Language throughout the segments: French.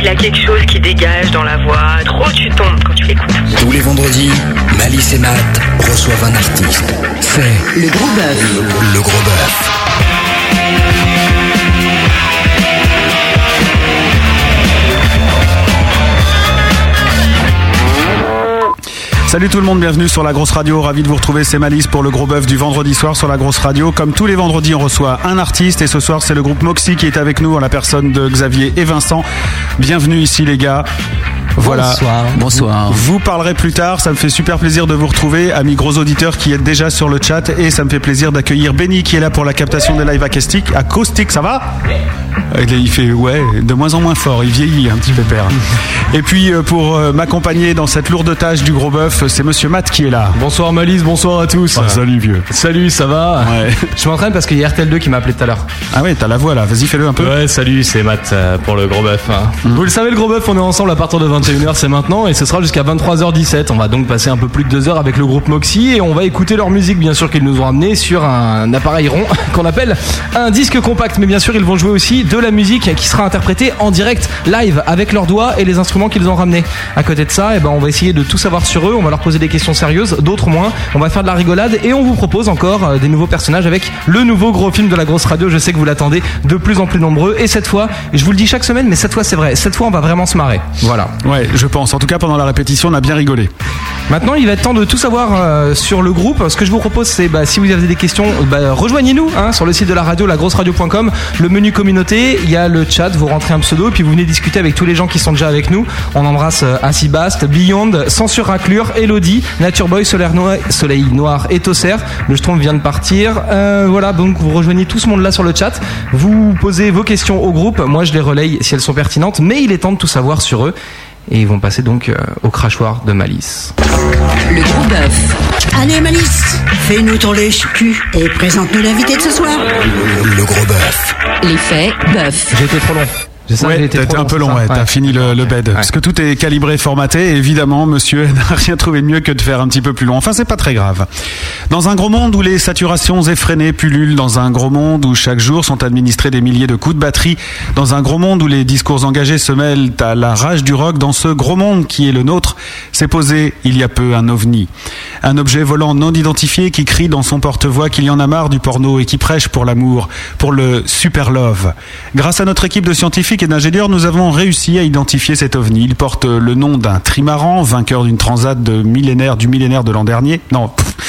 qu'il a quelque chose qui dégage dans la voix. Trop tu tombes quand tu l'écoutes. Tous les vendredis, Malice et Matt reçoivent un artiste. C'est le Gros Bœuf. Le Gros Bœuf. Salut tout le monde, bienvenue sur la Grosse Radio, ravi de vous retrouver, c'est Malice pour le Gros Bœuf du vendredi soir sur la Grosse Radio. Comme tous les vendredis, on reçoit un artiste et ce soir c'est le groupe Moxie qui est avec nous en la personne de Xavier et Vincent. Bienvenue ici les gars. Voilà. Bonsoir. Vous parlerez plus tard, ça me fait super plaisir de vous retrouver, amis gros auditeurs qui êtes déjà sur le chat, et ça me fait plaisir d'accueillir Benny qui est là pour la captation des lives acoustiques, ça va ? Il fait de moins en moins fort, il vieillit un petit pépère. Et puis pour m'accompagner dans cette lourde tâche du Gros Bœuf, c'est Monsieur Matt qui est là. Bonsoir Malice, bonsoir à tous. Salut vieux. Salut, ça va ? Ouais. Je m'entraîne parce qu'il y a RTL2 qui m'a appelé tout à l'heure. Ah ouais, t'as la voix là, vas-y fais-le un peu. Ouais, salut, c'est Matt pour le Gros Bœuf. Vous le savez, le Gros Bœuf, on est ensemble à partir de 21h, c'est maintenant, et ce sera jusqu'à 23h17. On va donc passer un peu plus de 2 heures avec le groupe Moxie, et on va écouter leur musique, bien sûr, qu'ils nous ont amené sur un appareil rond qu'on appelle un disque compact. Mais bien sûr, ils vont jouer aussi de la musique qui sera interprétée en direct, live, avec leurs doigts et les instruments qu'ils ont ramenés. À côté de ça, on va essayer de tout savoir sur eux, on va leur poser des questions sérieuses, d'autres moins, on va faire de la rigolade, et on vous propose encore des nouveaux personnages avec le nouveau gros film de la Grosse Radio. Je sais que vous l'attendez, de plus en plus nombreux, et cette fois, je vous le dis chaque semaine, mais cette fois c'est vrai, cette fois on va vraiment se marrer. Voilà. Ouais, je pense. En tout cas, pendant la répétition, on a bien rigolé. Maintenant, il va être temps de tout savoir sur le groupe. Ce que je vous propose, c'est si vous avez des questions, rejoignez-nous sur le site de la radio, lagrosseradio.com, le menu communauté, il y a le chat, vous rentrez un pseudo, et puis vous venez discuter avec tous les gens qui sont déjà avec nous. On embrasse Acibast, Beyond, Censure Raclure, Elodie, Nature Boy, Soleil Noir et Tosser. Le Schtroumpf vient de partir. Voilà, donc vous rejoignez tout ce monde-là sur le chat. Vous posez vos questions au groupe. Moi, je les relaye si elles sont pertinentes, mais il est temps de tout savoir sur eux. Et ils vont passer donc au crachoir de Malice. Le Gros Bœuf. Allez Malice, fais-nous ton lèche-cul et présente-nous l'invité de ce soir. Le Gros Bœuf. L'effet bœuf. J'ai été trop long. Ouais, t'as été un peu long, t'as fini le bed. Ouais. Parce que tout est calibré, formaté, et évidemment, monsieur n'a rien trouvé de mieux que de faire un petit peu plus long. Enfin, c'est pas très grave. Dans un gros monde où les saturations effrénées pullulent, dans un gros monde où chaque jour sont administrés des milliers de coups de batterie, dans un gros monde où les discours engagés se mêlent à la rage du rock, dans ce gros monde qui est le nôtre, s'est posé il y a peu un ovni. Un objet volant non identifié qui crie dans son porte-voix qu'il y en a marre du porno et qui prêche pour l'amour, pour le super love. Grâce à notre équipe de scientifiques et d'ingénieurs, nous avons réussi à identifier cet ovni. Il porte le nom d'un trimaran, vainqueur d'une transat du millénaire de l'an dernier. Non,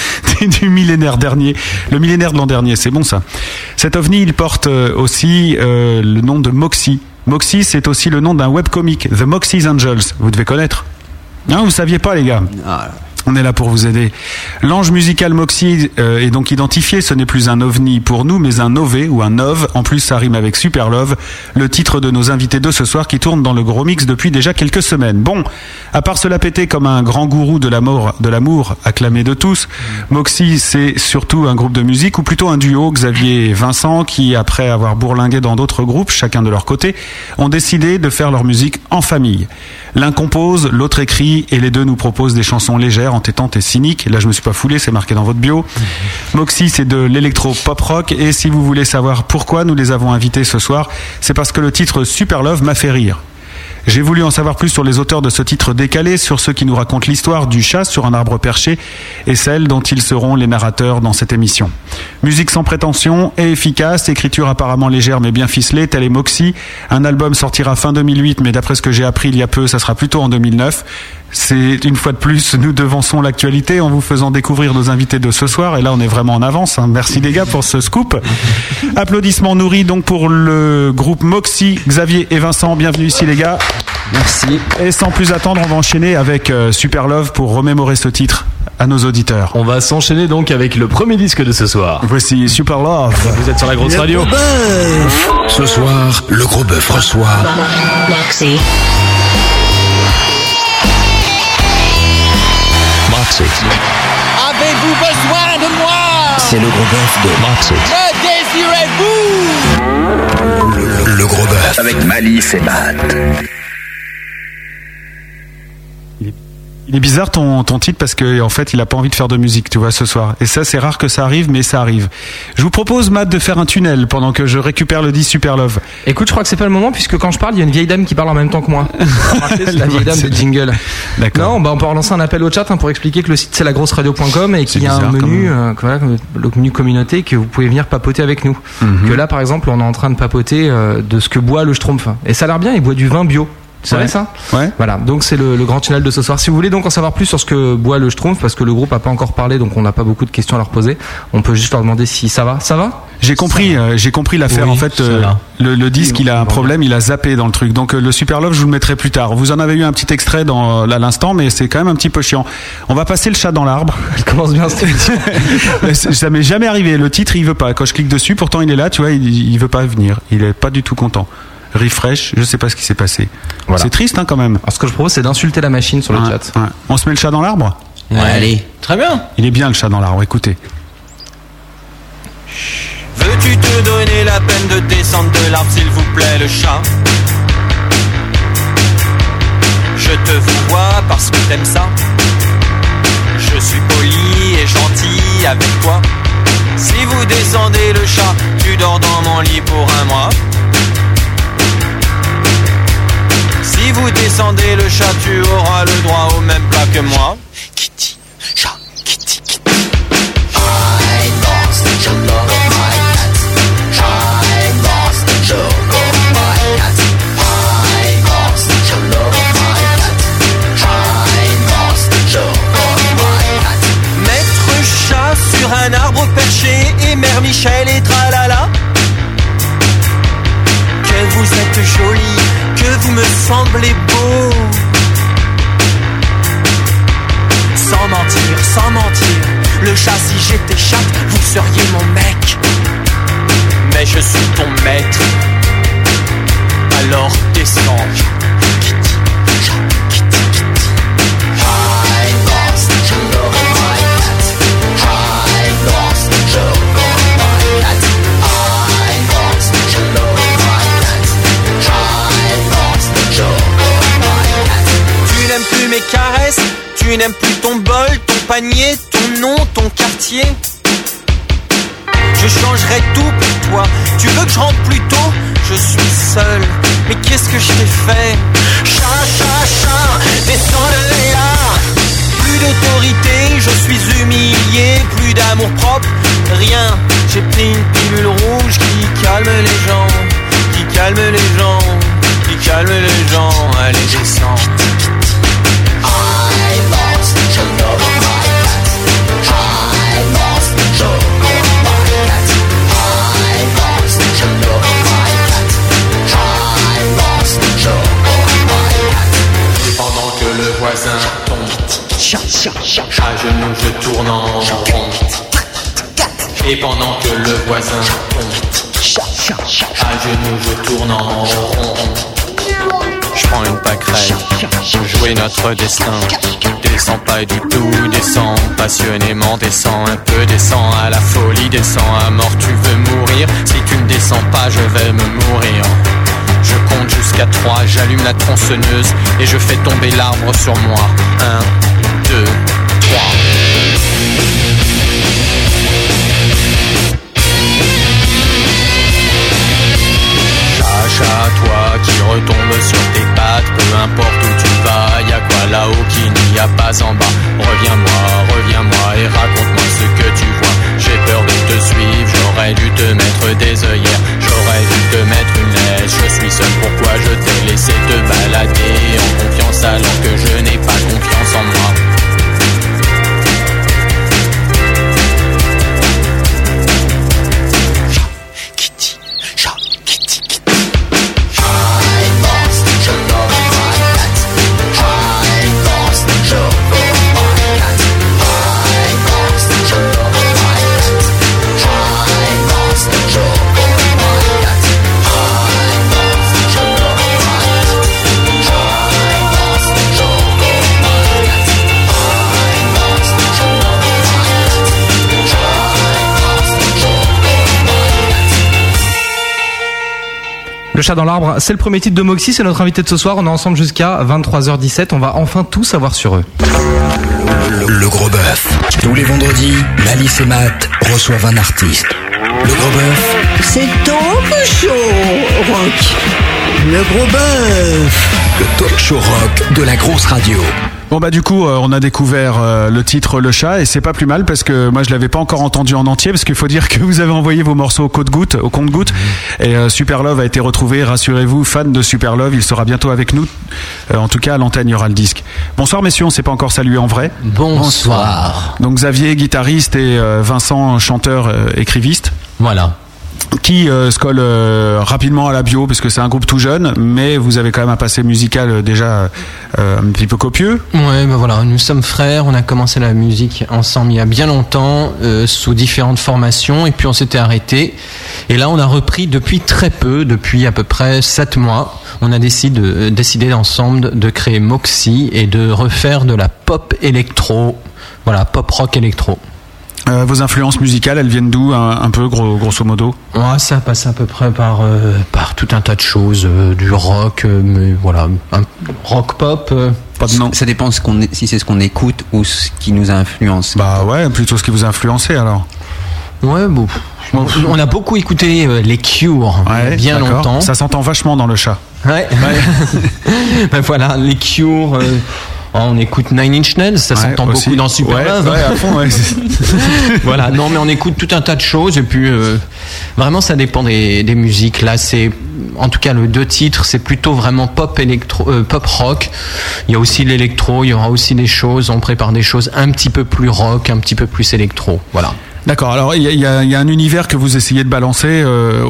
du millénaire dernier. Le millénaire de l'an dernier, c'est bon ça. Cet ovni, il porte aussi le nom de Moxie. Moxie, c'est aussi le nom d'un webcomic, The Moxie's Angels. Vous devez connaître. Non, vous saviez pas, les gars. On est là pour vous aider. L'ange musical Moxie est donc identifié. Ce n'est plus un ovni pour nous, mais un OV ou un OV. En plus, ça rime avec Super Love, le titre de nos invités de ce soir qui tourne dans le Gros Mix depuis déjà quelques semaines. Bon, à part se la péter comme un grand gourou de l'amour acclamé de tous, Moxie, c'est surtout un groupe de musique, ou plutôt un duo, Xavier et Vincent, qui, après avoir bourlingué dans d'autres groupes, chacun de leur côté, ont décidé de faire leur musique en famille. L'un compose, l'autre écrit, et les deux nous proposent des chansons légères, entêtantes et cyniques. Là, je me suis pas foulé, c'est marqué dans votre bio. Moxie, c'est de l'électro-pop rock, et si vous voulez savoir pourquoi nous les avons invités ce soir, c'est parce que le titre Super Love m'a fait rire. J'ai voulu en savoir plus sur les auteurs de ce titre décalé, sur ceux qui nous racontent l'histoire du chat sur un arbre perché et celles dont ils seront les narrateurs dans cette émission. Musique sans prétention et efficace, écriture apparemment légère mais bien ficelée, tel est Moxie. Un album sortira fin 2008, mais d'après ce que j'ai appris il y a peu, ça sera plutôt en 2009. C'est une fois de plus, nous devançons l'actualité en vous faisant découvrir nos invités de ce soir. Et là, on est vraiment en avance. Merci les gars pour ce scoop. Applaudissements nourris donc pour le groupe Moxie, Xavier et Vincent. Bienvenue ici les gars. Merci. Et sans plus attendre, on va enchaîner avec Super Love pour remémorer ce titre à nos auditeurs. On va s'enchaîner donc avec le premier disque de ce soir. Voici Super Love. Vous êtes sur la Grosse Radio. Ce soir, le Gros Bœuf reçoit Moxie. Moxie. Avez-vous besoin de moi? C'est le Gros Bœuf de Moxie. Me désirez-vous? Le Gros Bœuf avec Malice et Matt. Il est bizarre ton titre parce que en fait il a pas envie de faire de musique, tu vois, ce soir. Et ça c'est rare que ça arrive, mais ça arrive. Je vous propose Matt de faire un tunnel pendant que je récupère le disque Super Love. Écoute, je crois que c'est pas le moment puisque quand je parle, il y a une vieille dame qui parle en même temps que moi. C'est la vieille dame de jingle. D'accord. Non, on peut relancer un appel au chat pour expliquer que le site c'est lagrosseradio.com et qu'il y a un menu, le menu communauté que vous pouvez venir papoter avec nous. Que là par exemple on est en train de papoter de ce que boit le Schtroumpf. Et ça a l'air bien, il boit du vin bio. C'est vrai ça ? Ouais. Voilà, donc c'est le grand tunnel de ce soir. Si vous voulez donc en savoir plus sur ce que boit le Schtroumpf, parce que le groupe a pas encore parlé, donc on n'a pas beaucoup de questions à leur poser, on peut juste leur demander si ça va. Ça va ? J'ai compris l'affaire. Oui, en fait, le disque, il a un problème, il a zappé dans le truc. Donc le Super Love, je vous le mettrai plus tard. Vous en avez eu un petit extrait à l'instant, mais c'est quand même un petit peu chiant. On va passer le chat dans l'arbre. Elle commence bien cette émission. Ça m'est jamais arrivé. Le titre, il veut pas. Quand je clique dessus, pourtant il est là, tu vois, il veut pas venir. Il est pas du tout content. Refresh, je sais pas ce qui s'est passé. Voilà. C'est triste quand même. Alors ce que je propose c'est d'insulter la machine sur le chat. Ouais. On se met le chat dans l'arbre ? Ouais, allez. Très bien. Il est bien le chat dans l'arbre, écoutez. Veux-tu te donner la peine de descendre de l'arbre, s'il vous plaît, le chat? Je te vous vois parce que t'aimes ça. Je suis poli et gentil avec toi. Si vous descendez le chat, tu dors dans mon lit pour un mois. Si vous descendez le chat, tu auras le droit au même plat que moi. Kitty, chat, kitty, kitty. I lost the love of my cat. I lost the love of my cat. I lost the love of my cat. I lost the love of my cat. Maître chat sur un arbre perché et Mère Michel et tralala. Que vous êtes jolie, que vous me semblez beau. Sans mentir, le chat, si j'étais chatte, vous seriez mon mec. Mais je suis ton maître, alors descends. Kitty, chat, kitty, kitty. I lost the love of my cat. I lost the love of my cat. I lost the love of my cat. I lost the love of my cat. Tu n'aimes plus mes caresses, tu n'aimes plus ton bol, ton panier, ton nom, ton quartier. Je changerai tout pour toi. Tu veux que je rentre plus tôt? Je suis seul. Mais qu'est-ce que je t'ai fait? Chat, descends de là. Plus d'autorité, je suis humilié. Plus d'amour propre, rien. J'ai pris une pilule rouge qui calme les gens. Qui calme les gens. Qui calme les gens. Allez, descends. I lost the love of my cat. I lost the love of my cat. I lost the love of my cat. I lost the love of my cat. Et pendant que le voisin tombe, à genoux je tourne en rond. Et pendant que le voisin tombe, à genoux je tourne en rond. Je prends une pâquerette, jouer notre destin. Descends pas du tout, descends passionnément, descends un peu, descends à la folie, descends à mort, tu veux mourir. Si tu ne descends pas, je vais me mourir. Je compte jusqu'à 3, j'allume la tronçonneuse et je fais tomber l'arbre sur moi. 1, 2, 3. Chat, toi qui retombe sur tes pattes, peu importe où tu vas, y a quoi là-haut qu'il n'y a pas en bas. Reviens-moi et raconte-moi ce que tu vois. J'ai peur de te suivre, j'aurais dû te mettre des œillères, j'aurais dû te mettre une laisse. Je suis seul, pourquoi je t'ai laissé te balader en confiance alors que je n'ai pas confiance en moi. chat dans l'arbre, c'est le premier titre de Moxie, c'est notre invité de ce soir. On est ensemble jusqu'à 23h17. On va enfin tout savoir sur eux. Le gros bœuf. Tous les vendredis, Malice et Matt reçoivent un artiste. Le gros bœuf. C'est talk show rock. Le gros bœuf. Le talk show rock de la grosse radio. Bon bah du coup on a découvert le titre Le Chat et c'est pas plus mal parce que moi je l'avais pas encore entendu en entier parce qu'il faut dire que vous avez envoyé vos morceaux au compte-gouttes et Super Love a été retrouvé, rassurez-vous, fan de Super Love, il sera bientôt avec nous, en tout cas à l'antenne il y aura le disque. Bonsoir messieurs, on s'est pas encore salué en vrai. Bonsoir. Donc Xavier, guitariste et Vincent, chanteur, écriviste. Voilà. Qui se colle rapidement à la bio parce que c'est un groupe tout jeune, mais vous avez quand même un passé musical déjà un petit peu copieux. Ouais, ben voilà, nous sommes frères, on a commencé la musique ensemble il y a bien longtemps, sous différentes formations, et puis on s'était arrêté. Et là, on a repris depuis très peu, depuis à peu près 7 mois. On a décidé ensemble de créer Moxie et de refaire de la pop électro, voilà, pop rock électro. Vos influences musicales, elles viennent d'où, un peu grosso modo? Ouais, ça passe à peu près par tout un tas de choses, du rock, mais voilà, un rock pop. Pas de nom. Ça dépend si c'est ce qu'on écoute ou ce qui nous influence. Bah ouais, plutôt ce qui vous a influencé alors. Ouais, bon. On a beaucoup écouté les Cure bien longtemps. Ça s'entend vachement dans Le Chat. Ouais. Ben voilà, les Cure. On écoute Nine Inch Nails, ça s'entend aussi. beaucoup dans Super Love. Ouais, à fond, ouais. Voilà, non mais on écoute tout un tas de choses et puis vraiment ça dépend des musiques. Là c'est, en tout cas le 2 titres, c'est plutôt vraiment pop pop rock. Il y a aussi l'électro, il y aura aussi des choses, on prépare des choses un petit peu plus rock, un petit peu plus électro. Voilà. D'accord, alors il y a un univers que vous essayez de balancer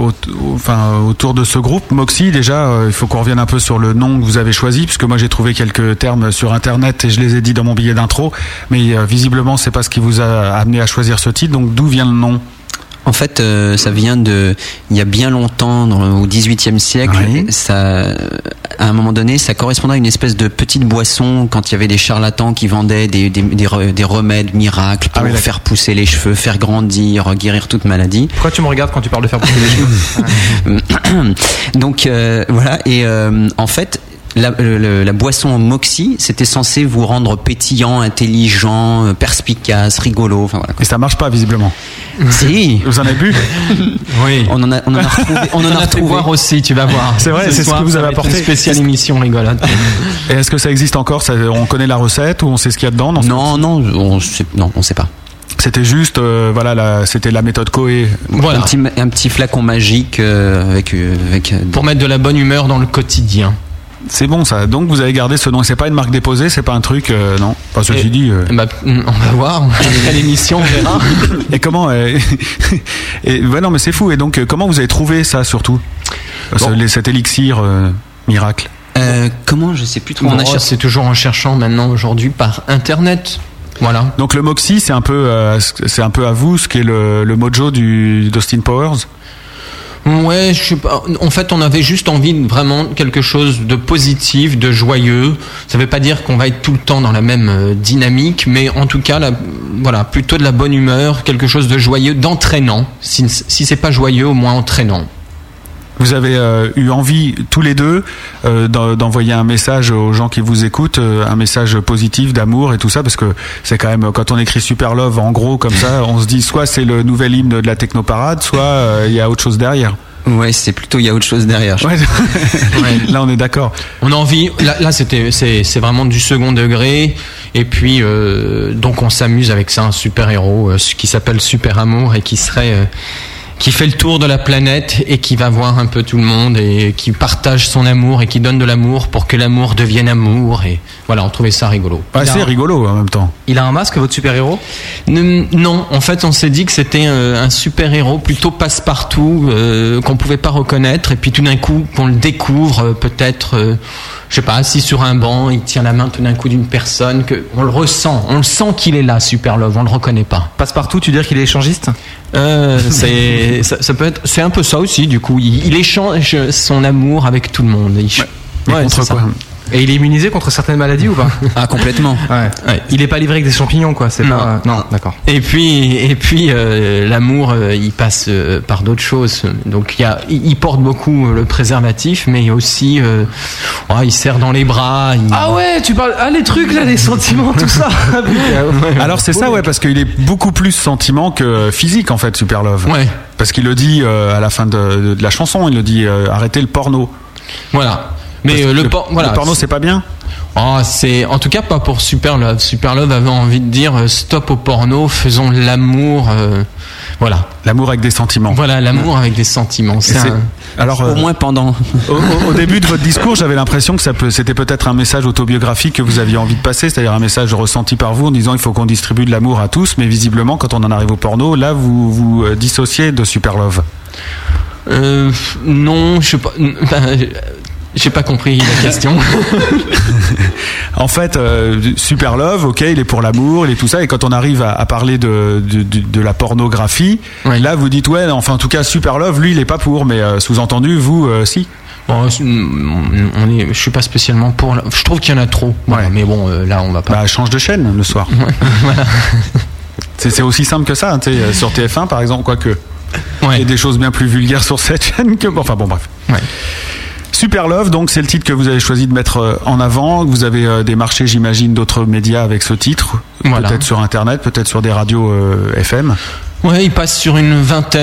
autour de ce groupe. Moxie, déjà, il faut qu'on revienne un peu sur le nom que vous avez choisi, puisque moi j'ai trouvé quelques termes sur internet et je les ai dit dans mon billet d'intro, mais visiblement c'est pas ce qui vous a amené à choisir ce titre, donc d'où vient le nom ? En fait, ça vient il y a bien longtemps, au XVIIIe siècle. Oui. Ça, à un moment donné, ça correspondait à une espèce de petite boisson quand il y avait des charlatans qui vendaient des remèdes miracles pour faire pousser les cheveux, faire grandir, guérir toute maladie. Pourquoi tu me regardes quand tu parles de faire pousser les cheveux? Donc voilà. Et en fait, la boisson Moxie, c'était censé vous rendre pétillant, intelligent, perspicace, rigolo. Enfin voilà. Et ça marche pas visiblement. Si. Vous en avez bu? Oui. On en a retrouvé. On en a fait voir aussi, tu vas voir. C'est vrai, c'est ce que vous avez apporté. Une spéciale émission rigolote. Et est-ce que ça existe encore? On connaît la recette ou on sait ce qu'il y a dedans? Non, on sait pas. C'était juste, c'était la méthode Coé. Voilà. Un petit flacon magique avec pour mettre de la bonne humeur dans le quotidien. C'est bon ça. Donc vous avez gardé ce nom. C'est pas une marque déposée, c'est pas un truc, non. Enfin, ceci dit. Bah, on va voir. À l'émission, on verra. Et comment non, mais c'est fou. Et donc, comment vous avez trouvé ça surtout, cet élixir miracle? Comment, je sais plus trop. C'est toujours en cherchant maintenant aujourd'hui par internet. Voilà. Donc le Moxie, c'est un peu à vous ce qu'est le mojo d'Austin Powers. Ouais, je sais pas. En fait, on avait juste envie de vraiment quelque chose de positif, de joyeux. Ça veut pas dire qu'on va être tout le temps dans la même dynamique, mais en tout cas, voilà, plutôt de la bonne humeur, quelque chose de joyeux, d'entraînant. Si c'est pas joyeux, au moins entraînant. Vous avez eu envie tous les deux d'envoyer un message aux gens qui vous écoutent, un message positif, d'amour et tout ça, parce que c'est quand même, quand on écrit Super Love en gros comme ça, on se dit soit c'est le nouvel hymne de la technoparade, soit il y a autre chose derrière. Ouais, c'est plutôt il y a autre chose derrière. Ouais. Là on est d'accord. On a envie. Là c'est vraiment du second degré. Et puis donc on s'amuse avec ça, un super héros qui s'appelle Super Amour et qui fait le tour de la planète et qui va voir un peu tout le monde et qui partage son amour et qui donne de l'amour pour que l'amour devienne amour. Et voilà, on trouvait ça rigolo. Ouais, c'est rigolo en même temps. Il a un masque, votre super-héros? Non, en fait, on s'est dit que c'était un super-héros plutôt passe-partout qu'on pouvait pas reconnaître. Et puis tout d'un coup, qu'on le découvre peut-être... je sais pas, assis sur un banc, il tient la main tout d'un coup d'une personne, on le sent qu'il est là, Super Love, on le reconnaît pas. Passe-partout, tu veux dire qu'il est échangiste? Ça peut être, c'est un peu ça aussi, du coup, il échange son amour avec tout le monde. Ouais, contre quoi? Et il est immunisé contre certaines maladies ou pas? Ah, complètement. Ouais. Il est pas livré avec des champignons, quoi. C'est Non. pas. Non, d'accord. Et puis l'amour, il passe par d'autres choses. Donc il porte beaucoup le préservatif, mais il y a aussi, il serre dans les bras. Ah ouais, tu parles. Ah, les trucs là, les sentiments, tout ça. Alors c'est ça, ouais, parce qu'il est beaucoup plus sentiment que physique en fait, Super Love. Ouais. Parce qu'il le dit à la fin de la chanson, il le dit arrêtez le porno. Voilà. Mais le porno, c'est pas bien. C'est en tout cas pas pour Super Love. Super Love avait envie de dire stop au porno, faisons l'amour. Voilà. L'amour avec des sentiments. Voilà, l'amour avec des sentiments. Alors, au moins pendant. Au début de votre discours, j'avais l'impression que c'était peut-être un message autobiographique que vous aviez envie de passer, c'est-à-dire un message ressenti par vous en disant il faut qu'on distribue de l'amour à tous, mais visiblement, quand on en arrive au porno, là, vous vous dissociez de Super Love. Non, je sais pas. J'ai pas compris la question. En fait, Super Love, ok, il est pour l'amour, il est tout ça, et quand on arrive à parler de la pornographie, là vous dites ouais, enfin en tout cas Super Love, lui il est pas pour, mais sous-entendu vous si. Bon, je suis pas spécialement pour. Je trouve qu'il y en a trop. Voilà, mais bon, là on va pas. Bah change de chaîne le soir. Voilà. C'est aussi simple que ça, tu sais, sur TF1 par exemple, quoique. Ouais. Il y a des choses bien plus vulgaires sur cette chaîne que. Enfin bon, bref. Ouais. Super Love, donc c'est le titre que vous avez choisi de mettre en avant. Vous avez démarché, j'imagine, d'autres médias avec ce titre. Voilà. Peut-être sur Internet, peut-être sur des radios FM. Ouais, il passe sur une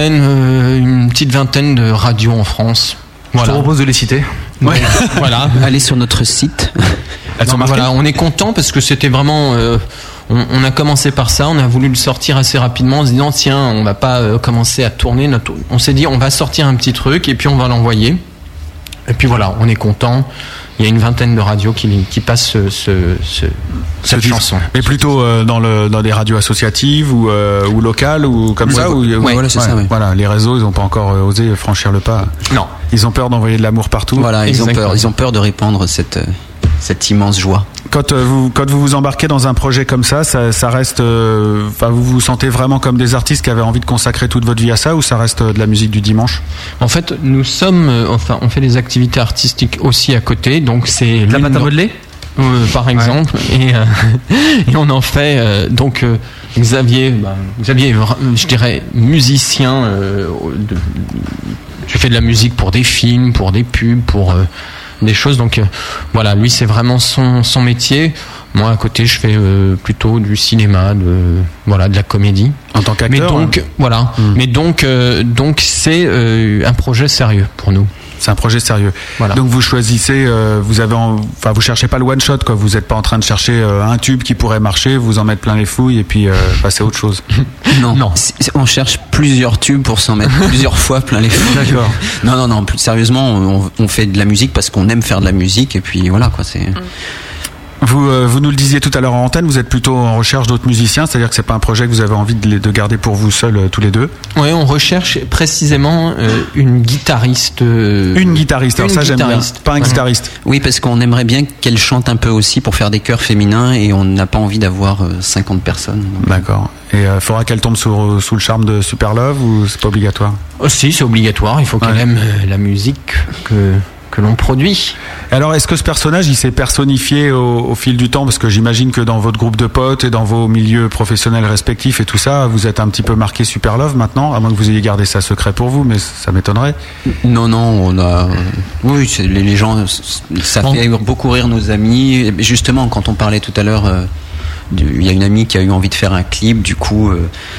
petite vingtaine de radios en France. Voilà. Je te propose de les citer. Ouais. Voilà. Allez sur notre site. Elles sont marquées. Voilà, on est content parce que c'était vraiment. On a commencé par ça, on a voulu le sortir assez rapidement en se disant tiens, on va pas commencer à tourner. On s'est dit on va sortir un petit truc et puis on va l'envoyer. Et puis voilà, on est content. Il y a une vingtaine de radios qui passent cette chanson. Mais plutôt dans des radios associatives ou locales ou comme ça. Voilà, c'est ça. Ouais. Voilà, les réseaux, ils n'ont pas encore osé franchir le pas. Non. Ils ont peur d'envoyer de l'amour partout. Voilà, ils ont peur de répandre cette immense joie. Quand vous embarquez dans un projet comme ça reste. Vous vous sentez vraiment comme des artistes qui avaient envie de consacrer toute votre vie à ça, ou ça reste de la musique du dimanche? En fait, nous sommes. On fait des activités artistiques aussi à côté, donc c'est. La pâte à modeler par exemple, et on en fait donc Xavier, je dirais musicien. Tu fais de la musique pour des films, pour des pubs, pour des choses, donc voilà, lui c'est vraiment son métier. Moi à côté je fais plutôt du cinéma, de la comédie en tant qu'acteur. Mais donc voilà, mais donc c'est un projet sérieux pour nous. C'est un projet sérieux. Voilà. Donc vous choisissez, vous cherchez pas le one shot, quoi. Vous n'êtes pas en train de chercher un tube qui pourrait marcher, vous en mettre plein les fouilles et puis passer à autre chose. Non. On cherche plusieurs tubes pour s'en mettre plusieurs fois plein les fouilles. D'accord. Non. Plus sérieusement, on fait de la musique parce qu'on aime faire de la musique et puis voilà quoi. C'est. Vous nous le disiez tout à l'heure en antenne, vous êtes plutôt en recherche d'autres musiciens, c'est-à-dire que c'est pas un projet que vous avez envie de garder pour vous seuls tous les deux. Oui, on recherche précisément une guitariste. Une guitariste, alors ça j'aime bien. Pas un guitariste. Oui, parce qu'on aimerait bien qu'elle chante un peu aussi pour faire des chœurs féminins et on n'a pas envie d'avoir 50 personnes. Donc. D'accord. Et faudra qu'elle tombe sous le charme de Super Love ou c'est pas obligatoire? Si, c'est obligatoire, il faut qu'elle aime la musique que l'on produit. Alors, est-ce que ce personnage, il s'est personnifié au fil du temps? Parce que j'imagine que dans votre groupe de potes et dans vos milieux professionnels respectifs et tout ça, vous êtes un petit peu marqué Super Love maintenant, à moins que vous ayez gardé ça secret pour vous, mais ça m'étonnerait. Non, on a... Oui, les gens, ça fait beaucoup rire nos amis. Justement, quand on parlait tout à l'heure, il y a une amie qui a eu envie de faire un clip, du coup...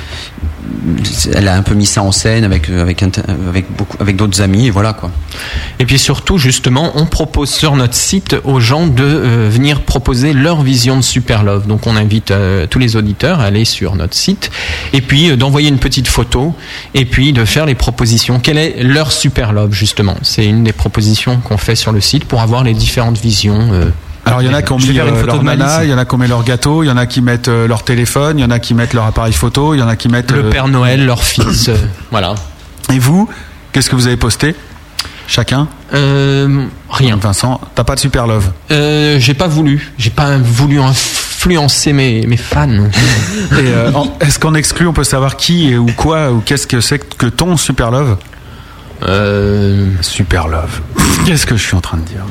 elle a un peu mis ça en scène avec d'autres amis et voilà quoi. Et puis surtout justement on propose sur notre site aux gens de venir proposer leur vision de Super Love. Donc on invite tous les auditeurs à aller sur notre site et puis d'envoyer une petite photo et puis de faire les propositions. Quelle est leur Super Love justement? C'est une des propositions qu'on fait sur le site pour avoir les différentes visions. Alors il y en a qui ont mis leur nana, il y en a qui ont mis leur gâteau, il y en a qui mettent leur téléphone, il y en a qui mettent leur appareil photo, il y en a qui mettent le Père Noël, leur fils, voilà. Et vous, qu'est-ce que vous avez posté chacun? Rien. Vincent, t'as pas de Super Love? J'ai pas voulu influencer mes fans. Et est-ce qu'on exclut, on peut savoir qui ou quoi ou qu'est-ce que c'est que ton Super Love? Super Love. Qu'est-ce que je suis en train de dire?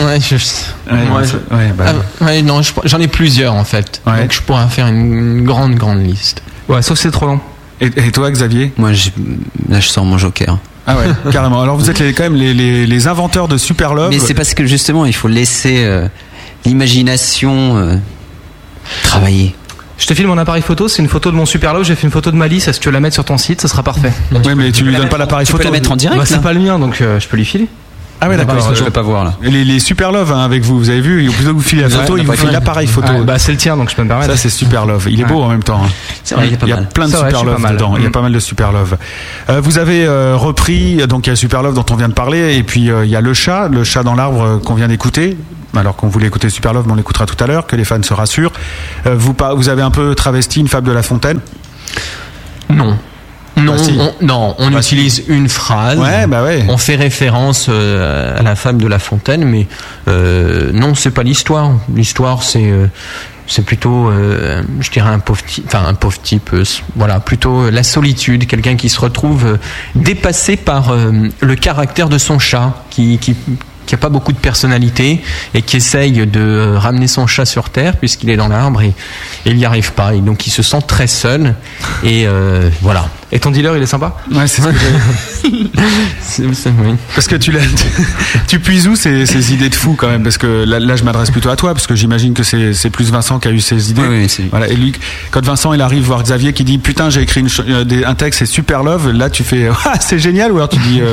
Non, j'en ai plusieurs en fait. Ouais. Donc je pourrais faire une grande liste. Ouais, sauf que c'est trop long. Et toi, Xavier? Moi, là, je sors mon joker. Ah ouais, carrément. Alors vous êtes quand même les inventeurs de Super Love. Mais c'est parce que justement, il faut laisser l'imagination travailler. Je te file mon appareil photo, c'est une photo de mon Super Love, j'ai fait une photo de Malice, si tu veux la mettre sur ton site, ça sera parfait. Ouais, mais tu lui donnes pas l'appareil photo. Tu peux la mettre en direct. Bah, c'est pas le mien, donc je peux lui filer. Ah ouais, d'accord. Je vais pas voir là. Les Super Love avec vous avez vu, plutôt que vous filez la photo, il vous file l'appareil photo. Bah c'est le tien, donc je peux me permettre. Ça c'est Super Love. Il est beau en même temps. C'est vrai, il y a plein de Super Love dedans. Il y a pas mal de Super Love. Vous avez repris, donc il y a Super Love dont on vient de parler, et puis il y a le chat dans l'arbre qu'on vient d'écouter. Alors qu'on voulait écouter Super Love, mais on l'écoutera tout à l'heure, que les fans se rassurent. Vous avez un peu travesti une fable de La Fontaine? Non. Non, si. on utilise une phrase. Ouais, bah ouais. On fait référence à la fable de La Fontaine, mais non, c'est pas l'histoire. L'histoire, c'est plutôt, je dirais un pauvre type. Voilà, plutôt la solitude, quelqu'un qui se retrouve dépassé par le caractère de son chat, qui a pas beaucoup de personnalité et qui essaye de ramener son chat sur terre puisqu'il est dans l'arbre et il n'y arrive pas et donc il se sent très seul et voilà. Et ton dealer il est sympa? Ouais, c'est ce que oui. Parce que tu puises où ces idées de fou quand même, parce que là je m'adresse plutôt à toi parce que j'imagine que c'est plus Vincent qui a eu ces idées. Oui, voilà. Et lui, quand Vincent il arrive voir Xavier qui dit putain j'ai écrit un texte c'est Super Love, là tu fais c'est génial, ou alors tu dis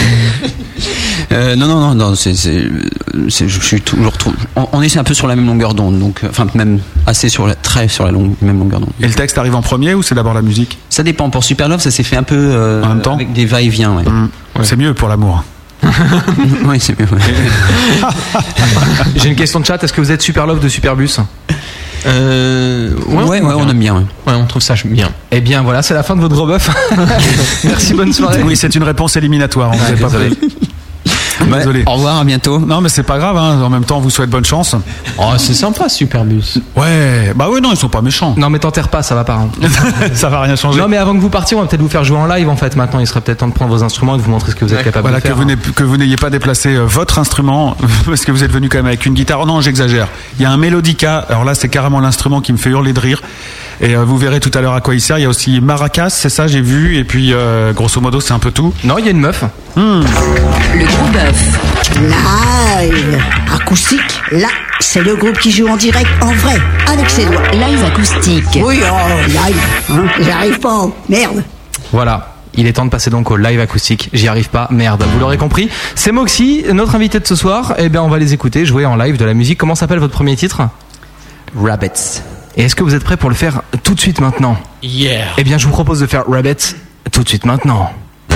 non, je suis toujours on est un peu sur la même longueur d'onde, donc enfin même assez très sur la même longueur d'onde. Et le texte arrive en premier ou c'est d'abord la musique? Ça dépend. Pour Super Love, ça s'est fait un peu en même temps, avec des va-et-vient. Ouais. Ouais. C'est mieux pour l'amour. Oui, c'est mieux. Ouais. J'ai une question de chat. Est-ce que vous êtes Super Love de Superbus? Ouais, on aime bien. Ouais, on trouve ça bien. Eh bien, voilà, c'est la fin de votre gros bœuf. Merci, bonne soirée. Oui, c'est une réponse éliminatoire. On vous est pas prêt. Ouais, désolé. Au revoir, à bientôt. Non, mais c'est pas grave, hein. En même temps, on vous souhaite bonne chance. Oh, c'est sympa, Superbus. Ouais, bah oui, non, ils sont pas méchants. Non, mais t'enterres pas, ça va pas. Hein. Ça va rien changer. Non, mais avant que vous partiez, on va peut-être vous faire jouer en live en fait. Maintenant, il serait peut-être temps de prendre vos instruments et de vous montrer ce que vous êtes capable de faire. Que vous n'ayez pas déplacé votre instrument, parce que vous êtes venu quand même avec une guitare. Non, j'exagère. Il y a un mélodica. Alors là, c'est carrément l'instrument qui me fait hurler de rire. Et vous verrez tout à l'heure à quoi il sert. Il y a aussi maracas, c'est ça, j'ai vu. Et puis, grosso modo, c'est un peu tout. Non, il y a une meuf. Le gros bœuf. Live. Acoustique. Là, c'est le groupe qui joue en direct, en vrai, avec ses doigts. Live acoustique. Oui, live. Hein, j'arrive pas. Merde. Voilà. Il est temps de passer donc au live acoustique. J'y arrive pas, merde. Vous l'aurez compris. C'est Moxie, notre invité de ce soir. Eh bien, on va les écouter, jouer en live de la musique. Comment s'appelle votre premier titre? Rabbits. Et est-ce que vous êtes prêts pour le faire tout de suite maintenant? Yeah. Eh bien, je vous propose de faire Rabbits tout de suite maintenant.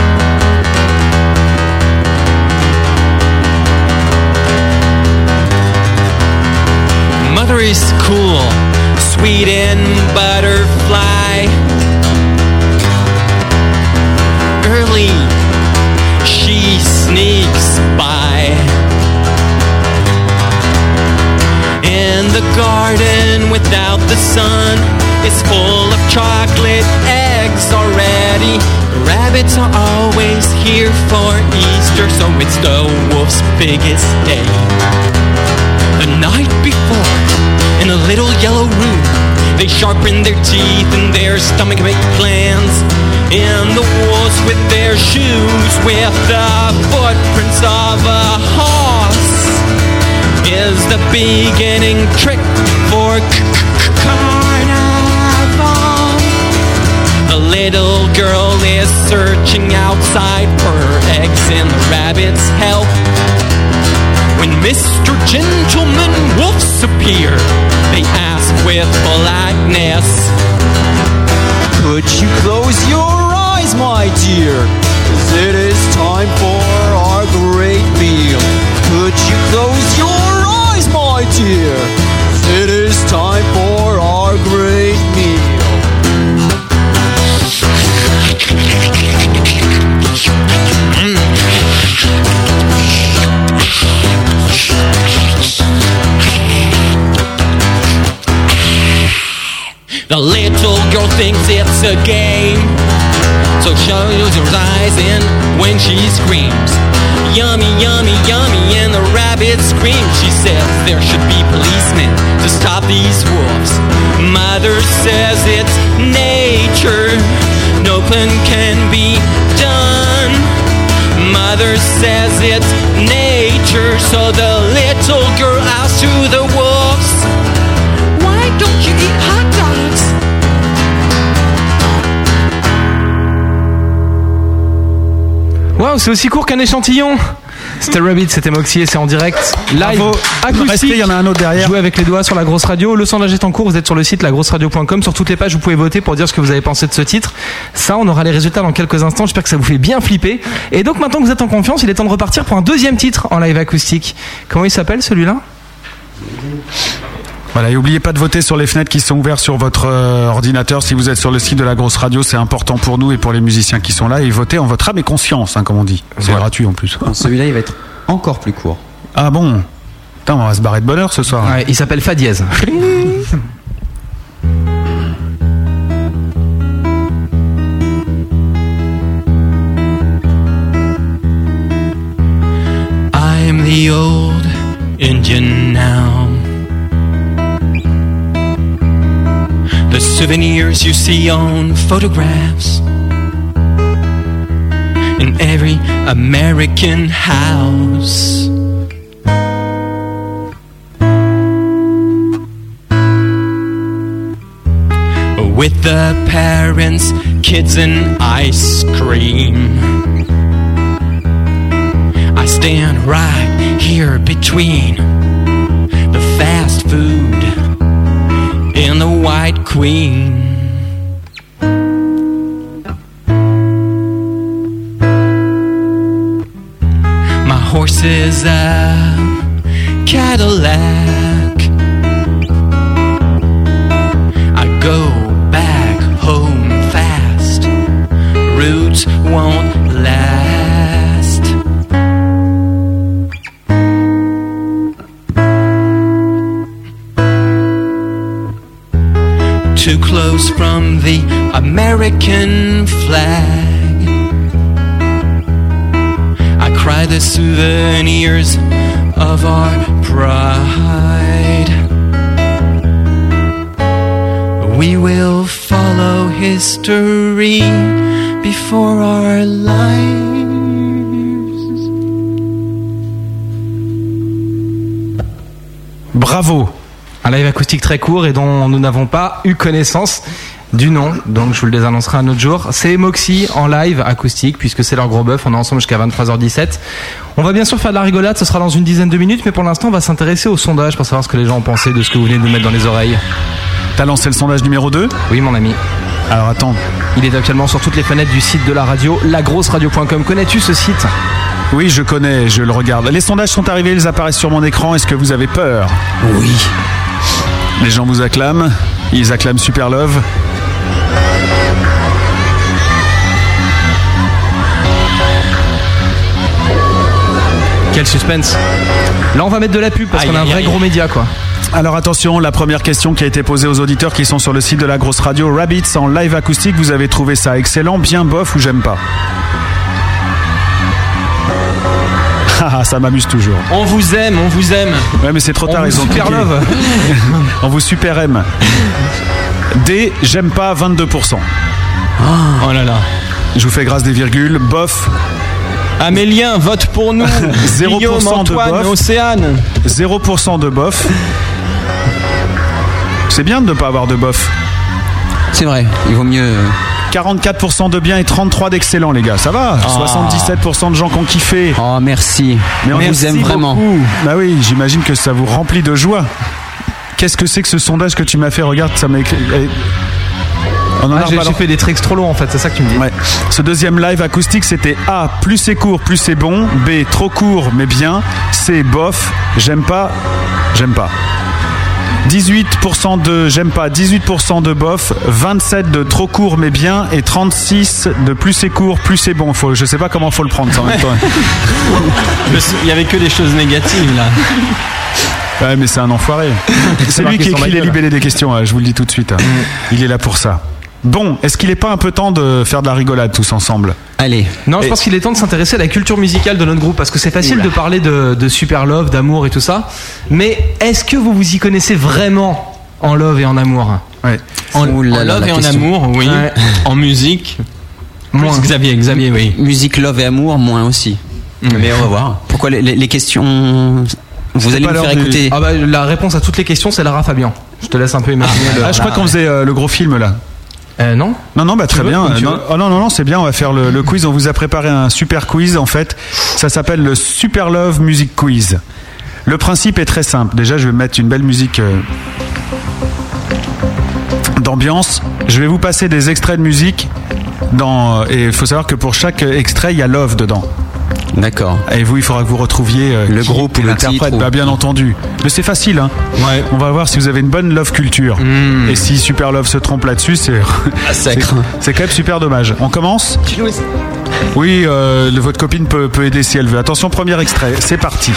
Mother is cool, sweet and butterfly. Early, she sneaks by. And the garden without the sun is full of chocolate eggs already. Rabbits are always here for Easter, so it's the wolf's biggest day. The night before, in a little yellow room, they sharpen their teeth and their stomach make plans. And the wolves with their shoes, with the footprints of a horse, is the beginning trick for carnival. The little girl is searching outside for her eggs and the rabbits help. When Mr. Gentleman Wolves appear, they ask with politeness, could you close your eyes, my dear? 'Cause it is time for our great meal. Could you close your eyes, my dear? 'Cause it is time for our great meal. The little girl thinks it's a game, so show your eyes and when she screams, yummy, yummy, yummy, and the rabbit screams. She says there should be policemen to stop these wolves. Mother says it's nature, nothing can be done. Mother says it's nature, so the little girl asks to the wolves, why don't you eat hot dogs? Waouh, c'est aussi court qu'un échantillon. C'était Rabbit, c'était Moxie et c'est en direct, live, Bravo. acoustique. Il y en a un autre derrière. Jouez avec les doigts sur la grosse radio. Le sondage est en cours, vous êtes sur le site lagrosseradio.com. Sur toutes les pages, vous pouvez voter pour dire ce que vous avez pensé de ce titre. Ça, on aura les résultats dans quelques instants. J'espère que ça vous fait bien flipper. Et donc maintenant que vous êtes en confiance, il est temps de repartir pour un deuxième titre en live acoustique. Comment il s'appelle celui-là ? Voilà, et n'oubliez pas de voter sur les fenêtres qui sont ouvertes sur votre ordinateur. Si vous êtes sur le site de la grosse radio, c'est important pour nous et pour les musiciens qui sont là. Et votez en votre âme et conscience, comme on dit. C'est gratuit en plus. Celui-là, il va être encore plus court. Ah bon ? Putain, on va se barrer de bonne heure ce soir. Ouais, il s'appelle Fa dièse. I'm the old Indian now. The souvenirs you see on photographs in every American house. With the parents, kids, and ice cream. I stand right here between the fast food and the White Queen. My horse is a Cadillac. I go back home fast. Roots won't last. Too close from the American flag. I cry the souvenirs of our pride. We will follow history before our lives. Bravo. Un live acoustique très court et dont nous n'avons pas eu connaissance du nom, donc je vous le désannoncerai un autre jour. C'est Moxie en live acoustique puisque c'est leur gros bœuf. On est ensemble jusqu'à 23h17. On va bien sûr faire de la rigolade, ce sera dans une dizaine de minutes, mais pour l'instant on va s'intéresser au sondage pour savoir ce que les gens ont pensé de ce que vous venez de nous mettre dans les oreilles. T'as lancé le sondage numéro 2 ? Oui mon ami. Alors attends. Il est actuellement sur toutes les fenêtres du site de la radio, lagrosseradio.com. Connais-tu ce site ? Oui, je connais, je le regarde. Les sondages sont arrivés, ils apparaissent sur mon écran. Est-ce que vous avez peur ? Oui. Les gens vous acclament, ils acclament Super Love. Quel suspense. Là on va mettre de la pub parce qu'on a un vrai gros média quoi. Alors attention, la première question qui a été posée aux auditeurs qui sont sur le site de la grosse radio, Rabbits en live acoustique, vous avez trouvé ça excellent, bien bof ou j'aime pas ? Ah, ça m'amuse toujours. On vous aime, on vous aime. Ouais, mais c'est trop tard, ils ont super cliqué. love. On vous super aime. D, j'aime pas 22%. Oh là là. Je vous fais grâce des virgules. Bof, Amélien, vote pour nous. 0% Guillaume, de Antoine, bof. Océane. 0% de bof. C'est bien de ne pas avoir de bof. C'est vrai, il vaut mieux. 44% de bien et 33% d'excellent, les gars. Ça va. 77% de gens qui ont kiffé. Oh, merci. Mais on vous aime vraiment. Bah oui, j'imagine que ça vous remplit de joie. Qu'est-ce que c'est que ce sondage que tu m'as fait ? Regarde, ça m'a écrit. On en a J'ai reparlé. fait des tricks trop longs en fait, c'est ça que tu me dis. Ouais. Ce deuxième live acoustique, c'était A, plus c'est court, plus c'est bon. B, trop court, mais bien. C, bof, j'aime pas, j'aime pas. 18% de j'aime pas, 18% de bof, 27% de trop court mais bien et 36% de plus c'est court, plus c'est bon. Je sais pas comment faut le prendre ça en même temps. Il y avait que des choses négatives là. Ouais, mais c'est un enfoiré. C'est lui qui écrit les libellés des questions, je vous le dis tout de suite. Il est là pour ça. Bon, est-ce qu'il n'est pas un peu temps de faire de la rigolade tous ensemble? Allez. Non, je pense qu'il est temps de s'intéresser à la culture musicale de notre groupe parce que c'est facile de parler de super love, d'amour et tout ça. Mais est-ce que vous y connaissez vraiment en love et en amour? Ouais. En love et en amour, oui. Ouais. En musique, moins. Xavier, oui. Musique, love et amour, moins aussi. Mais on va voir. Pourquoi les questions... Vous allez me faire écouter. Ah bah, la réponse à toutes les questions, c'est Lara Fabian. Je te laisse un peu imaginer. Je crois qu'on faisait le gros film là. Non. Non, bah très bien. Non, c'est bien. On va faire le quiz. On vous a préparé un super quiz. En fait, ça s'appelle le Super Love Music Quiz. Le principe est très simple. Déjà, je vais mettre une belle musique d'ambiance. Je vais vous passer des extraits de musique. Et il faut savoir que pour chaque extrait, il y a love dedans. D'accord. Et vous, il faudra que vous retrouviez le groupe ou l'interprète. Bah, bien entendu. Mais c'est facile, hein. Ouais. On va voir si vous avez une bonne love culture. Et si Super Love se trompe là-dessus, c'est quand même super dommage. On commence? Oui, votre copine peut aider si elle veut. Attention, premier extrait. C'est parti.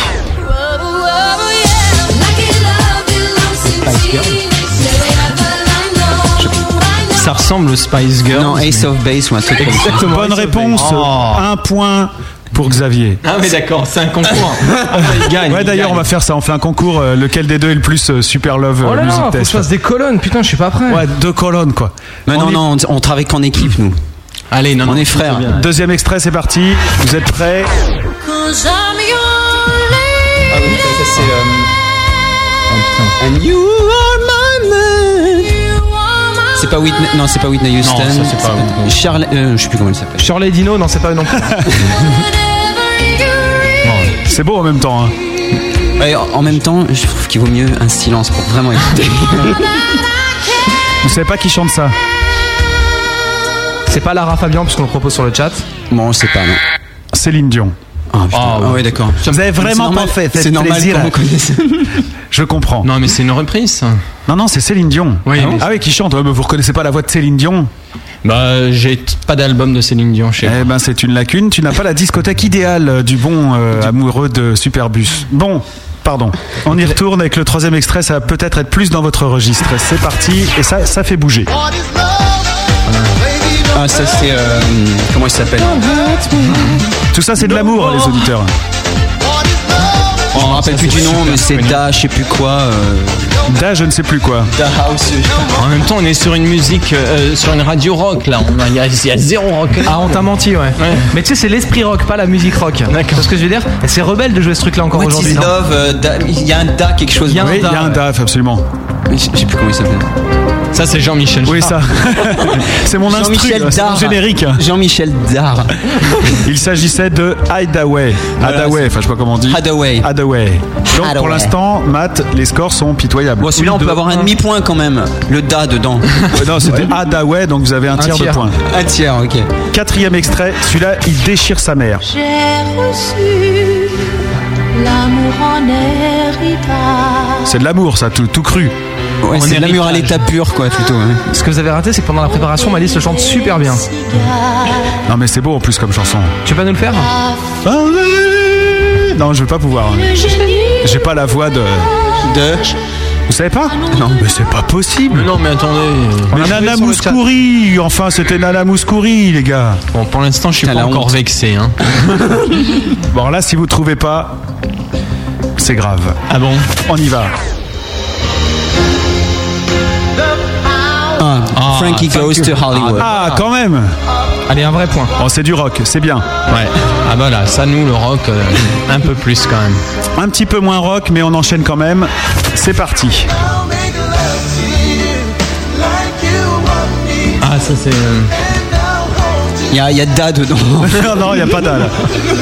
Ça ressemble aux Spice Girls. Non, Ace of Base ou un truc comme ça. Bonne réponse. Un point pour Xavier. Ah mais d'accord, c'est un concours. Il gagne. Ouais, d'ailleurs, on va faire ça. On fait un concours. Lequel des deux est le plus Super Love Oh là Music là, faut Test. que je fasse des colonnes. Putain, je suis pas prêt. Ouais, 2 colonnes quoi. Mais non, on travaille qu'en équipe nous. Allez, on est frères. Deuxième extrait, c'est parti. Vous êtes prêts? Ah oui, ça c'est. And you are my man. C'est pas Whitney, non, c'est pas Whitney Houston. Non, ça, c'est pas Charles, je sais plus comment elle s'appelle. Shirley Dino, non, c'est pas eux non plus. C'est beau en même temps. Hein. Ouais, en même temps, je trouve qu'il vaut mieux un silence pour vraiment écouter. Vous savez pas qui chante ça? C'est pas Lara Fabian parce qu'on le propose sur le chat. Bon, on sait pas, non. Céline Dion. Ah, putain. Ah ouais, d'accord. Vous avez vraiment pas fait. C'est normal qu'on vous connaisse. Je comprends. Non, mais c'est une reprise. Non, c'est Céline Dion. Oui, ah oui, qui chante. Ouais, mais vous reconnaissez pas la voix de Céline Dion? Bah, j'ai pas d'album de Céline Dion chez moi. Eh ben, c'est une lacune. Tu n'as pas la discothèque idéale du bon amoureux de Superbus. Bon. Pardon. On y retourne avec le troisième extrait. Ça va peut-être être plus dans votre registre. C'est parti. Et ça fait bouger. Ah, ça c'est. Comment il s'appelle? Tout ça, c'est de l'amour, les auditeurs. Je me rappelle plus du nom, mais c'est Da, je sais plus quoi. Da, je ne sais plus quoi. Da House. En même temps, on est sur une musique, sur une radio rock là. Il y a zéro rock. Ah, on t'a menti, ouais. Mais tu sais, c'est l'esprit rock, pas la musique rock. D'accord. Parce que je veux dire, c'est rebelle de jouer ce truc-là encore aujourd'hui. Love, il y a un Da quelque chose. Oui, il y a un Da, absolument. Je sais plus comment il s'appelle. Ça, c'est Jean-Michel. Oui, ça. C'est mon instru, c'est mon générique. Jean-Michel Dard. Il s'agissait de Hideaway. Hideaway, enfin, je sais pas comment on dit. Hideaway. Donc, pour l'instant, Matt, les scores sont pitoyables. Bon, celui-là, on peut avoir un demi-point quand même. Le Da dedans. Ouais, non, c'était Hideaway, donc vous avez un tiers de point. Un tiers, ok. Quatrième extrait, celui-là, il déchire sa mère. J'ai reçu l'amour en héritage. C'est de l'amour, ça, tout cru. Ouais, c'est de l'amour à l'état pur, quoi, plutôt. Hein. Ce que vous avez raté, c'est que pendant la préparation, Malice le chante super bien. Non, mais c'est beau en plus comme chanson. Tu peux pas nous le faire? Non, je vais pas pouvoir. J'ai pas la voix de. Vous savez pas? Non. Mais c'est pas possible. Mais non, mais attendez. Mais Nana Mouskouri. Enfin, c'était Nana Mouskouri, les gars. Bon, pour l'instant, je suis pas encore vexé. Hein. Bon, là, si vous trouvez pas, c'est grave. Ah bon? On y va. Frankie Goes to Hollywood. Ah, quand même. Allez, un vrai point. Oh, c'est du rock, c'est bien. Ouais. Ah bah là, ça nous, le rock, un peu plus quand même. Un petit peu moins rock, mais on enchaîne quand même. C'est parti. Ah, ça c'est... Il y a Da dedans. Non, il n'y a pas Da là.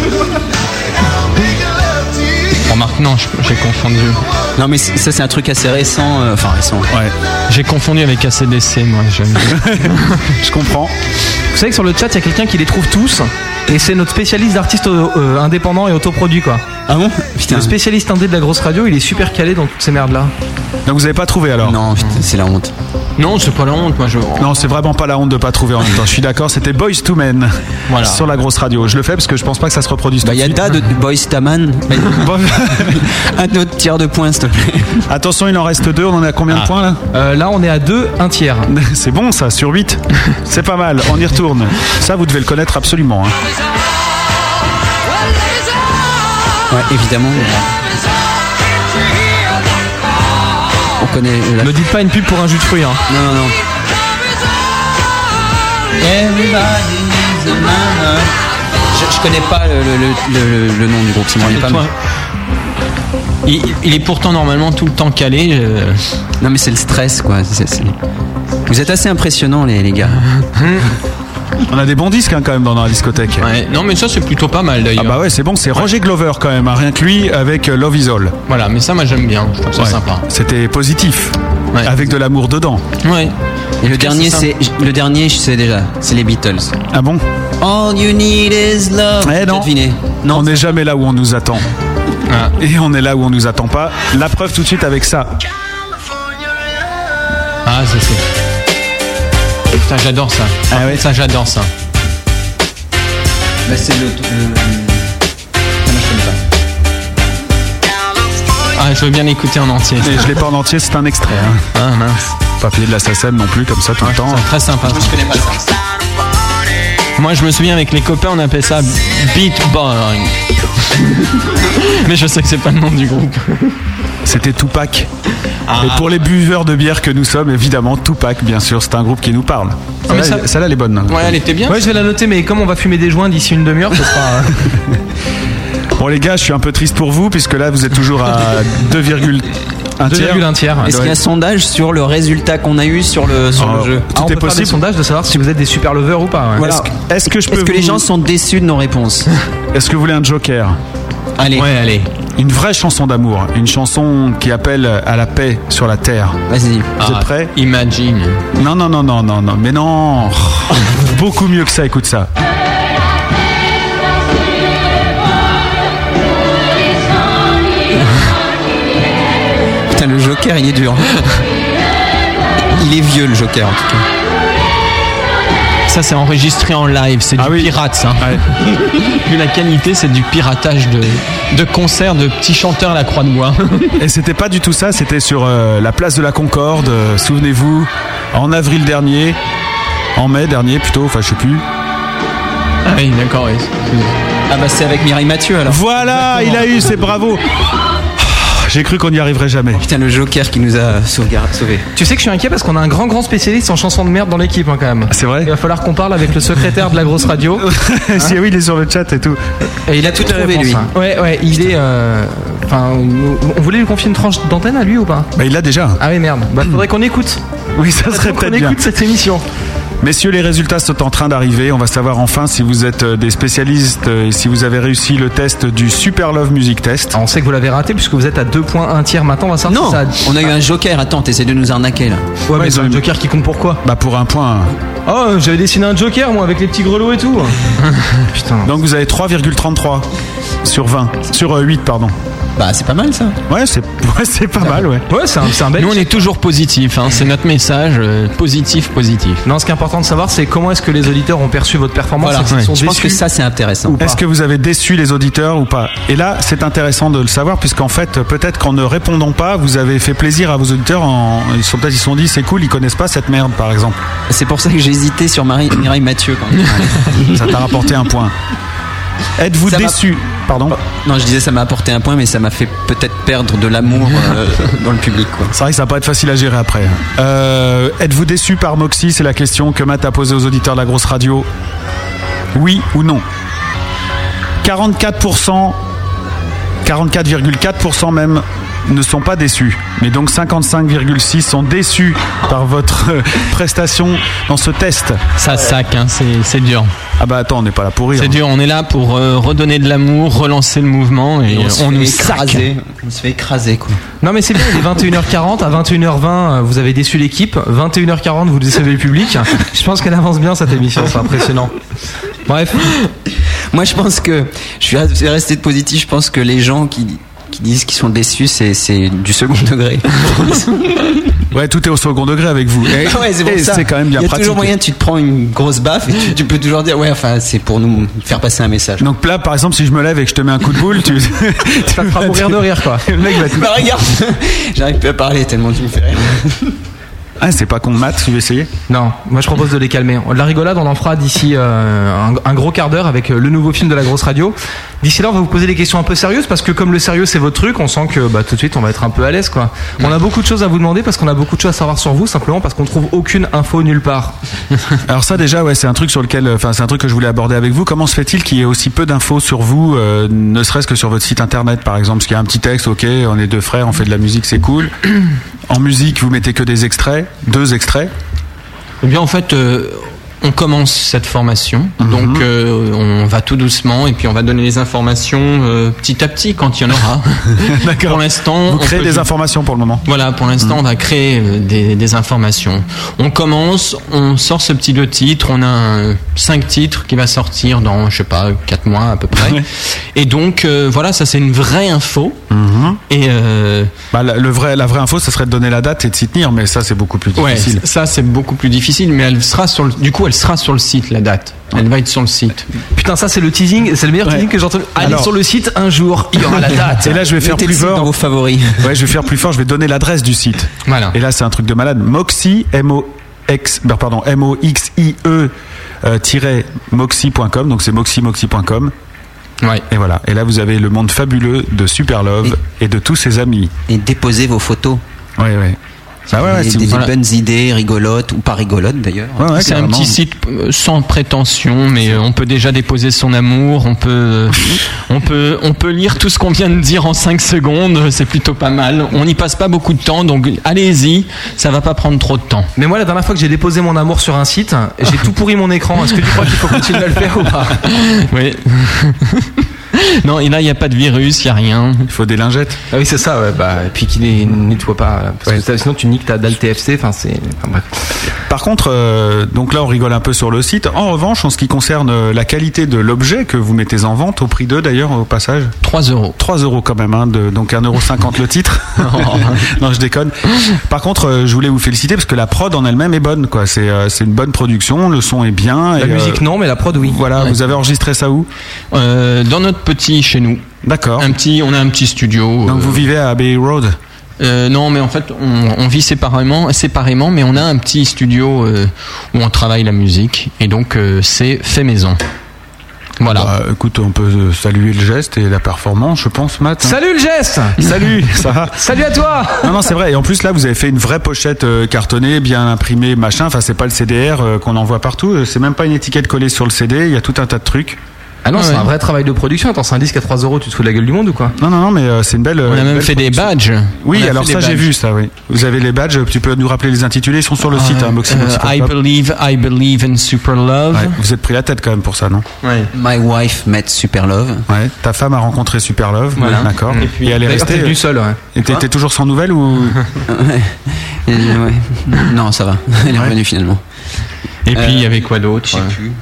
Remarque, non, j'ai confondu. Non, mais ça, c'est un truc assez récent. Enfin, récent. Ouais. J'ai confondu avec ACDC, moi. Je comprends. Vous savez que sur le chat, il y a quelqu'un qui les trouve tous. Et c'est notre spécialiste d'artistes indépendants et autoproduits, quoi. Ah bon? Putain. Le spécialiste indé de la grosse radio, il est super calé dans toutes ces merdes-là. Donc vous avez pas trouvé alors? Non, putain, c'est la honte. Non, c'est pas la honte, moi je. Non, c'est vraiment pas la honte de pas trouver en même temps. Je suis d'accord, c'était Boys to Men sur la grosse radio. Je le fais parce que je pense pas que ça se reproduise. Bah, il y a tas de Boys to Men. Un autre tiers de points, s'il te plaît. Attention, il en reste 2. On en est à combien de points là? Là, on est à 2, un tiers. C'est bon ça, sur 8. C'est pas mal, on y retourne. Ça, vous devez le connaître absolument. Hein. Ouais, évidemment. On connaît. Ne dites pas une pub pour un jus de fruits. Hein. Non. Je connais pas le nom du groupe, c'est moi, pas. Il est pourtant normalement tout le temps calé. Non mais c'est le stress quoi. Vous êtes assez impressionnants les gars. On a des bons disques quand même dans la discothèque. Ouais, non mais ça c'est plutôt pas mal d'ailleurs. Ah bah ouais, c'est bon, c'est Roger Glover quand même, hein, rien que lui avec Love Is All. Voilà, mais ça moi j'aime bien, je trouve ça sympa. C'était positif, avec de l'amour dedans. Ouais. Et le dernier, je sais déjà, c'est les Beatles. Ah bon? All you need is love. Non, on n'est jamais là où on nous attend. Ah. Et on est là où on nous attend pas. La preuve tout de suite avec ça. Ah, c'est. Putain, j'adore ça. Ah ouais. Ça, j'adore ça. Bah, c'est le... Non, je connais pas. Ah, je veux bien l'écouter en entier. Et je l'ai pas en entier, c'est un extrait. Hein. Ah mince. Pas payer de la SACEM non plus, comme ça tout le temps. C'est très sympa. Je connais pas ça. Moi, je me souviens avec les copains, on appelait ça Beat Boring. Mais je sais que c'est pas le nom du groupe. C'était Tupac. Et pour les buveurs de bière que nous sommes, évidemment, Tupac, bien sûr, c'est un groupe qui nous parle. Celle-là, elle est bonne. Ouais, elle était bien. Ouais, je vais la noter, mais comme on va fumer des joints d'ici une demi-heure, ce sera. Bon, les gars, je suis un peu triste pour vous, puisque là, vous êtes toujours à 2,1 tiers. Est-ce qu'il y a un sondage sur le résultat qu'on a eu sur le jeu? Tout est possible. Des sondages de savoir si vous êtes des super lovers ou pas. Ouais. Voilà. Est-ce que les gens sont déçus de nos réponses? Est-ce que vous voulez un joker? Allez. Ouais, allez. Une vraie chanson d'amour, une chanson qui appelle à la paix sur la terre. Vas-y. Vous êtes prêts? Imagine. Non, mais non. Beaucoup mieux que ça, écoute ça. Putain, le Joker, il est dur. Il est vieux, le Joker, en tout cas. Ça, c'est enregistré en live, c'est du pirate, ça. Ouais. Vu la qualité, c'est du piratage de concerts de petits chanteurs à la croix de bois. Et c'était pas du tout ça, c'était sur la place de la Concorde, souvenez-vous, en avril dernier, en mai dernier plutôt, enfin je sais plus. Ah oui, d'accord, oui. Ah bah c'est avec Mireille Mathieu alors. Voilà, il a eu, c'est bravo. J'ai cru qu'on n'y arriverait jamais. Putain, le Joker qui nous a sauvés. Tu sais que je suis inquiet parce qu'on a un grand spécialiste en chansons de merde dans l'équipe quand même. C'est vrai. Il va falloir qu'on parle avec le secrétaire de la grosse radio. Si oui, il est sur le chat et tout. Et il a tout trouvé lui. Ouais, il est. Enfin, on voulait lui confier une tranche d'antenne à lui ou pas? Bah il l'a déjà. Ah oui merde. Bah faudrait qu'on écoute. Oui, ça serait peut-être bien. On écoute cette émission. Messieurs, les résultats sont en train d'arriver. On va savoir enfin si vous êtes des spécialistes et si vous avez réussi le test du Super Love Music Test. On sait que vous l'avez raté puisque vous êtes à 2,1 tiers maintenant. On va savoir si ça on a eu un joker. Attends, t'essaies de nous arnaquer là. Ouais, mais c'est un joker qui compte pourquoi? Bah pour un point. Oh, j'avais dessiné un joker moi avec les petits grelots et tout. Putain. Donc vous avez 3,33 sur 20. Sur 8, pardon. Bah c'est pas mal ça. Ouais, c'est pas mal, ouais. Ouais, c'est un bel. Nous on est toujours positif, hein, c'est notre message, positif. Non, ce qui est important de savoir, c'est comment est-ce que les auditeurs ont perçu votre performance. Voilà. Je pense que ça c'est intéressant. Est-ce que vous avez déçu les auditeurs ou pas? Et là, c'est intéressant de le savoir puisqu'en fait, peut-être qu'en ne répondant pas, vous avez fait plaisir à vos auditeurs. Ils se sont dit, c'est cool, ils connaissent pas cette merde, par exemple. C'est pour ça que j'ai hésité sur Mireille Mathieu quand même. Ça t'a rapporté un point. Êtes-vous déçu? Pardon? Non, je disais ça m'a apporté un point, mais ça m'a fait peut-être perdre de l'amour dans le public. Quoi. C'est vrai que ça va pas être facile à gérer après. Êtes-vous déçu par Moxie? C'est la question que Matt a posée aux auditeurs de la grosse radio. Oui ou non? 44%, 44,4% même ne sont pas déçus. Mais donc 55,6% sont déçus par votre prestation dans ce test. Ça sac, hein, c'est dur. Ah bah attends, on n'est pas là pour rire. C'est dur, on est là pour redonner de l'amour, relancer le mouvement et on nous sac. On se fait écraser, quoi. Non mais c'est bien, il est 21h40, à 21h20 vous avez déçu l'équipe, 21h40 vous décevez le public. Je pense qu'elle avance bien cette émission, c'est impressionnant. Bref. Moi je pense que je vais rester positif, je pense que les gens qui disent qu'ils sont déçus, c'est du second degré. Ouais, tout est au second degré avec vous. Et, ouais, c'est pour ça. C'est quand même bien pratique. Il y a toujours moyen, tu te prends une grosse baffe et tu peux toujours dire, ouais, enfin, c'est pour nous faire passer un message. Donc là, par exemple, si je me lève et que je te mets un coup de boule, tu vas te faire mourir de rire, quoi. Le mec va te... Bah regarde, j'arrive plus à parler tellement tu me fais rire. Ah, c'est pas con, Matt, tu veux essayer? Non, moi je propose de les calmer. De la rigolade, on en fera d'ici un gros quart d'heure avec le nouveau film de la grosse radio. D'ici là, on va vous poser des questions un peu sérieuses parce que comme le sérieux c'est votre truc, on sent que tout de suite on va être un peu à l'aise, quoi. On a beaucoup de choses à vous demander parce qu'on a beaucoup de choses à savoir sur vous, simplement parce qu'on trouve aucune info nulle part. Alors ça déjà, ouais, c'est un truc sur lequel, enfin c'est un truc que je voulais aborder avec vous. Comment se fait-il qu'il y ait aussi peu d'infos sur vous, ne serait-ce que sur votre site internet par exemple? Parce qu'il y a un petit texte, ok, on est deux frères, on fait de la musique, c'est cool. En musique, vous mettez que des extraits, 2 extraits. Eh bien, en fait, on commence cette formation, donc on va tout doucement et puis on va donner les informations petit à petit quand il y en aura. D'accord. Pour l'instant, vous créez des informations pour le moment. Voilà, pour l'instant, on va créer des informations. On commence, on sort ce petit 2 titres, on a 5 titres qui va sortir dans, je sais pas, 4 mois à peu près. Ouais. Et donc, voilà, ça c'est une vraie info. Et la vraie info, ça serait de donner la date et de s'y tenir, mais ça c'est beaucoup plus difficile. Ouais, ça c'est beaucoup plus difficile, mais elle sera elle sera sur le site, la date. Elle va être sur le site. Putain, ça c'est le teasing, c'est le meilleur teasing que j'ai entendu. Allez sur le site, un jour, il y aura la date. Et là, je vais faire plus fort. Dans vos favoris. Ouais, je vais faire plus fort, je vais donner l'adresse du site. Voilà. Et là, c'est un truc de malade. Moxie, moxie-moxie.com, donc c'est moxie.com. Ouais. Et voilà. Et là, vous avez le monde fabuleux de Superlove et de tous ses amis. Et déposez vos photos. Ouais. Des bonnes idées, rigolotes ou pas rigolotes d'ailleurs. Ouais, c'est un petit site sans prétention, mais on peut déjà déposer son amour. On peut lire tout ce qu'on vient de dire en 5 secondes. C'est plutôt pas mal. On n'y passe pas beaucoup de temps, donc allez-y. Ça va pas prendre trop de temps. Mais moi, la dernière fois que j'ai déposé mon amour sur un site, j'ai tout pourri mon écran. Est-ce que tu crois qu'il faut continuer à le faire ou pas? Oui. Non, et là il n'y a pas de virus, il n'y a rien. Il faut des lingettes. Ah oui, c'est ça, ouais, et puis qu'il les nettoie pas, parce que sinon tu niques ta dalle TFC, bref. Par contre, donc là on rigole un peu sur le site. En revanche, en ce qui concerne la qualité de l'objet que vous mettez en vente, au prix de d'ailleurs au passage, 3 €. 3 € quand même, donc 1,50 € le titre. Non, je déconne. Par contre, je voulais vous féliciter parce que la prod en elle-même est bonne, quoi. C'est une bonne production, le son est bien. La musique non, mais la prod oui. Voilà, vous avez enregistré ça où? Dans notre petit chez nous. D'accord. On a un petit studio. Donc vous vivez à Abbey Road? Non, mais en fait, on vit séparément, mais on a un petit studio où on travaille la musique, et donc c'est fait maison. Voilà. Bah, écoute, on peut saluer le geste et la performance, je pense, Matt. Salut le geste. Salut, ça va? Salut à toi. Non, c'est vrai. Et en plus, là, vous avez fait une vraie pochette cartonnée, bien imprimée, machin. Enfin, c'est pas le CDR qu'on envoie partout. C'est même pas une étiquette collée sur le CD. Il y a tout un tas de trucs. Ah non, c'est un vrai travail de production. Attends, c'est un disque à 3 €, tu te fous de la gueule du monde ou quoi? Non, mais c'est une belle. On a même fait des badges. Oui, alors ça, j'ai vu ça, oui. Vous avez les badges, tu peux nous rappeler les intitulés, ils sont sur le site, I believe in Superlove. Ouais, vous êtes pris la tête quand même pour ça, non? Ouais. My wife met Superlove. Ouais, ta femme a rencontré Superlove, voilà. D'accord. Et puis, elle est restée. T'es venu seul, ouais. Et t'étais toujours sans nouvelles ou? Ouais. Non, ça va. Elle est revenue finalement. Et puis, il y avait quoi d'autre? Je sais plus.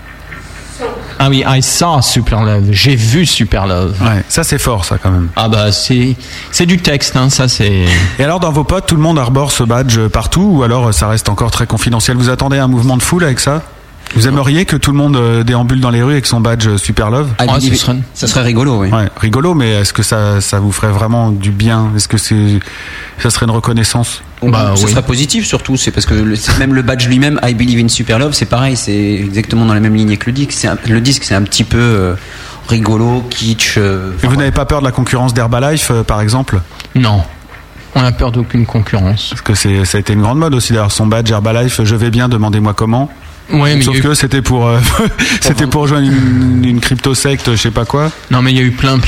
Ah oui, I saw Superlove. J'ai vu Superlove. Ouais, ça c'est fort, ça quand même. Ah bah c'est du texte, hein, ça c'est. Et alors dans vos potes, tout le monde arbore ce badge partout, ou alors ça reste encore très confidentiel? Vous attendez un mouvement de foule avec ça? Vous aimeriez que tout le monde déambule dans les rues avec son badge Superlove? Ça serait rigolo, oui. Ouais, rigolo, mais est-ce que ça vous ferait vraiment du bien? Est-ce que ça serait une reconnaissance? Ce serait positif surtout, c'est parce que même le badge lui-même, I Believe in Superlove, c'est pareil, c'est exactement dans la même lignée que le disque. Le disque, c'est un petit peu rigolo, kitsch. Et vous n'avez pas peur de la concurrence d'Herbalife, par exemple? Non. On n'a peur d'aucune concurrence. Parce que ça a été une grande mode aussi d'ailleurs, son badge Herbalife, je vais bien, demandez-moi comment. Ouais, mais sauf que c'était pour rejoindre une crypto-secte, je sais pas quoi. Non, mais il y a eu plein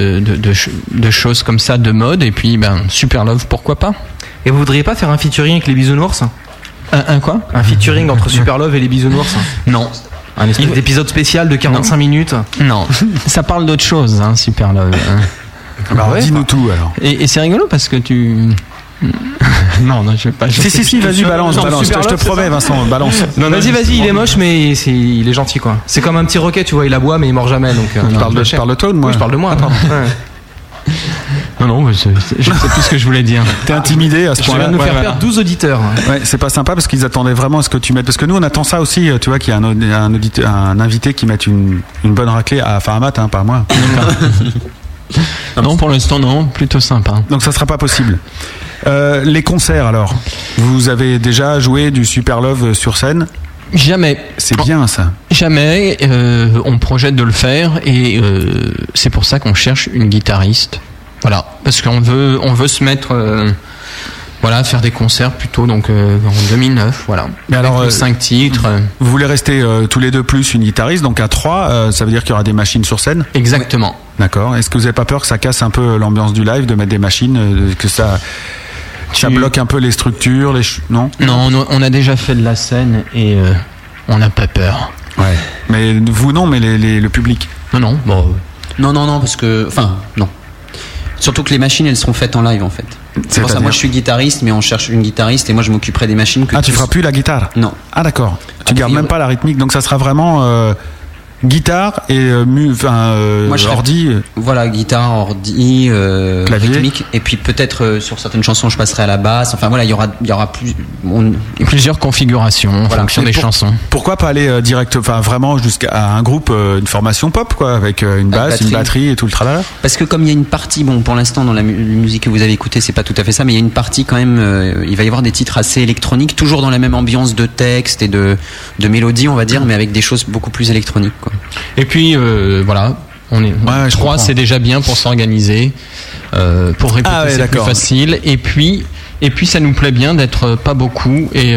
de choses comme ça, de mode, et puis Superlove, pourquoi pas? Et vous voudriez pas faire un featuring avec les bisounours? Un quoi? Un featuring entre Superlove et les bisounours? Non. Un espèce d'épisode spécial de 45 minutes. Non, ça parle d'autre chose, hein, Super Love. Bah, dis-nous tout alors. Et c'est rigolo parce que tu... non, je vais pas. Si, vas-y, balance. Je te promets, Vincent, balance. Non, vas-y, il est moche, mais il est gentil, quoi. C'est comme un petit roquet, tu vois, il aboie, mais il mord jamais. Donc, tu parles de toi ou de moi? Oui, je parle de moi. Pardon. Non, je sais plus ce que je voulais dire. T'es intimidé à ce point-là. Tu viens de nous faire perdre 12 auditeurs. Ouais, c'est pas sympa parce qu'ils attendaient vraiment à ce que tu mettes. Parce que nous, on attend ça aussi, tu vois, qu'il y a un invité qui mette une bonne raclée. Enfin, à Matt, hein, pas à moi. Non, pour l'instant, non, plutôt sympa. Donc ça sera pas possible. Les concerts alors, vous avez déjà joué du Super Love sur scène? Jamais. C'est bien ça. Jamais. On projette de le faire et c'est pour ça qu'on cherche une guitariste. Voilà, parce qu'on veut se mettre, faire des concerts plutôt donc en 2009. Voilà. Mais alors 5 titres. Vous voulez rester tous les deux plus une guitariste, donc à 3, ça veut dire qu'il y aura des machines sur scène? Exactement. D'accord. Est-ce que vous n'avez pas peur que ça casse un peu l'ambiance du live de mettre des machines, que ça bloque un peu les structures, non? Non, on a déjà fait de la scène et on n'a pas peur. Ouais. Mais vous non, mais le public. Non. Bon. Non, parce que, non. Surtout que les machines, elles seront faites en live en fait. C'est pour ça, moi je suis guitariste, mais on cherche une guitariste et moi je m'occuperai des machines. Tu feras plus la guitare? Non. Ah d'accord. Tu gardes même pas la rythmique, donc ça sera vraiment guitare et ordi. Voilà, guitare, ordi, clavier, rythmique, et puis peut-être sur certaines chansons je passerai à la basse. Enfin voilà, il y aura plusieurs configurations en fonction des chansons. Pourquoi pas aller vraiment jusqu'à un groupe, une formation pop quoi, avec une basse, une batterie et tout le tralala? Parce que comme il y a une partie, pour l'instant dans la musique que vous avez écoutée, c'est pas tout à fait ça, mais il y a une partie quand même. Il va y avoir des titres assez électroniques, toujours dans la même ambiance de texte et de mélodie, on va dire, mais avec des choses beaucoup plus électroniques. Quoi. Et puis on est 3, c'est déjà bien pour s'organiser, pour répéter c'est plus facile. Et puis ça nous plaît bien d'être pas beaucoup et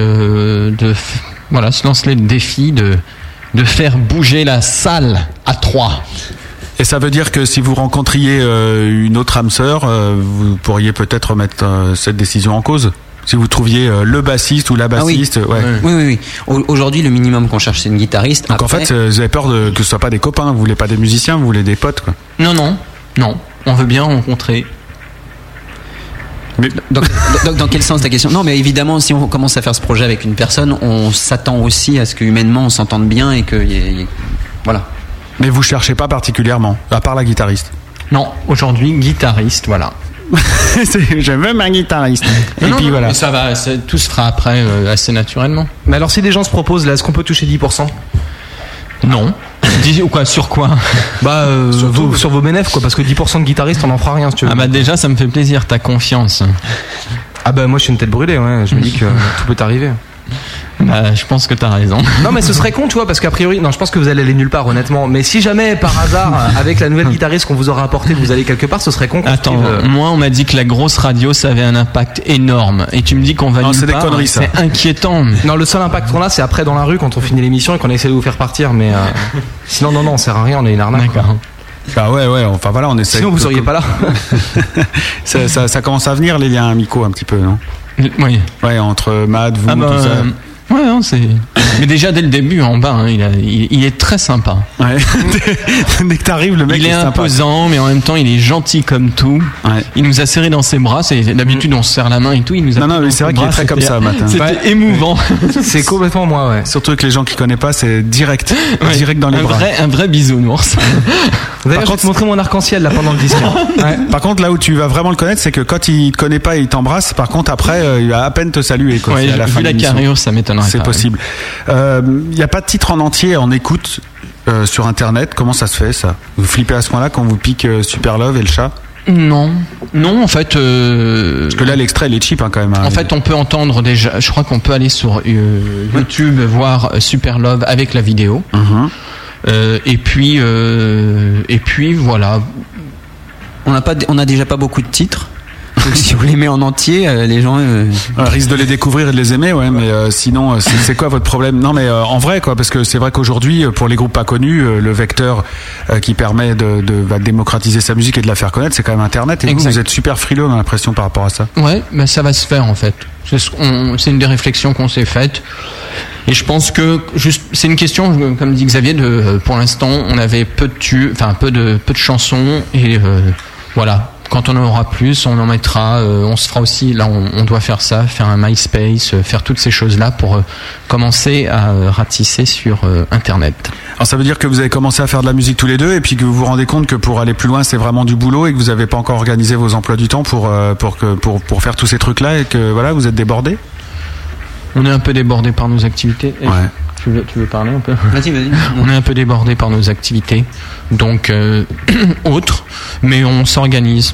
se lancer le défi de faire bouger la salle à 3. Et ça veut dire que si vous rencontriez une autre âme sœur, vous pourriez peut-être remettre cette décision en cause? Si vous trouviez le bassiste ou la bassiste. Oui. Aujourd'hui, le minimum qu'on cherche, c'est une guitariste. Donc après, en fait, vous avez peur que ce soit pas des copains, vous voulez pas des musiciens, vous voulez des potes, quoi. Non. On veut bien rencontrer. Mais... Dans quel sens ta question? Non, mais évidemment, si on commence à faire ce projet avec une personne, on s'attend aussi à ce que humainement on s'entende bien et que voilà. Mais vous cherchez pas particulièrement, à part la guitariste? Non, aujourd'hui guitariste, voilà. Je veux ma guitariste. Voilà. Mais ça va, tout se fera après assez naturellement. Mais alors si des gens se proposent là, est-ce qu'on peut toucher 10%? Non. Ou quoi, sur quoi? Sur vos bénéfices quoi, parce que 10% de guitaristes on n'en fera rien si tu veux. Déjà ça me fait plaisir, ta confiance. Moi je suis une tête brûlée, ouais. Je me dis que tout peut arriver. Je pense que t'as raison. Non mais ce serait con tu vois, parce qu'a priori, je pense que vous allez aller nulle part honnêtement, mais si jamais par hasard avec la nouvelle guitariste qu'on vous aura apportée vous allez quelque part, ce serait con. Attends, moi on m'a dit que la grosse radio ça avait un impact énorme et tu me dis qu'on va nulle part. C'est des conneries ça. C'est inquiétant. Non, le seul impact qu'on a c'est après dans la rue quand on finit l'émission et qu'on essaie de vous faire partir, mais sinon non, on sert à rien, on est une arnaque. D'accord. Enfin voilà, on essaie. Sinon vous seriez pas là. ça commence à venir les liens amicaux un petit peu, non? Oui. Ouais, entre Matt, vous, tout ça. Ouais, c'est. Mais déjà dès le début en bas, il est très sympa. Ouais. Dès que t'arrives, le mec il est imposant, mais en même temps il est gentil comme tout. Ouais. Il nous a serrés dans ses bras. D'habitude on se serre la main et tout. Il nous a mais c'est vrai qu'il est très comme ça, Matt. C'était émouvant. C'est complètement moi, ouais. Surtout que les gens qui connaissent pas, c'est direct dans les bras. Un vrai bisounours. D'ailleurs, je vais te montrer mon arc-en-ciel là pendant le disque. Ouais. Par contre, là où tu vas vraiment le connaître, c'est que quand il te connaît pas et il t'embrasse, par contre après, il va à peine te saluer. Quoi. Ouais, à la fin vu la carrure, ça m'étonnerait. C'est possible. Il n'y a pas de titre en entier en écoute sur Internet. Comment ça se fait ça? Vous flippez à ce point-là quand vous pique Super Love et le chat? Non, en fait. Parce que là, l'extrait, il est cheap quand même. En fait, on peut entendre déjà. Je crois qu'on peut aller sur YouTube voir Super Love avec la vidéo. Et puis voilà. On a déjà pas beaucoup de titres. Donc si vous les mettez en entier, les gens risquent de les découvrir et de les aimer, ouais. Mais sinon, c'est quoi votre problème? Non, mais en vrai, quoi, parce que c'est vrai qu'aujourd'hui, pour les groupes pas connus, le vecteur qui permet de démocratiser sa musique et de la faire connaître, c'est quand même Internet. Et vous êtes super frileux, on a l'impression par rapport à ça. Ouais, ça va se faire en fait. C'est une des réflexions qu'on s'est faites. Et je pense que c'est une question, comme dit Xavier, pour l'instant, on avait peu de chansons et voilà. Quand on en aura plus, on en mettra. On se fera aussi. Là, on doit faire ça, faire un MySpace, faire toutes ces choses-là pour commencer à ratisser sur Internet. Alors ça veut dire que vous avez commencé à faire de la musique tous les deux et puis que vous vous rendez compte que pour aller plus loin, c'est vraiment du boulot et que vous n'avez pas encore organisé vos emplois du temps pour faire tous ces trucs-là et que voilà, vous êtes débordés. On est un peu débordés par nos activités. Ouais. Tu veux parler un peu ? Vas-y. On est un peu débordés par nos activités, donc autres, mais on s'organise.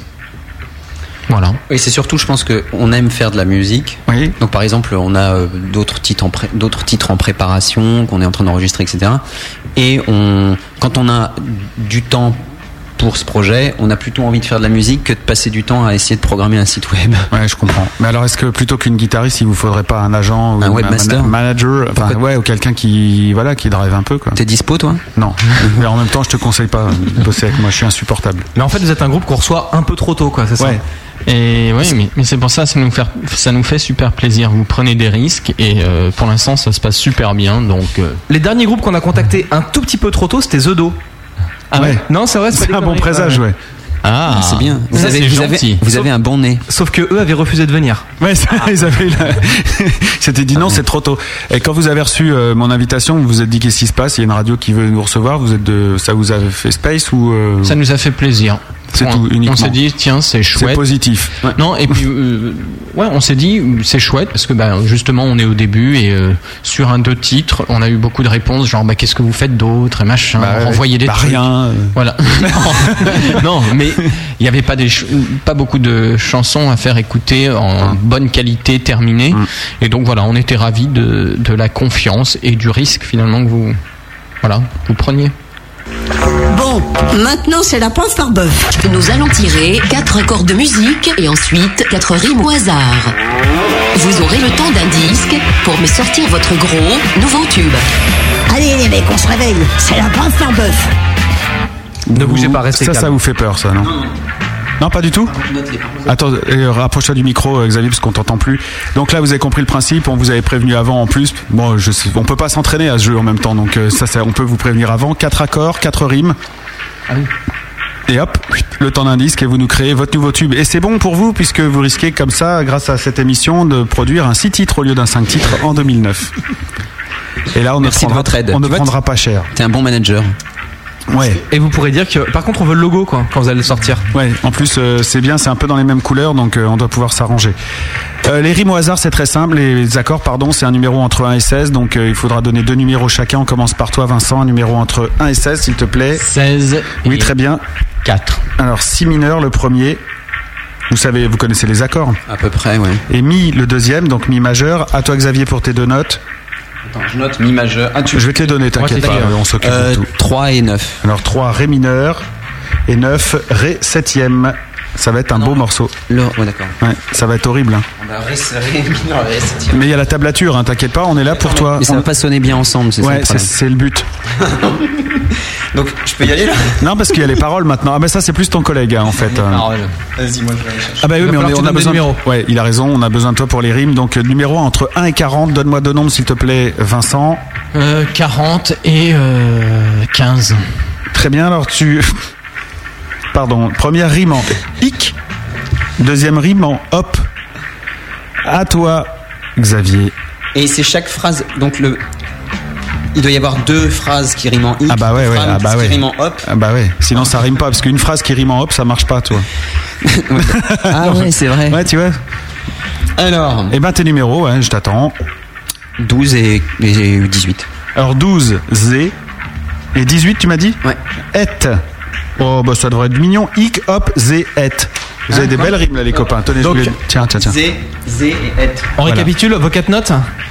Voilà. Oui, c'est surtout, je pense qu'on aime faire de la musique. Oui. Donc, par exemple, on a d'autres titres en préparation qu'on est en train d'enregistrer, etc. Et quand on a du temps pour ce projet, on a plutôt envie de faire de la musique que de passer du temps à essayer de programmer un site web. Ouais, je comprends. Mais alors, est-ce que plutôt qu'une guitariste, il vous faudrait pas un agent ou un webmaster, manager, ou quelqu'un qui drive un peu, quoi. T'es dispo, toi ? Non. Mais en même temps, je te conseille pas de bosser avec moi. Je suis insupportable. Mais en fait, vous êtes un groupe qu'on reçoit un peu trop tôt, quoi. C'est ça. Ouais. Et oui, mais c'est pour ça, ça nous fait super plaisir. Vous prenez des risques et pour l'instant, ça se passe super bien. Donc, les derniers groupes qu'on a contactés un tout petit peu trop tôt, c'était The Do. Ah ouais. Non, c'est vrai, c'est un bon présage, ouais. Ah, c'est bien. Vous avez un bon nez. Sauf que eux avaient refusé de venir. Ouais, ils avaient s'étaient dit non, c'est trop tôt. Et quand vous avez reçu mon invitation, vous vous êtes dit qu'est-ce qui se passe ? Il y a une radio qui veut nous recevoir. Ça vous a fait space ou Ça nous a fait plaisir. C'est tout, uniquement. On s'est dit tiens, c'est chouette. C'est positif. Ouais. Non, et puis on s'est dit c'est chouette parce que justement on est au début et sur un 2 titres, on a eu beaucoup de réponses genre qu'est-ce que vous faites d'autre et machin, renvoyez des trucs. Rien. Voilà. non, mais il n'y avait pas beaucoup de chansons à faire écouter en bonne qualité terminée. Et donc voilà, on était ravis de la confiance et du risque finalement que vous preniez. Bon, maintenant c'est la preuve par bœuf. Nous allons tirer 4 accords de musique et ensuite 4 rimes au hasard. Vous aurez le temps d'un disque pour me sortir votre gros nouveau tube. Allez les mecs, on se réveille. C'est la preuve par bœuf. Ne bougez pas, restez calme. Ça vous fait peur, ça, non ? Non, pas du tout. Attends, rapproche-toi du micro, Xavier, parce qu'on t'entend plus. Donc là, vous avez compris le principe. On vous avait prévenu avant, en plus. Bon, on peut pas s'entraîner à ce jeu en même temps, donc on peut vous prévenir avant. 4 accords, 4 rimes. Ah oui. Et hop, le temps d'un disque et vous nous créez votre nouveau tube. Et c'est bon pour vous, puisque vous risquez comme ça, grâce à cette émission, de produire un 6 titres au lieu d'un 5 titres en 2009. Et là, on ne prendra pas cher. T'es un bon manager. Ouais. Et vous pourrez dire que par contre on veut le logo quand vous allez le sortir. Ouais, en plus c'est bien, c'est un peu dans les mêmes couleurs, donc on doit pouvoir s'arranger. Les rimes au hasard, c'est très simple. Les accords, c'est un numéro entre 1 et 16, donc il faudra donner 2 numéros chacun. On commence par toi, Vincent, un numéro entre 1 et 16 s'il te plaît. 16. Oui, très bien. 4. Alors si mineur le premier. Vous connaissez les accords. À peu près, ouais. Et mi le deuxième, donc mi majeur. À toi Xavier pour tes 2 notes. Attends, je note mi majeur. Je vais te les donner, t'inquiète pas, on s'occupe de tout. 3 et 9. Alors 3 ré mineur et 9 ré septième. Ça va être un beau morceau. Ouais, d'accord. Ouais, ça va être horrible. Hein. Ré mineur, ré septième. Mais il y a la tablature, t'inquiète pas, on est là pour toi. Mais ça va pas sonner bien ensemble, c'est ça le problème. C'est le but. Donc je peux y aller là ? Non, parce qu'il y a les paroles maintenant. Ah ben ça c'est plus ton collègue en fait. Vas-y, moi je vais aller chercher. Ah bah oui, mais on a besoin. Ouais, il a raison, on a besoin de toi pour les rimes. Donc numéro entre 1 et 40, donne-moi 2 nombres s'il te plaît, Vincent. 40 et 15. Très bien, alors Pardon, première rime en hic, deuxième rime en hop. À toi, Xavier. Et c'est chaque phrase, donc il doit y avoir 2 phrases qui riment en hic, qui riment en hop. Ah bah ouais, sinon ça rime pas, parce qu'une phrase qui rime en hop, ça marche pas, toi. Ah ouais, c'est vrai. Ouais, tu vois. Alors. Eh ben tes numéros, je t'attends. 12 et 18. Alors 12, Z. Et 18, tu m'as dit ? Ouais. Et. Oh, bah ça devrait être mignon. Hic, hop, Z, et. Vous avez des belles rimes là, les copains. Tenez, donc, tiens. Z et et. On récapitule vos 4 notes ?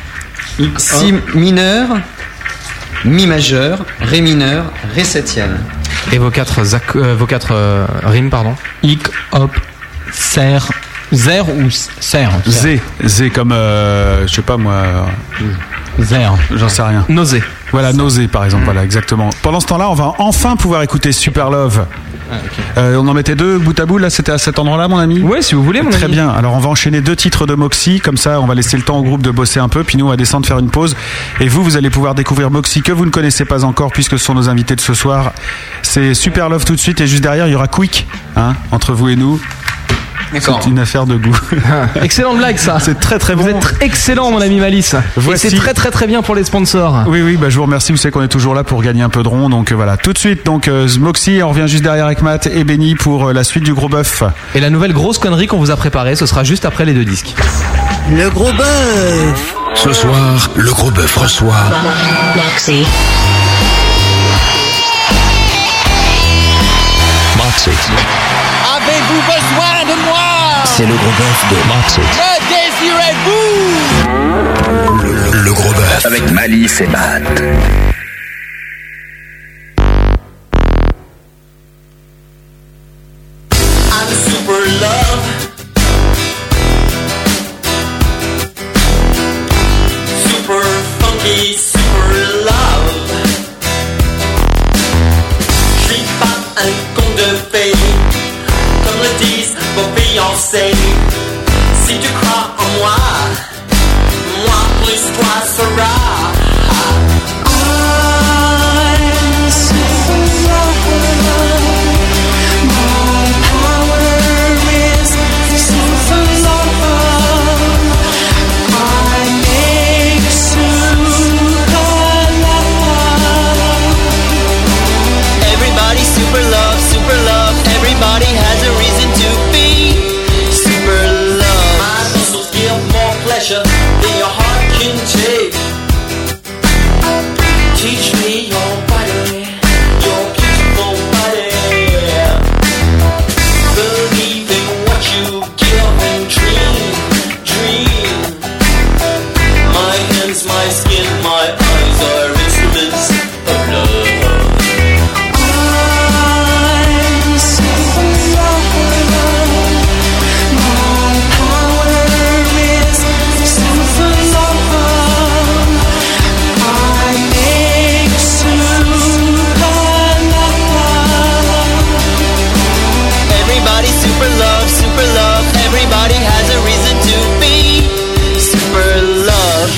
Si mineur, mi majeur, ré mineur, ré septième. Et vos 4 rimes, pardon. Hic, hop, serre. Zer ou serre ? Z comme, je sais pas moi. Zer. J'en sais rien. Nausée. Voilà, nausée par exemple, voilà, exactement. Pendant ce temps-là, on va enfin pouvoir écouter Super Love On en mettait 2 bout à bout, là c'était à cet endroit-là mon ami? Ouais, si vous voulez mon ami. Très bien, alors on va enchaîner 2 titres de Moxie, comme ça on va laisser le temps au groupe de bosser un peu, puis nous on va descendre faire une pause, et vous allez pouvoir découvrir Moxie que vous ne connaissez pas encore, puisque ce sont nos invités de ce soir. C'est Super Love tout de suite, et juste derrière il y aura Quick, entre vous et nous. D'accord. C'est une affaire de goût. Excellente blague ça. C'est très très bon. Vous êtes excellent mon ami Malice. Voici... Et c'est très très très bien pour les sponsors. Oui, je vous remercie. Vous savez qu'on est toujours là pour gagner un peu de rond. Donc voilà, tout de suite. Donc Moxie, on revient juste derrière avec Matt et Benny pour la suite du Gros Bœuf. Et la nouvelle grosse connerie qu'on vous a préparée, ce sera juste après les 2 disques. Le Gros Bœuf. Ce soir, le Gros Bœuf reçoit Moxie. Moxie. Avez-vous besoin de moi? C'est le Gros Bœuf de Moxie. Me désirez-vous? Le Gros Bœuf avec Malice et Matt. I'm super love. Super funky, super love. Je suis pas un conte de fées, comme le disent vos fiancés. Si tu crois en moi, moi plus toi sera. I'm super love. My power is super love. I make super love. Everybody super love, super love. Everybody has a reason to be super love. My muscles give more pleasure than your heart can take. Teach me your body, your beautiful body. Believe in what you give and dream. My hands, my skin, my eyes are instruments of love. I'm super love. My power is super love. I make super love. Everybody super love, super love. Everybody has a reason to be super love.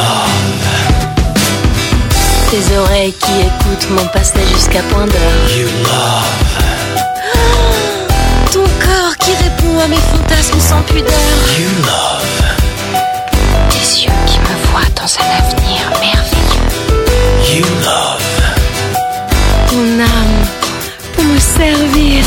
Tes oreilles qui écoutent mon pastel jusqu'à point d'heure. Ton corps qui répond à mes fantasmes sans pudeur. Tes yeux qui me voient dans un avenir merveilleux. Ton âme pour me servir.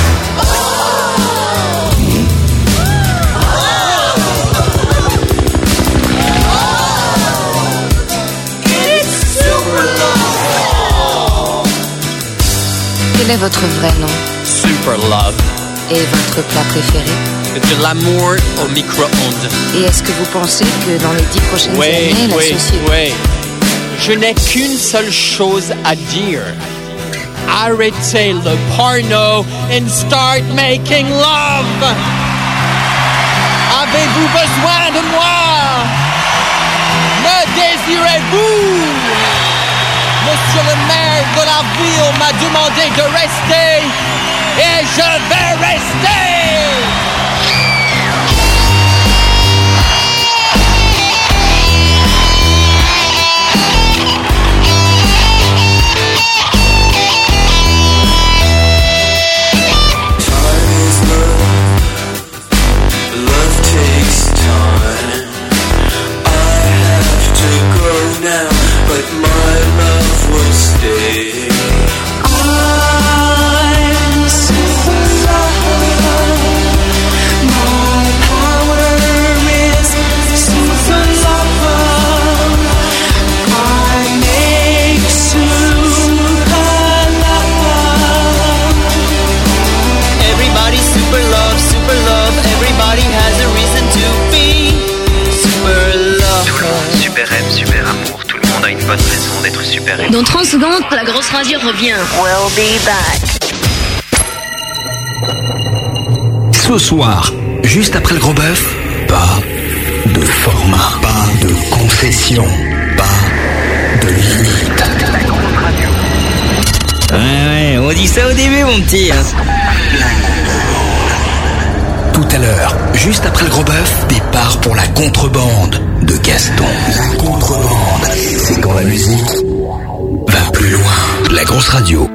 Quel est votre vrai nom Super love. et votre plat préféré? De l'amour au micro-ondes. Et est-ce que vous pensez que dans les 10 prochaines années, la société... Je n'ai qu'une seule chose à dire. Arrêtez le porno and start making love. Avez-vous besoin de moi? Me désirez-vous? Monsieur le maire de la ville m'a demandé de rester et je vais rester. Now, but my love will stay. I'm super love. My power is super love. I make super love. Everybody super love, super love. Everybody has a reason to be super love. Tout le monde super aime, super amour. Tout le monde a une bonne raison d'être super aimé. Dans 30 secondes, la grosse radio revient. We'll be back. Ce soir, juste après le Gros Bœuf, pas de format, pas de concession, pas de limite. Ouais, on dit ça au début, mon petit. Tout à l'heure, juste après le gros bœuf, départ pour la contrebande de Gaston. La contrebande, c'est quand la musique va plus loin. La grosse radio.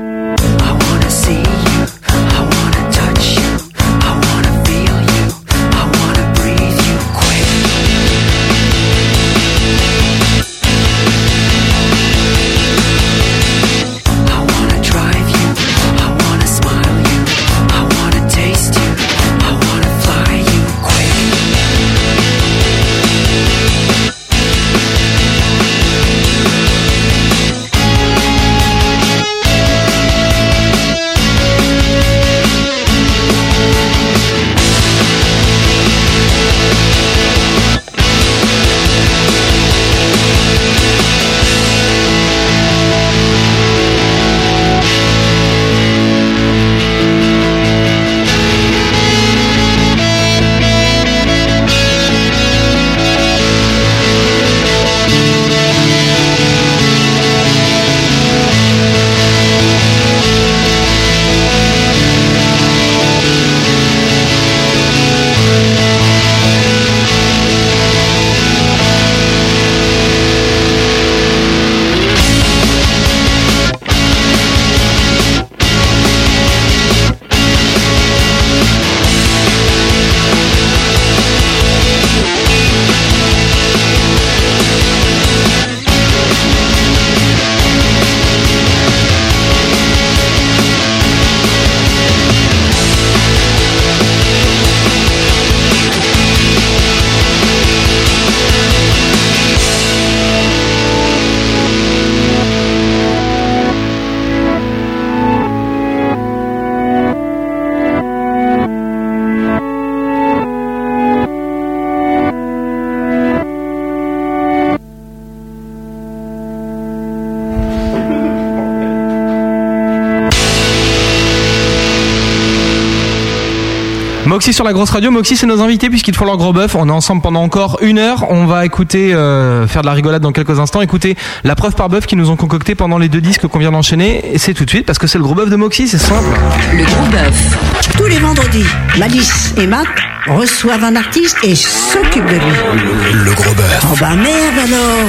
Moxy sur la grosse radio. Moxy, c'est nos invités puisqu'ils font leur gros bœuf. On est ensemble pendant encore 1 heure. On va écouter, faire de la rigolade dans quelques instants. Écoutez la preuve par bœuf qu'ils nous ont concocté pendant les 2 disques qu'on vient d'enchaîner. Et c'est tout de suite parce que c'est le gros bœuf de Moxy, c'est simple. Le gros bœuf. Tous les vendredis, Malice et Matt reçoivent un artiste et s'occupent de lui. Le gros bœuf. Oh bah merde alors.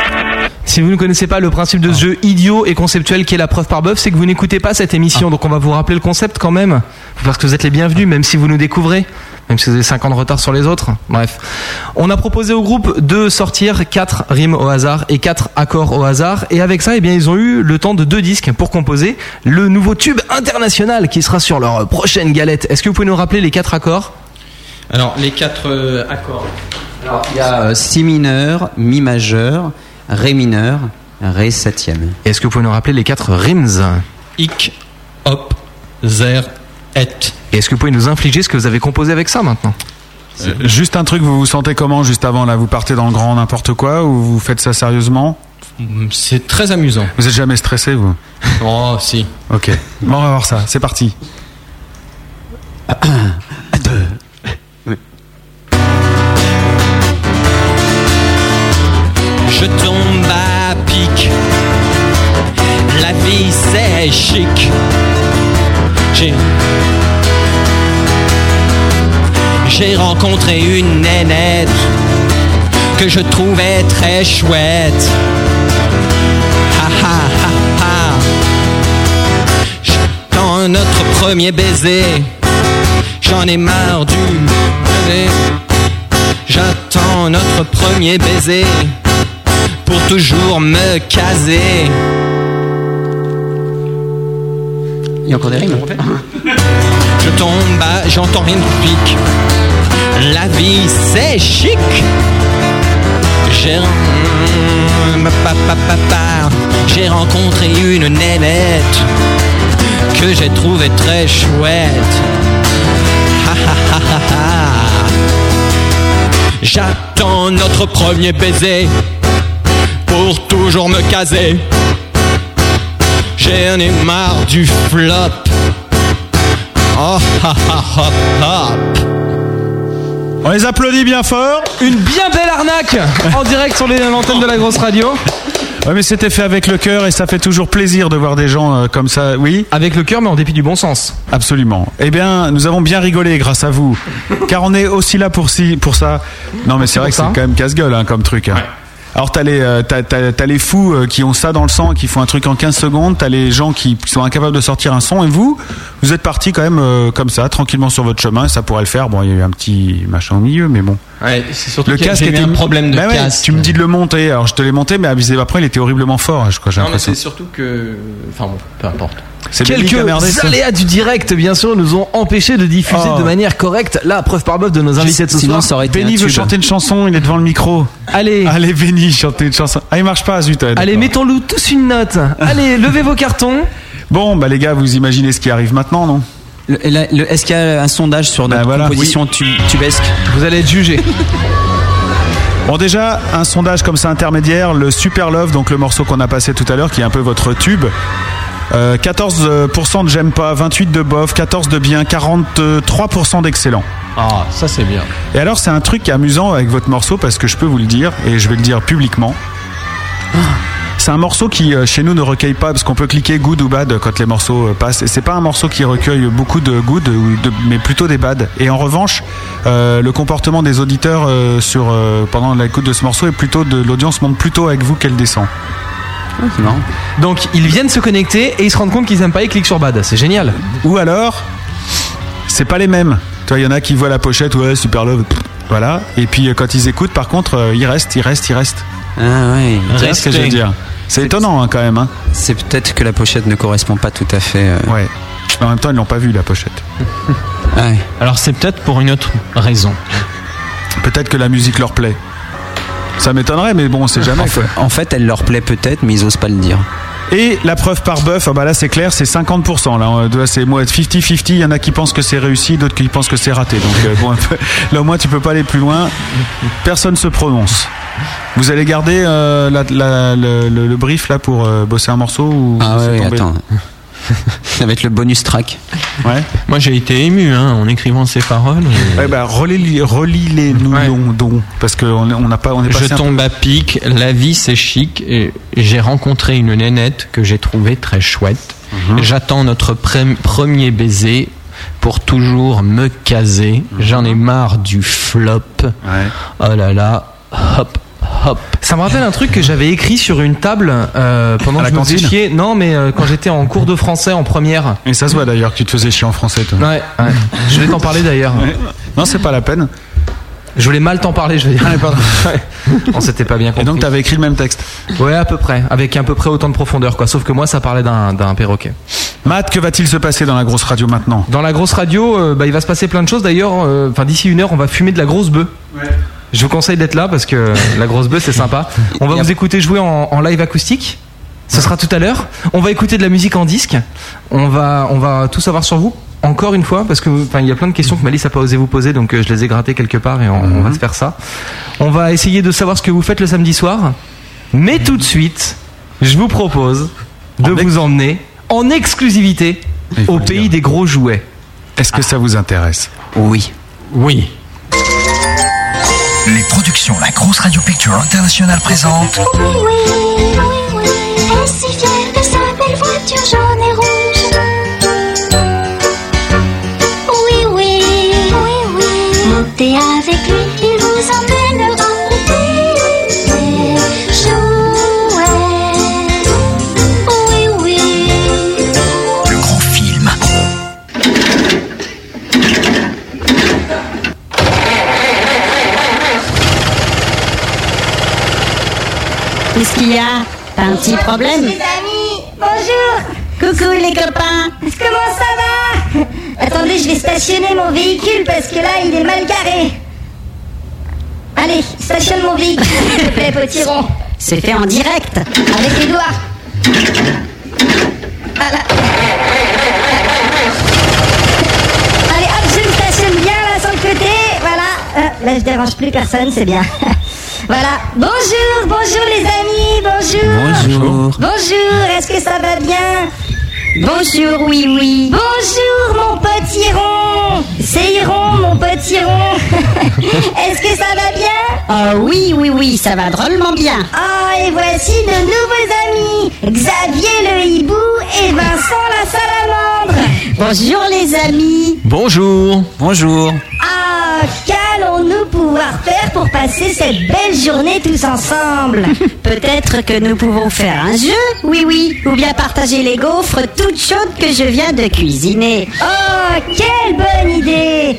Si vous ne connaissez pas le principe de ce jeu idiot et conceptuel qui est la preuve par bœuf, c'est que vous n'écoutez pas cette émission. Donc on va vous rappeler le concept quand même. Parce que vous êtes les bienvenus, même si vous nous découvrez. Même si vous avez 5 ans de retard sur les autres. Bref. On a proposé au groupe de sortir 4 rimes au hasard et 4 accords au hasard. Et avec ça, eh bien, ils ont eu le temps de 2 disques pour composer le nouveau tube international qui sera sur leur prochaine galette. Est-ce que vous pouvez nous rappeler les 4 accords ? Alors, les 4 accords. Alors, il y a Si mineur, Mi majeur, Ré mineur, Ré septième. Est-ce que vous pouvez nous rappeler les 4 rimes ? Ic, hop, zer, et. Et est-ce que vous pouvez nous infliger ce que vous avez composé avec ça maintenant ? Juste un truc, vous vous sentez comment juste avant là ? Vous partez dans le grand n'importe quoi ou vous faites ça sérieusement ? C'est très amusant. Vous êtes jamais stressé vous ? Oh si. Ok. Bon, on va voir ça, c'est parti. 1, 2. Je tombe à pic, la vie c'est chic. J'ai rencontré une nénette que je trouvais très chouette. Ha ha ha ha. Dans notre premier baiser, j'en ai marre du baiser. J'attends notre premier baiser pour toujours me caser. Il y a encore des rimes. Je tombe à, j'entends rien de pique. La vie c'est chic. J'ai rencontré une nénette que j'ai trouvée très chouette. Ha ha ha ha ha. J'attends notre premier baiser pour toujours me caser. J'en ai marre du flop. Oh ha ha hop hop. On les applaudit bien fort. Une bien belle arnaque en direct sur les antennes de la grosse radio. Ouais, mais c'était fait avec le cœur et ça fait toujours plaisir de voir des gens comme ça. Oui. Avec le cœur, mais en dépit du bon sens. Absolument. Eh bien, nous avons bien rigolé grâce à vous, car on est aussi là pour ça. Non, mais c'est vrai que c'est quand même casse-gueule comme truc. Hein. Ouais. Alors t'as les fous qui ont ça dans le sang, qui font un truc en 15 secondes, t'as les gens qui sont incapables de sortir un son, et vous êtes partis quand même comme ça, tranquillement sur votre chemin, ça pourrait le faire. Bon, il y a eu un petit machin au milieu, mais bon. Ouais, c'est surtout le casque était un problème de casque. Tu me dis de le monter, alors je te l'ai monté, mais après il était horriblement fort, je crois. Non, mais c'est surtout que, enfin bon, peu importe. Quelques aléas du direct, bien sûr, nous ont empêché de diffuser de manière correcte la preuve par bœuf de nos invités de ce soir. Benny veut chanter une chanson, il est devant le micro. Allez, Benny, chantez une chanson. Ah, il marche pas, zut. Allez, mettons-nous tous une note. Allez, levez vos cartons. Bon, bah les gars, vous imaginez ce qui arrive maintenant, non? Est-ce qu'il y a un sondage sur notre composition tubesque? Vous allez être jugé. Bon, déjà, un sondage comme ça intermédiaire, le Super Love, donc le morceau qu'on a passé tout à l'heure, qui est un peu votre tube. 14% de j'aime pas, 28% de bof, 14% de bien, 43% d'excellent. Ah, ça c'est bien. Et alors c'est un truc qui est amusant avec votre morceau, parce que je peux vous le dire, et je vais le dire publiquement. C'est un morceau qui chez nous ne recueille pas, parce qu'on peut cliquer good ou bad quand les morceaux passent, et c'est pas un morceau qui recueille beaucoup de good, mais plutôt des bad. Et en revanche, le comportement des auditeurs pendant l'écoute de ce morceau est plutôt l'audience monte plutôt avec vous qu'elle descend. Non. Donc ils viennent se connecter et ils se rendent compte qu'ils aiment pas, ils cliquent sur bad, c'est génial. Ou alors c'est pas les mêmes. Tu vois, il y en a qui voient la pochette, ouais, Super Love, voilà, et puis quand ils écoutent par contre ils restent. Ah ouais, c'est ce que je veux dire. C'est étonnant quand même hein. C'est peut-être que la pochette ne correspond pas tout à fait Ouais. Mais en même temps ils l'ont pas vu la pochette. Ouais. Alors c'est peut-être pour une autre raison. Peut-être que la musique leur plaît. Ça m'étonnerait, mais bon, on sait jamais. En fait, elle leur plaît peut-être, mais ils osent pas le dire. Et la preuve par bœuf, là c'est clair, c'est 50%. Là, c'est 50-50. Il y en a qui pensent que c'est réussi, d'autres qui pensent que c'est raté. Donc bon, là au moins tu peux pas aller plus loin. Personne se prononce. Vous allez garder le brief là pour bosser un morceau ou attends. Ça va être le bonus track. Ouais. Moi j'ai été ému en écrivant ces paroles. Ouais, bah relis-les nous donc parce que on n'a pas. Je tombe à pic, la vie c'est chic et j'ai rencontré une nénette que j'ai trouvée très chouette. J'attends notre premier baiser pour toujours me caser. J'en ai marre du flop. Ouais. Oh là là, hop. Hop. Ça me rappelle un truc que j'avais écrit sur une table pendant que je me faisais chier. Non, mais quand j'étais en cours de français en première. Et ça se voit d'ailleurs que tu te faisais chier en français, toi. Ouais. Je vais t'en parler d'ailleurs. Ouais. Non, c'est pas la peine. Je voulais mal t'en parler, je veux dire. Pardon. On s'était pas bien compris. Et donc t'avais écrit le même texte? Ouais, à peu près, avec à peu près autant de profondeur, quoi. Sauf que moi, ça parlait d'un perroquet. Matt, que va-t-il se passer dans la grosse radio maintenant? Dans la grosse radio, il va se passer plein de choses. D'ailleurs, d'ici 1 heure, on va fumer de la grosse bœuf. Ouais. Je vous conseille d'être là parce que la grosse bœuf c'est sympa. On va vous écouter jouer en live acoustique. Ce sera tout à l'heure. On va écouter de la musique en disque. On va tout savoir sur vous. Encore une fois, parce que il y a plein de questions que Malice n'a pas osé vous poser, donc je les ai grattées quelque part et on va se faire ça. On va essayer de savoir ce que vous faites le samedi soir. Mais tout de suite, je vous propose de vous emmener en exclusivité au pays des gros jouets. Est-ce que ça vous intéresse? Oui. Oui. Les productions La Grosse Radio Picture International présente. Oui, est si fière de sa belle voiture jaune et rouge. Oui, montez avec lui, il vous emmènera des jouets. Oui. Le grand film. Qu'est-ce qu'il y a? T'as un petit problème? Les amis, bonjour. Coucou les copains. Comment ça va? Attendez, je vais stationner mon véhicule parce que là, il est mal garé. Allez, stationne mon véhicule, s'il te plaît, potiron. C'est fait en direct. Avec les doigts. Voilà. Allez, hop, je me stationne bien là sur le côté. Voilà. Là, je dérange plus personne, c'est bien. Voilà. Bonjour les amis, bonjour. Bonjour, est-ce que ça va bien? Bonjour, oui. Bonjour mon petit rond. C'est Iron, mon petit rond. Est-ce que ça va bien? Oh oui, ça va drôlement bien. Oh, et voici de nouveaux amis, Xavier le hibou et Vincent la salamandre. Bonjour les amis. Bonjour. Bonjour. Ah, qu'allons-nous pouvoir faire pour passer cette belle journée tous ensemble? Peut-être que nous pouvons faire un jeu, oui, ou bien partager les gaufres toutes chaudes que je viens de cuisiner. Oh, quelle bonne idée!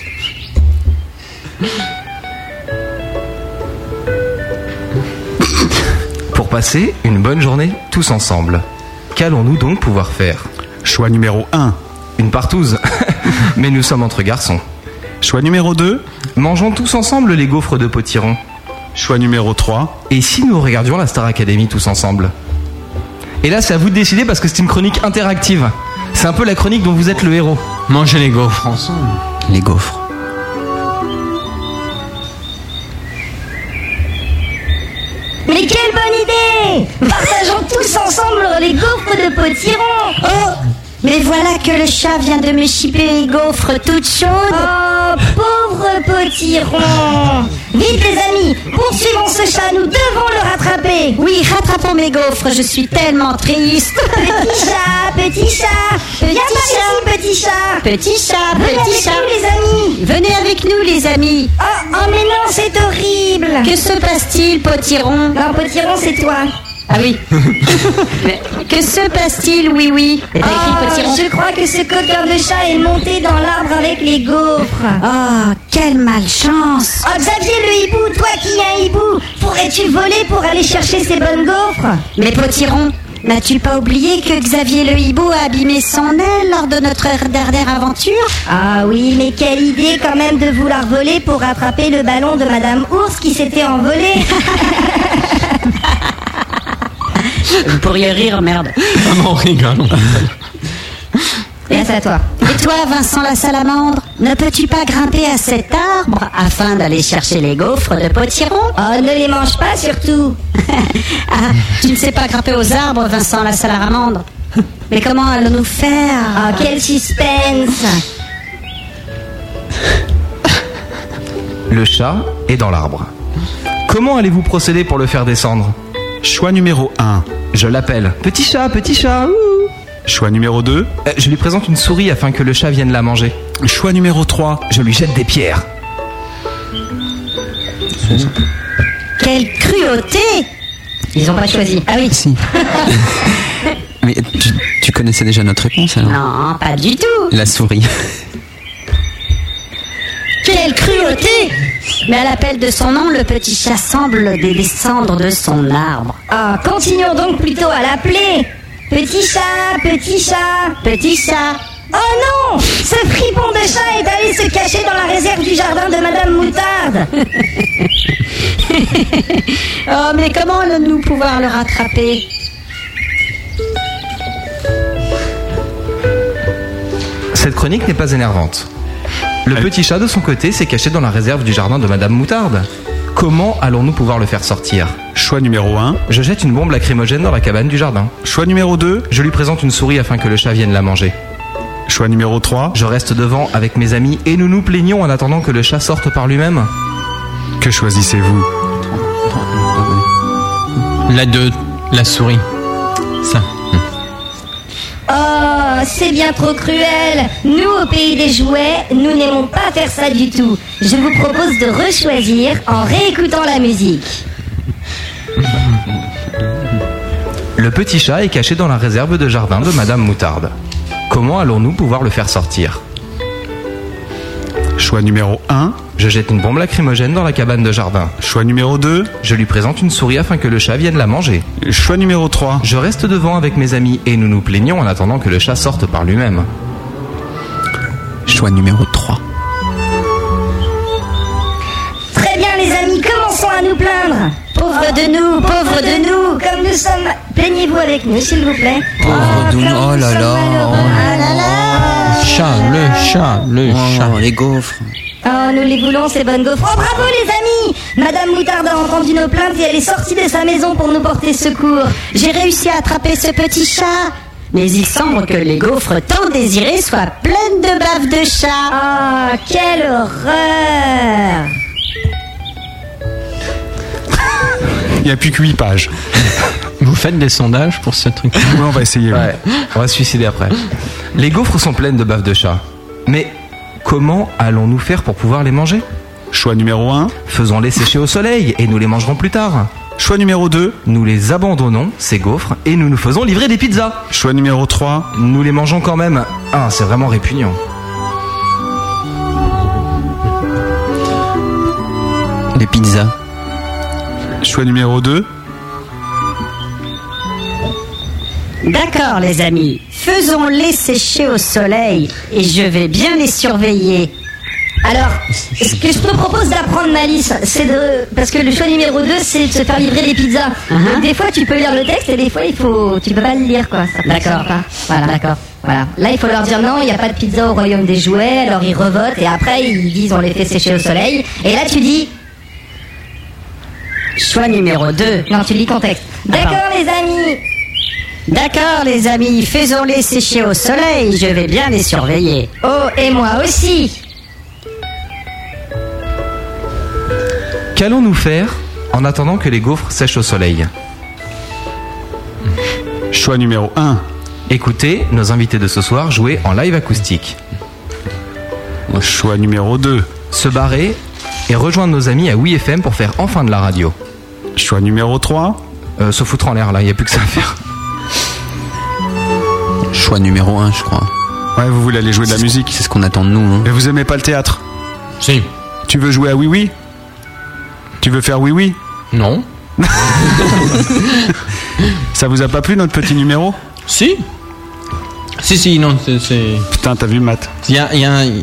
Pour passer une bonne journée tous ensemble, qu'allons-nous donc pouvoir faire? Choix numéro 1. Une partouze. Mais nous sommes entre garçons. Choix numéro 2. Mangeons tous ensemble les gaufres de potiron. Choix numéro 3. Et si nous regardions la Star Academy tous ensemble? Et là, c'est à vous de décider parce que c'est une chronique interactive. C'est un peu la chronique dont vous êtes le héros. Mangez les gaufres ensemble. Les gaufres. Mais quelle bonne idée! Partageons tous ensemble les gaufres de potiron! Oh! Mais voilà que le chat vient de me chipper les gaufres toutes chaudes. Oh, pauvre potiron! Vite les amis, poursuivons ce chat, nous devons le rattraper! Oui, rattrapons mes gaufres, je suis tellement triste. Petit chat, petit chat! Viens par ici, petit chat! Petit chat, Venez petit avec chat. nous les amis! Venez avec nous les amis. Oh, mais non, c'est horrible! Que se passe-t-il, potiron? Non, potiron, c'est toi! Ah oui. Mais que se passe-t-il, oui? Oh, je crois que ce coquin de chat est monté dans l'arbre avec les gaufres. Oh, quelle malchance. Oh, Xavier le hibou, toi qui es un hibou, pourrais-tu voler pour aller chercher ces bonnes gaufres? Mais potiron, n'as-tu pas oublié que Xavier le hibou a abîmé son aile lors de notre dernière aventure? Ah oui, mais quelle idée quand même de vouloir voler pour rattraper le ballon de Madame Ours qui s'était envolé. Vous pourriez rire, merde. On rigole. Et c'est à toi. Et toi, Vincent la salamandre, ne peux-tu pas grimper à cet arbre afin d'aller chercher les gaufres de potiron? Oh, ne les mange pas surtout. Ah, tu ne sais pas grimper aux arbres, Vincent la salamandre. Mais comment allons-nous faire? Oh, quel suspense. Le chat est dans l'arbre. Comment allez-vous procéder pour le faire descendre? Choix numéro 1. Je l'appelle. Petit chat, ouh. Choix numéro 2. Je lui présente une souris afin que le chat vienne la manger. Choix numéro 3. Je lui jette des pierres. Quelle cruauté! Ils ont pas choisi. Ah oui. Si. Mais tu connaissais déjà notre réponse alors? Non, pas du tout. La souris. Quelle cruauté! Mais à l'appel de son nom, le petit chat semble descendre de son arbre. Ah, continuons donc plutôt à l'appeler. Petit chat, petit chat, petit chat. Oh non! Ce fripon de chat est allé se cacher dans la réserve du jardin de Madame Moutarde. Oh, mais comment allons-nous pouvoir le rattraper? Cette chronique n'est pas énervante. Le petit chat de son côté s'est caché dans la réserve du jardin de Madame Moutarde. Comment allons-nous pouvoir le faire sortir? Choix numéro 1. Je jette une bombe lacrymogène dans la cabane du jardin. Choix numéro 2. Je lui présente une souris afin que le chat vienne la manger. Choix numéro 3. Je reste devant avec mes amis et nous nous plaignons en attendant que le chat sorte par lui-même. Que choisissez-vous? La 2, la souris. Ça. Oh, c'est bien trop cruel. Nous, au pays des jouets, nous n'aimons pas faire ça du tout. Je vous propose de rechoisir en réécoutant la musique. Le petit chat est caché dans la réserve de jardin de Madame Moutarde. Comment allons-nous pouvoir le faire sortir? Choix numéro 1. Je jette une bombe lacrymogène dans la cabane de jardin. Choix numéro 2. Je lui présente une souris afin que le chat vienne la manger. Choix numéro 3. Je reste devant avec mes amis et nous nous plaignons en attendant que le chat sorte par lui-même. Choix numéro 3. Très bien les amis, commençons à nous plaindre. Pauvres de nous, pauvres de nous, comme nous sommes... Plaignez-vous avec nous, s'il vous plaît. Pauvre de nous, oh là là. Ah là là. Le chat. Les gaufres. Oh, nous les voulons, ces bonnes gaufres. Oh, bravo les amis! Madame Moutarde a entendu nos plaintes et elle est sortie de sa maison pour nous porter secours. J'ai réussi à attraper ce petit chat. Mais il semble que les gaufres tant désirées soient pleines de bave de chat. Ah, quelle horreur! Il n'y a plus que 8 pages. Vous faites des sondages pour ce truc? Oui, on va essayer. Ouais, on va se suicider après. Les gaufres sont pleines de bave de chat. Mais comment allons-nous faire pour pouvoir les manger? Choix numéro 1. Faisons-les sécher au soleil et nous les mangerons plus tard. Choix numéro 2. Nous les abandonnons, ces gaufres, et nous nous faisons livrer des pizzas. Choix numéro 3. Nous les mangeons quand même. Ah, c'est vraiment répugnant. Les pizzas. Choix numéro 2. D'accord, les amis. Faisons-les sécher au soleil et je vais bien les surveiller. Alors, ce que je te propose d'apprendre, Malice, c'est de... Parce que le choix numéro 2, c'est de se faire livrer des pizzas. Donc, des fois, tu peux lire le texte et des fois, tu peux pas le lire, quoi. D'accord. Voilà, d'accord. Voilà. Là, il faut leur dire non, il n'y a pas de pizza au royaume des jouets, alors ils revotent et après, ils disent on les fait sécher au soleil. Et là, tu dis... Choix numéro 2. Non, tu lis ton texte. D'accord, les amis. D'accord, les amis, faisons-les sécher au soleil, je vais bien les surveiller. Oh, et moi aussi. Qu'allons-nous faire en attendant que les gaufres sèchent au soleil? Choix numéro 1. Écoutez nos invités de ce soir jouer en live acoustique. Choix numéro 2. Se barrer et rejoindre nos amis à WeFM pour faire enfin de la radio. Choix numéro 3. Se foutre en l'air, là, il n'y a plus que ça à faire. Choix numéro 1, je crois. Ouais, vous voulez aller jouer de la musique. C'est ce qu'on attend de nous. Hein. Et vous aimez pas le théâtre? Si. Tu veux jouer à Oui Oui? Tu veux faire Oui Oui? Non. Ça vous a pas plu notre petit numéro? Si. Si, non, c'est... Putain, t'as vu Matt? Il y a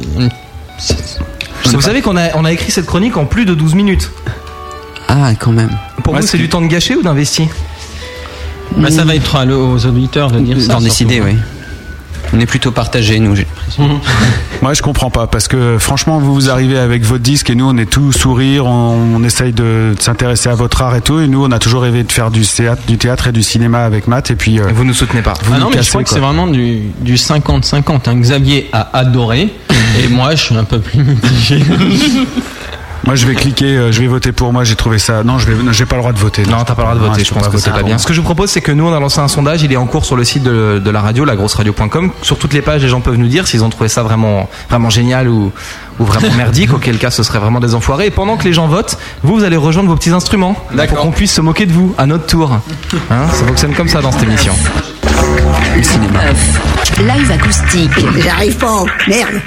Vous savez qu'on a écrit cette chronique en plus de 12 minutes. Ah, quand même. Pour vous, c'est du temps de gâché ou d'investi? Bah, ça va être aux auditeurs de dire ça. D'en décider, oui. On est plutôt partagés, nous, j'ai l'impression. Moi, je comprends pas, parce que franchement, vous arrivez avec votre disque et nous, on est tout sourire, on essaye de s'intéresser à votre art et tout, et nous, on a toujours rêvé de faire du théâtre et du cinéma avec Matt, et puis... vous nous soutenez pas. Non, mais je crois que c'est vraiment du 50-50. Hein. Xavier a adoré, et moi, je suis un peu plus mitigé. Moi, je vais cliquer, je vais voter pour. Moi, j'ai trouvé ça. Non, j'ai pas le droit de voter. Non, t'as pas le droit de voter. Je pense que c'est pas bien. Ce que je vous propose, c'est que nous, on a lancé un sondage. Il est en cours sur le site de la radio, lagrosseradio.com. Sur toutes les pages, les gens peuvent nous dire s'ils ont trouvé ça vraiment génial ou vraiment merdique. Auquel cas, ce serait vraiment des enfoirés. Et pendant que les gens votent, vous allez rejoindre vos petits instruments pour qu'on puisse se moquer de vous à notre tour. Hein, ça fonctionne comme ça dans cette émission. Le cinéma. Live acoustique. J'arrive pas. Merde.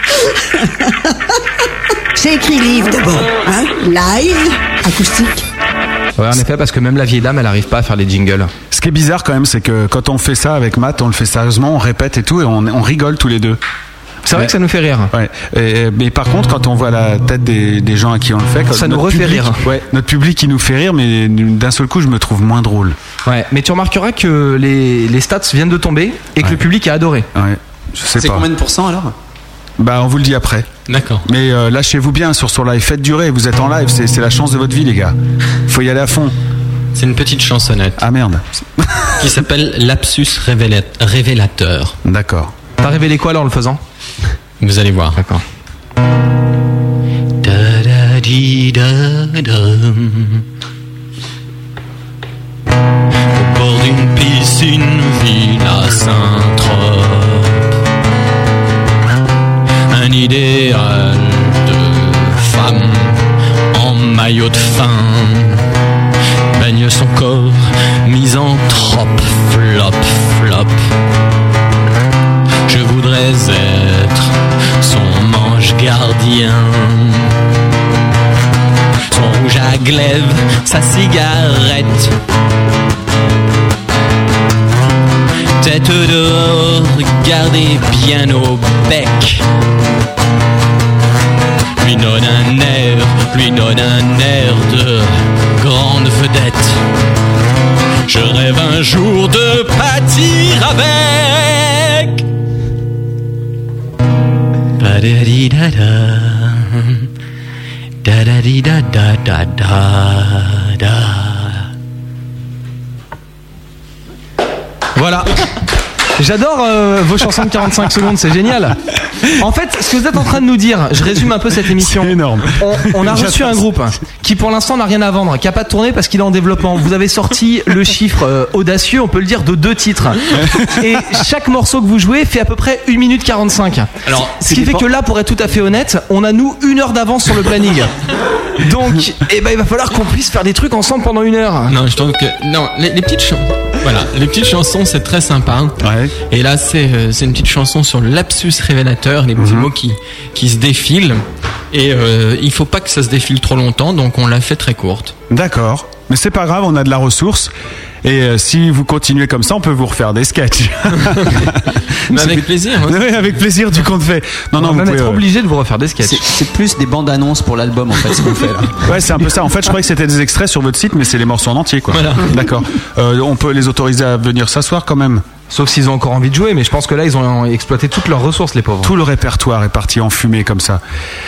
C'est écrit livre d'abord, hein? Live, acoustique. Ouais, en effet, parce que même la vieille dame, elle arrive pas à faire les jingles. Ce qui est bizarre quand même, c'est que quand on fait ça avec Matt, on le fait sérieusement, on répète et tout, et on rigole tous les deux. C'est vrai que ça nous fait rire. Ouais. Mais par contre, quand on voit la tête des gens à qui on le fait, ça nous refait rire. Ouais, notre public, il nous fait rire, mais d'un seul coup, je me trouve moins drôle. Ouais, mais tu remarqueras que les stats viennent de tomber et que le public a adoré. Ouais, je sais pas. C'est combien de pourcents alors? Bah, on vous le dit après. D'accord. Mais lâchez-vous bien sur live, faites durer, vous êtes en live, c'est la chance de votre vie, les gars. Faut y aller à fond. C'est une petite chansonnette. Ah merde. Qui s'appelle Lapsus Révélateur. D'accord. T'as révélé quoi alors en le faisant? Vous allez voir. D'accord. Au bord d'une piscine, Villa Saint-Trope. Un idéal de femme en maillot de fin baigne son corps misanthrope, flop, flop. Je voudrais être son ange gardien, son rouge à glaive, sa cigarette. Tête dehors, regardez bien au bec. Lui donne un air de grande vedette. Je rêve un jour de pâtir avec. Da-da-di-da-da, da-da-di-da-da-da-da. Voilà. J'adore vos chansons de 45 secondes, c'est génial. En fait, ce que vous êtes en train de nous dire, je résume un peu cette émission. C'est énorme. On a reçu un groupe qui pour l'instant n'a rien à vendre, qui n'a pas de tournée parce qu'il est en développement. Vous avez sorti le chiffre audacieux, on peut le dire, de 2 titres. Et chaque morceau que vous jouez fait à peu près 1 minute 45. Alors, ce qui fait que là, pour être tout à fait honnête, on a nous 1 heure d'avance sur le planning. Donc, il va falloir qu'on puisse faire des trucs ensemble pendant 1 heure. Non, je trouve que non, les petites chansons. Voilà, les petites chansons, c'est très sympa. Ouais. Et là, c'est une petite chanson sur le lapsus révélateur, les petits mots qui se défilent. Et il faut pas que ça se défile trop longtemps, donc on l'a fait très courte. D'accord. Mais c'est pas grave, on a de la ressource. Et si vous continuez comme ça, on peut vous refaire des sketchs. Mais avec plaisir. Oui, avec plaisir, du compte fait. Non, vous pouvez être obligé de vous refaire des sketchs. C'est plus des bandes annonces pour l'album en fait ce qu'on fait là. Ouais, c'est un peu ça. En fait, je croyais que c'était des extraits sur votre site, mais c'est les morceaux en entier, quoi. Voilà. D'accord. On peut les autoriser à venir s'asseoir quand même. Sauf s'ils ont encore envie de jouer, mais je pense que là, ils ont exploité toutes leurs ressources, les pauvres. Tout le répertoire est parti en fumée comme ça.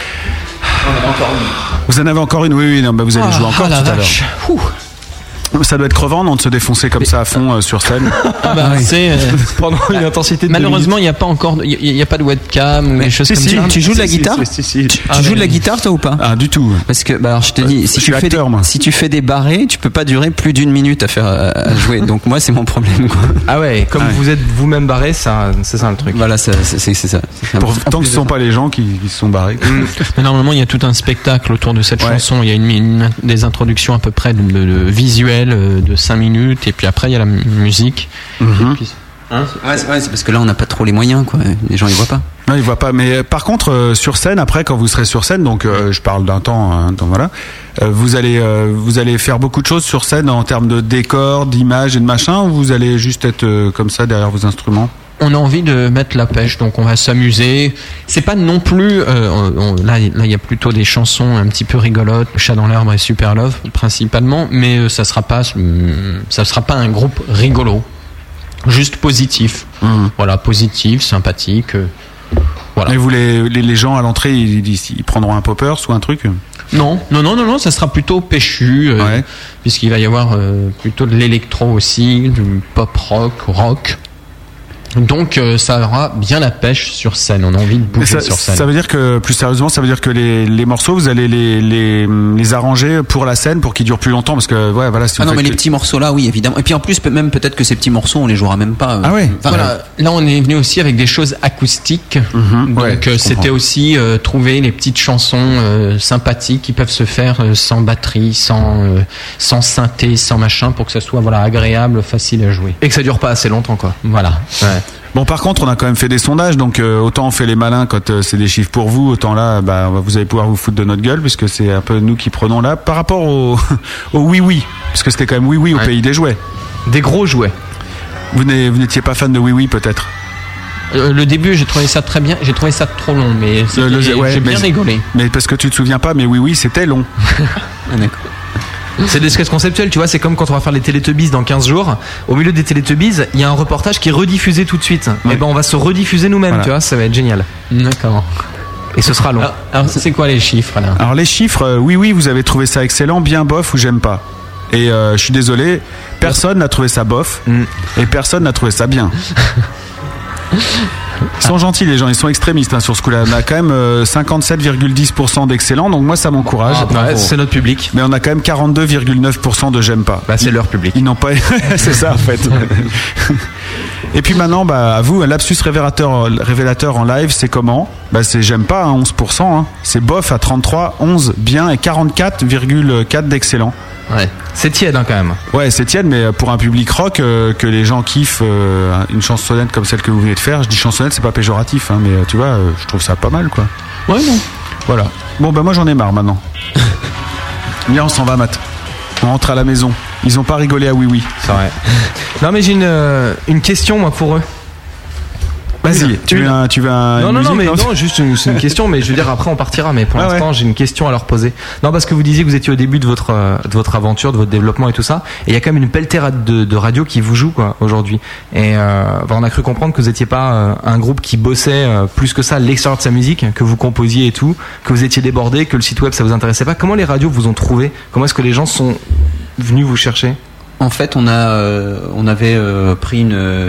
Vous en avez encore une? Oui, non, vous allez jouer encore tout à l'heure. Ça doit être crevant, non, de se défoncer comme ça à fond sur scène. C'est pendant une intensité de malheureusement, il n'y a pas encore, il y a pas de webcam ou des choses comme ça. Tu joues de la guitare? Tu joues de la guitare toi ou pas? Ah, du tout. Parce que alors je te dis, si tu fais des barrés, tu peux pas durer plus d'1 minute à jouer. Donc moi c'est mon problème quoi. Ah ouais, comme vous êtes vous-même barré, ça, c'est ça le truc. Voilà, c'est ça. Tant que ce ne sont pas les gens qui se sont barrés. Mais normalement, il y a tout un spectacle autour de cette chanson. Il y a des introductions à peu près de visuels de 5 minutes et puis après il y a la musique. Et puis, c'est parce que là on n'a pas trop les moyens quoi. Les gens ils voient pas. Non, ils voient pas. Mais par contre sur scène, après quand vous serez sur scène, donc je parle d'un temps, voilà, vous allez faire beaucoup de choses sur scène en termes de décor, d'images et de machin, ou vous allez juste être comme ça derrière vos instruments? On a envie de mettre la pêche, donc on va s'amuser. C'est pas non plus là il y a plutôt des chansons un petit peu rigolotes, Chat dans l'arbre et Super Love principalement, mais ça sera pas un groupe rigolo, juste positif. Voilà, positif, sympathique. Voilà. Et vous les gens à l'entrée ils prendront un poppers ou un truc? Non, ça sera plutôt péchu, puisqu'il va y avoir plutôt de l'électro aussi, du pop rock. Donc ça aura bien la pêche sur scène. On a envie de bouger sur scène. Ça veut dire que, plus sérieusement, ça veut dire que les morceaux, vous allez les arranger pour la scène pour qu'ils durent plus longtemps, parce que voilà. Si non, mais les petits morceaux là, oui, évidemment. Et puis en plus, même peut-être que ces petits morceaux, on les jouera même pas. Ah ouais. Voilà. Là, on est venu aussi avec des choses acoustiques. Donc c'était aussi trouver les petites chansons sympathiques qui peuvent se faire sans batterie, sans synthé, sans machin, pour que ça soit agréable, facile à jouer. Et que ça dure pas assez longtemps, quoi. Voilà. Ouais. Bon, par contre, on a quand même fait des sondages, donc autant on fait les malins quand c'est des chiffres pour vous, autant là, vous allez pouvoir vous foutre de notre gueule, puisque c'est un peu nous qui prenons là. Par rapport au oui-oui, parce que c'était quand même oui-oui au pays des jouets. Des gros jouets. Vous n'étiez pas fan de oui-oui, peut-être? Le début, j'ai trouvé ça très bien, j'ai trouvé ça trop long, mais j'ai bien rigolé. Mais parce que tu te souviens pas, mais oui, c'était long. D'accord. C'est des sketchs conceptuels, tu vois, c'est comme quand on va faire les Télétubbies dans 15 jours. Au milieu des Télétubbies, il y a un reportage qui est rediffusé tout de suite. Et on va se rediffuser nous-mêmes, tu vois, ça va être génial. D'accord. Et ce sera long. Alors c'est quoi les chiffres là? Alors les chiffres, oui, vous avez trouvé ça excellent, bien bof ou j'aime pas. Et je suis désolé, personne n'a trouvé ça bof et personne n'a trouvé ça bien. Ils sont gentils les gens, ils sont extrémistes sur ce coup-là. On a quand même 57,10% d'excellents, donc moi ça m'encourage. C'est notre public. Mais on a quand même 42,9% de j'aime pas. C'est leur public. Ils n'ont pas. C'est ça en fait. Et puis maintenant, à vous, un lapsus révélateur en live, c'est comment? C'est j'aime pas, 11%. C'est bof à 33, 11 bien et 44,4 d'excellent. Ouais. C'est tiède quand même. Ouais, c'est tiède, mais pour un public rock, que les gens kiffent une chansonnette comme celle que vous venez de faire, je dis chansonnette, c'est pas péjoratif, mais tu vois, je trouve ça pas mal, quoi. Ouais, non. Voilà. Bon, moi j'en ai marre maintenant. Viens, on s'en va, Matt. On rentre à la maison. Ils ont pas rigolé à oui. C'est vrai. Non, mais j'ai une question, moi, pour eux. Vas-y, tu veux un Non, juste c'est une question, mais je veux dire après on partira, mais pour l'instant j'ai une question à leur poser. Non, parce que vous disiez que vous étiez au début de votre aventure, de votre développement et tout ça, et il y a quand même une pelletée de radio qui vous joue aujourd'hui. Et on a cru comprendre que vous étiez pas un groupe qui bossait plus que ça à l'extérieur de sa musique, que vous composiez et tout, que vous étiez débordé, que le site web ça vous intéressait pas. Comment les radios vous ont trouvé? Comment est-ce que les gens sont venus vous chercher? En fait, on avait pris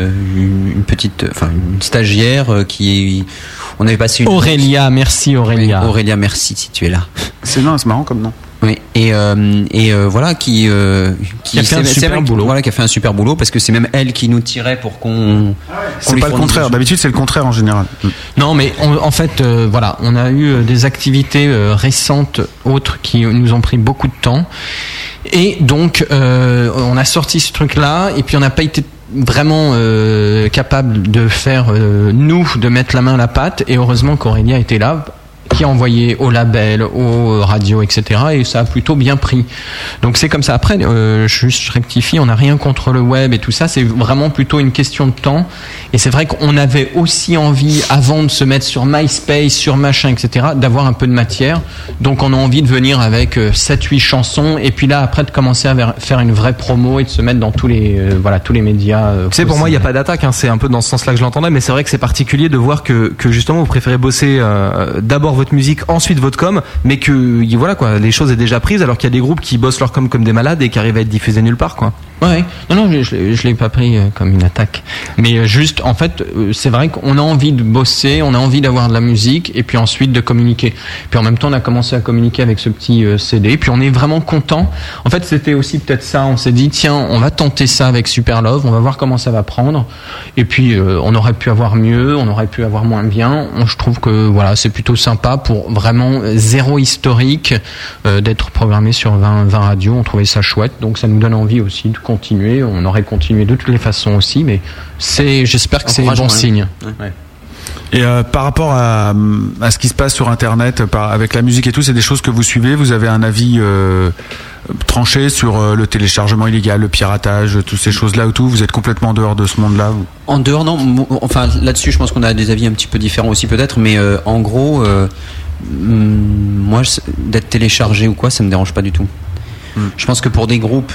une petite, enfin une stagiaire on avait passé une Aurélia, merci Aurélia. Oui, Aurélia, merci si tu es là. C'est marrant comme nom. Oui, et voilà qui a fait un super boulot. Voilà, qui a fait un super boulot parce que c'est même elle qui nous tirait pour qu'on. C'est pas le contraire. D'habitude, c'est le contraire en général. Non, mais en fait, voilà, on a eu des activités récentes, autres, qui nous ont pris beaucoup de temps. Et donc, on a sorti ce truc-là, et puis on n'a pas été vraiment capable de faire, de mettre la main à la pâte. Et heureusement qu'Aurélia était là, qui a envoyé au label, aux radios, etc. Et ça a plutôt bien pris. Donc c'est comme ça. Après, je rectifie, on n'a rien contre le web et tout ça. C'est vraiment plutôt une question de temps. Et c'est vrai qu'on avait aussi envie, avant de se mettre sur MySpace, sur machin, etc., d'avoir un peu de matière. Donc on a envie de venir avec 7-8 chansons. Et puis là, après, de commencer à faire une vraie promo et de se mettre dans tous les médias. Tu sais, pour moi, il n'y a pas d'attaque. Hein. C'est un peu dans ce sens-là que je l'entendais. Mais c'est vrai que c'est particulier de voir que justement, vous préférez bosser d'abord votre musique, ensuite votre com, mais que voilà quoi, les choses est déjà prises, alors qu'il y a des groupes qui bossent leur com comme des malades et qui arrivent à être diffusés nulle part, quoi. Ouais, non, je l'ai pas pris comme une attaque, mais juste, en fait, c'est vrai qu'on a envie de bosser, on a envie d'avoir de la musique, et puis ensuite de communiquer. Puis en même temps, on a commencé à communiquer avec ce petit CD, puis on est vraiment content. En fait, c'était aussi peut-être ça. On s'est dit, tiens, on va tenter ça avec Super Love, on va voir comment ça va prendre. Et puis, on aurait pu avoir mieux, on aurait pu avoir moins bien. Je trouve que voilà, c'est plutôt sympa pour vraiment zéro historique d'être programmé sur 20 radios. On trouvait ça chouette, donc ça nous donne envie aussi de continuer. On aurait continué de toutes les façons aussi, mais j'espère que c'est bon signe. Ouais. Et par rapport à ce qui se passe sur Internet, avec la musique et tout, c'est des choses que vous suivez? Vous avez un avis tranché sur le téléchargement illégal, le piratage, toutes ces choses-là ou tout? Vous êtes complètement en dehors de ce monde-là? En dehors, non. Enfin, là-dessus, je pense qu'on a des avis un petit peu différents aussi, peut-être. Mais en gros, moi, d'être téléchargé ou quoi, ça me dérange pas du tout. Je pense que pour des groupes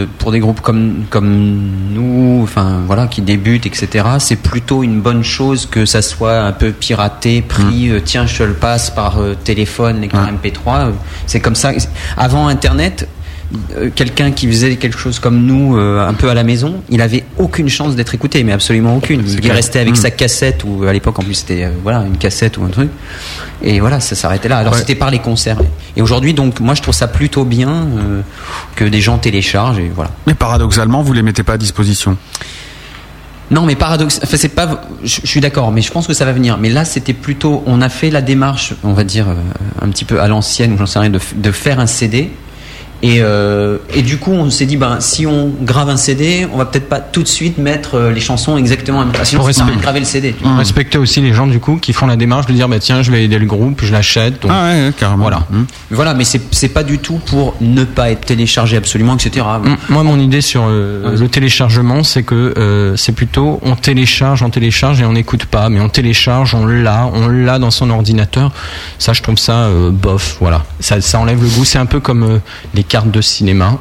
comme nous, enfin voilà, qui débutent, etc., c'est plutôt une bonne chose que ça soit un peu piraté, pris. Tiens, je te le passe par téléphone, lecteur MP3. C'est comme ça. Avant Internet, quelqu'un qui faisait quelque chose comme nous, un peu à la maison, il avait aucune chance d'être écouté, mais absolument aucune. Il restait avec sa cassette, ou à l'époque en plus c'était une cassette ou un truc, et voilà, ça s'arrêtait là. Alors c'était par les concerts. Et aujourd'hui, donc moi je trouve ça plutôt bien que des gens téléchargent, et voilà. Mais paradoxalement, vous les mettez pas à disposition. Non, mais c'est pas. Je suis d'accord, mais je pense que ça va venir. Mais là, c'était plutôt, on a fait la démarche, on va dire un petit peu à l'ancienne, ou j'en sais rien, de faire un CD. Et du coup, on s'est dit, si on grave un CD, on va peut-être pas tout de suite mettre les chansons exactement à même place. Sinon, on va graver le CD. Respecter aussi les gens du coup qui font la démarche de dire, tiens, je vais aider le groupe, je l'achète. Donc... Ah ouais, carrément. Voilà, mais c'est pas du tout pour ne pas être téléchargé absolument, etc. Moi, mon idée sur le téléchargement, c'est que c'est plutôt on télécharge et on n'écoute pas, mais on télécharge, on l'a dans son ordinateur. Ça, je trouve ça bof. Voilà, ça enlève le goût. C'est un peu comme les cartes de cinéma.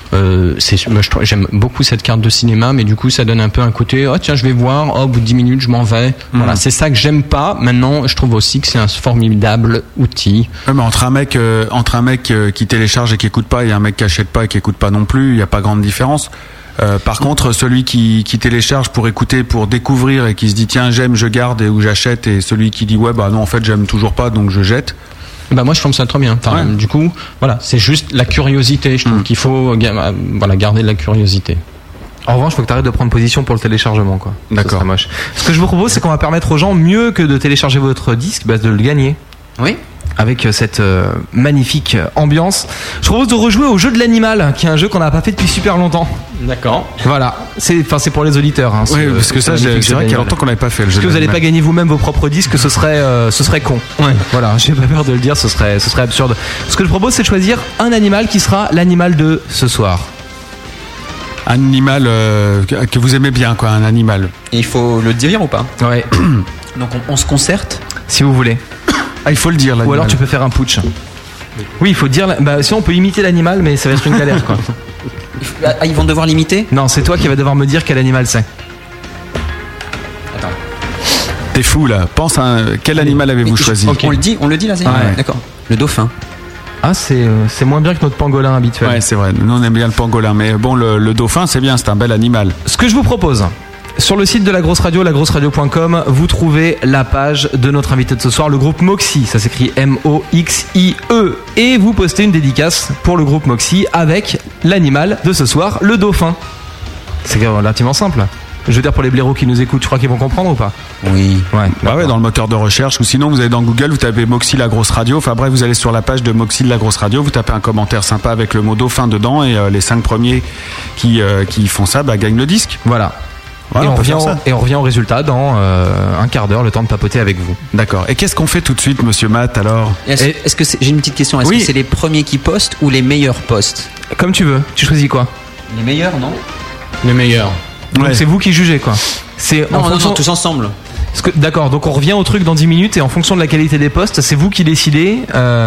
J'aime beaucoup cette carte de cinéma, mais du coup ça donne un peu un côté tiens, je vais voir, au bout de 10 minutes je m'en vais. Voilà, c'est ça que j'aime pas. Maintenant, je trouve aussi que c'est un formidable outil. Ouais, mais entre un mec qui télécharge et qui écoute pas, et un mec qui achète pas et qui écoute pas non plus, il n'y a pas grande différence. Par contre, celui qui télécharge pour écouter, pour découvrir, et qui se dit tiens, j'aime, je garde, ou j'achète, et celui qui dit non, en fait j'aime toujours pas, donc je jette. Moi je trouve ça très bien. Du coup, voilà, c'est juste la curiosité. Je trouve qu'il faut garder de la curiosité. En revanche, il faut que tu arrêtes de prendre position pour le téléchargement, quoi. D'accord. Moche. Ce que je vous propose, c'est qu'on va permettre aux gens, mieux que de télécharger votre disque, de le gagner. Oui. Avec cette magnifique ambiance. Je propose de rejouer au jeu de l'animal, qui est un jeu qu'on n'a pas fait depuis super longtemps. D'accord. Voilà. C'est pour les auditeurs. Oui, parce que ça, c'est vrai qu'il y a longtemps qu'on n'avait pas fait le jeu. Parce que vous n'allez pas gagner vous-même vos propres disques, ce serait con. Ouais. Voilà. J'ai pas peur de le dire, ce serait absurde. Ce que je propose, c'est de choisir un animal qui sera l'animal de ce soir. Un animal que vous aimez bien, quoi, un animal. Et il faut le dire ou pas? Ouais. Donc on se concerte, si vous voulez. Ah, il faut le dire, l'animal. Ou alors tu peux faire un putsch. Oui, il faut dire. Sinon, on peut imiter l'animal, mais ça va être une galère, quoi. Ils vont devoir l'imiter? Non, c'est toi qui vas devoir me dire quel animal c'est. Attends. T'es fou là. Pense à quel animal avez-vous choisi? Okay. On le dit là, c'est ouais. D'accord. Le dauphin. Ah, c'est moins bien que notre pangolin habituel. Ouais, c'est vrai. Nous, on aime bien le pangolin. Mais bon, le dauphin, c'est bien. C'est un bel animal. Ce que je vous propose, sur le site de la Grosse Radio, lagrosseradio.com, vous trouvez la page de notre invité de ce soir, le groupe Moxie. Ça s'écrit M-O-X-I-E. Et vous postez une dédicace pour le groupe Moxie avec l'animal de ce soir, le dauphin. C'est relativement simple. Je veux dire, pour les blaireaux qui nous écoutent, je crois qu'ils vont comprendre ou pas? Oui. Ouais. Bah ouais, dans le moteur de recherche, ou sinon vous allez dans Google, vous tapez Moxie la grosse radio. Enfin bref, vous allez sur la page de Moxie la grosse radio, vous tapez un commentaire sympa avec le mot dauphin dedans, et les 5 premiers qui font ça, gagnent le disque. Voilà. Voilà, et on revient au résultat dans un quart d'heure, le temps de papoter avec vous. D'accord. Et qu'est-ce qu'on fait tout de suite, monsieur Matt, alors? Est-ce que j'ai une petite question. Est-ce que c'est les premiers qui postent ou les meilleurs postent? Comme tu veux. Tu choisis quoi? Les meilleurs, non? Les meilleurs. Donc c'est vous qui jugez, quoi. Non, tous ensemble. D'accord, donc on revient au truc dans 10 minutes et en fonction de la qualité des postes, c'est vous qui décidez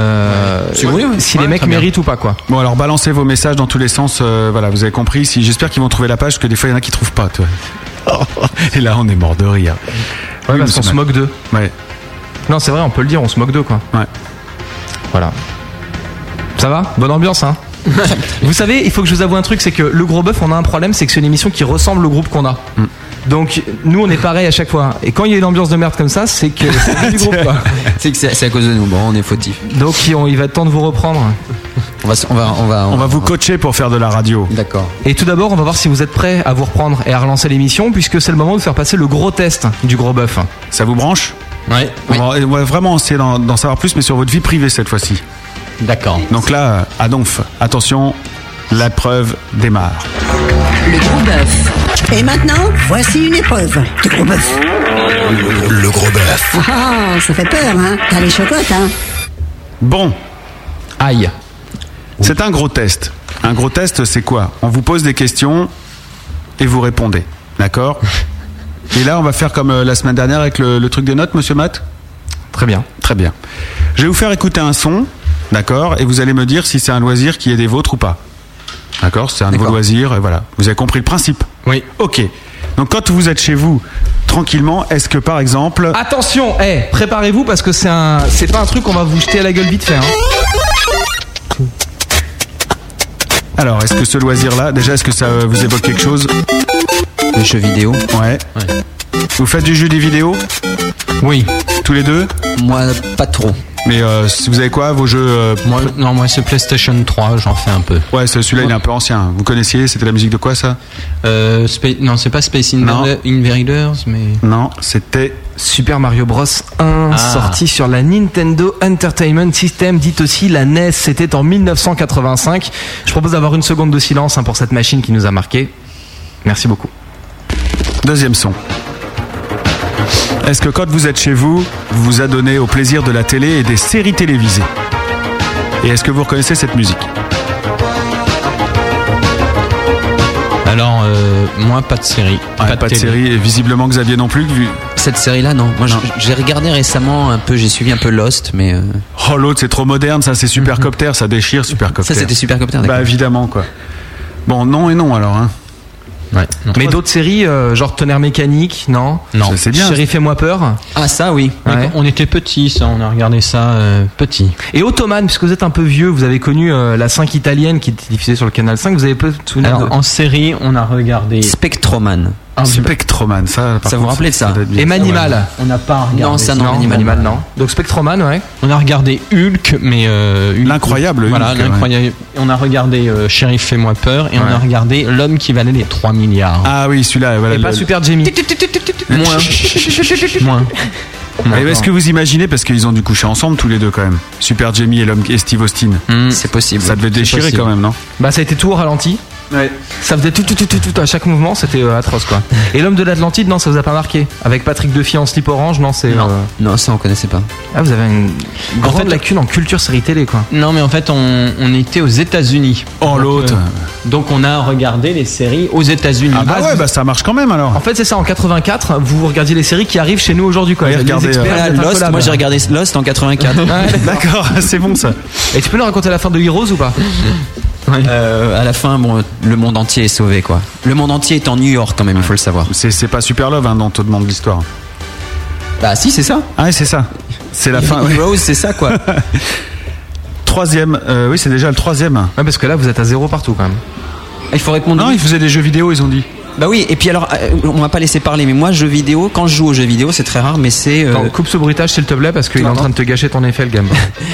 si les mecs méritent ou pas, quoi. Bon, alors balancez vos messages dans tous les sens. Voilà, vous avez compris. J'espère qu'ils vont trouver la page, parce que des fois il y en a qui trouvent pas. Toi. Et là, on est mort de rire. Ouais, parce qu'on se moque d'eux. Ouais. Non, c'est vrai, on peut le dire, on se moque d'eux, quoi. Ouais. Voilà. Ça va? Bonne ambiance, hein? Vous savez, il faut que je vous avoue un truc, c'est que le Gros Bœuf, on a un problème, c'est que c'est une émission qui ressemble au groupe qu'on a. Donc nous, on est pareil à chaque fois. Et quand il y a une ambiance de merde comme ça, c'est que c'est du groupe, quoi. C'est à cause de nous. Bon, on est fautifs. Donc il va être temps de vous reprendre. On va vous coacher pour faire de la radio. D'accord. Et tout d'abord, on va voir si vous êtes prêts à vous reprendre et à relancer l'émission, puisque c'est le moment de faire passer le gros test du Gros Bœuf. Ça vous branche? Ouais. On va vraiment essayer d'en savoir plus, mais sur votre vie privée cette fois-ci. D'accord. Donc là, à Donf, attention, l'épreuve démarre. Le Gros Bœuf. Et maintenant, voici une épreuve du Gros Bœuf. Le Gros Bœuf. Ah, ça fait peur, hein? T'as les chocottes, hein? Bon. Aïe. C'est un gros test. Un gros test, c'est quoi? On vous pose des questions et vous répondez. D'accord? Et là, on va faire comme la semaine dernière avec le truc des notes, monsieur Matt? Très bien. Très bien. Je vais vous faire écouter un son, d'accord? Et vous allez me dire si c'est un loisir qui est des vôtres ou pas. D'accord? C'est un nouveau loisir, et voilà. Vous avez compris le principe? Oui. Ok. Donc quand vous êtes chez vous, tranquillement, est-ce que par exemple... Attention, préparez-vous parce que c'est pas un truc qu'on va vous jeter à la gueule vite fait, hein. Alors, est-ce que ce loisir-là, déjà, est-ce que ça vous évoque quelque chose? Les jeux vidéo. Ouais. Vous faites du jeu des vidéos? Oui. Tous les deux? Moi, pas trop. Mais vous avez quoi, vos jeux Moi c'est PlayStation 3, j'en fais un peu. Ouais, celui-là il est un peu ancien. Vous connaissiez? C'était la musique de quoi, ça? Non, c'est pas Space Invaders, mais... Non, c'était... Super Mario Bros 1, sorti sur la Nintendo Entertainment System, dite aussi la NES. C'était en 1985. Je propose d'avoir une seconde de silence pour cette machine qui nous a marqué. Merci beaucoup. Deuxième son. Est-ce que quand vous êtes chez vous, vous vous adonnez au plaisir de la télé et des séries télévisées? Et est-ce que vous reconnaissez cette musique? Alors, moi, pas de série. Pas de série, et visiblement Xavier non plus. Cette série-là, non. Moi, j'ai regardé récemment un peu, j'ai suivi un peu Lost, mais... Oh, l'autre, c'est trop moderne, ça, c'est Supercopter, ça déchire Supercopter. Ça, c'était Supercopter, d'accord. Bah, évidemment, quoi. Bon, non et non, alors, hein. Ouais. Mais d'autres séries, genre Tonnerre Mécanique, non? Non, c'est bien. Chéri, fais-moi peur. Ah, ça, oui. Ouais. On était petits, ça, on a regardé ça petit. Et Ottoman, puisque vous êtes un peu vieux, vous avez connu la 5 italienne qui était diffusée sur le canal 5, vous avez peu de souvenirs? Alors, en série, on a regardé Spectroman. Spectroman, ça vous rappelez de ça? Et Manimal. On n'a pas regardé. Non, ça, non, Manimal, non. Donc Spectroman, ouais. On a regardé Hulk, mais l'incroyable Hulk. Voilà, l'incroyable. Ouais. On a regardé Shérif, fais-moi peur, et on a regardé L'homme qui valait les 3 milliards. Ah oui, celui-là. Voilà, et pas Super Jamie. Moins. Et est-ce que vous imaginez, parce qu'ils ont dû coucher ensemble tous les deux quand même, Super Jamie et Steve Austin? C'est possible. Ça devait déchirer quand même, non? Bah ça a été tout au ralenti. Ouais. Ça faisait tout à chaque mouvement, c'était atroce, quoi. Et L'homme de l'Atlantide, non, ça vous a pas marqué? Avec Patrick Duffy en slip orange, non, c'est... Non, ça on connaissait pas. Ah, vous avez une grande lacune en culture série télé, quoi. Non, mais en fait, on était aux États-Unis. Oh, l'autre. Donc on a regardé les séries aux États-Unis. Ah bah ouais, bah ça marche quand même alors. En fait, c'est ça, en 84, vous regardiez les séries qui arrivent chez nous aujourd'hui, quoi. Regardez, Lost, moi j'ai regardé Lost en 84. D'accord, c'est bon ça. Et tu peux nous raconter la fin de Heroes ou pas? À la fin, bon, le monde entier est sauvé, quoi. Le monde entier est en New York quand même, il faut le savoir. C'est pas Super Love, hein, dont on te demande l'histoire. Bah si, c'est ça. Ah ouais, c'est ça. C'est la fin. Heroes, c'est ça, quoi. troisième. Oui, c'est déjà le troisième. Ouais, parce que là, vous êtes à 0 partout quand même. Il faut répondre. Non, ils faisaient des jeux vidéo, ils ont dit. Bah oui, et puis alors, on m'a pas laissé parler, mais moi, jeux vidéo, quand je joue aux jeux vidéo, c'est très rare, mais c'est. Attends, coupe ce bruitage s'il te plaît, parce qu'il est en train de te gâcher ton effet, le game.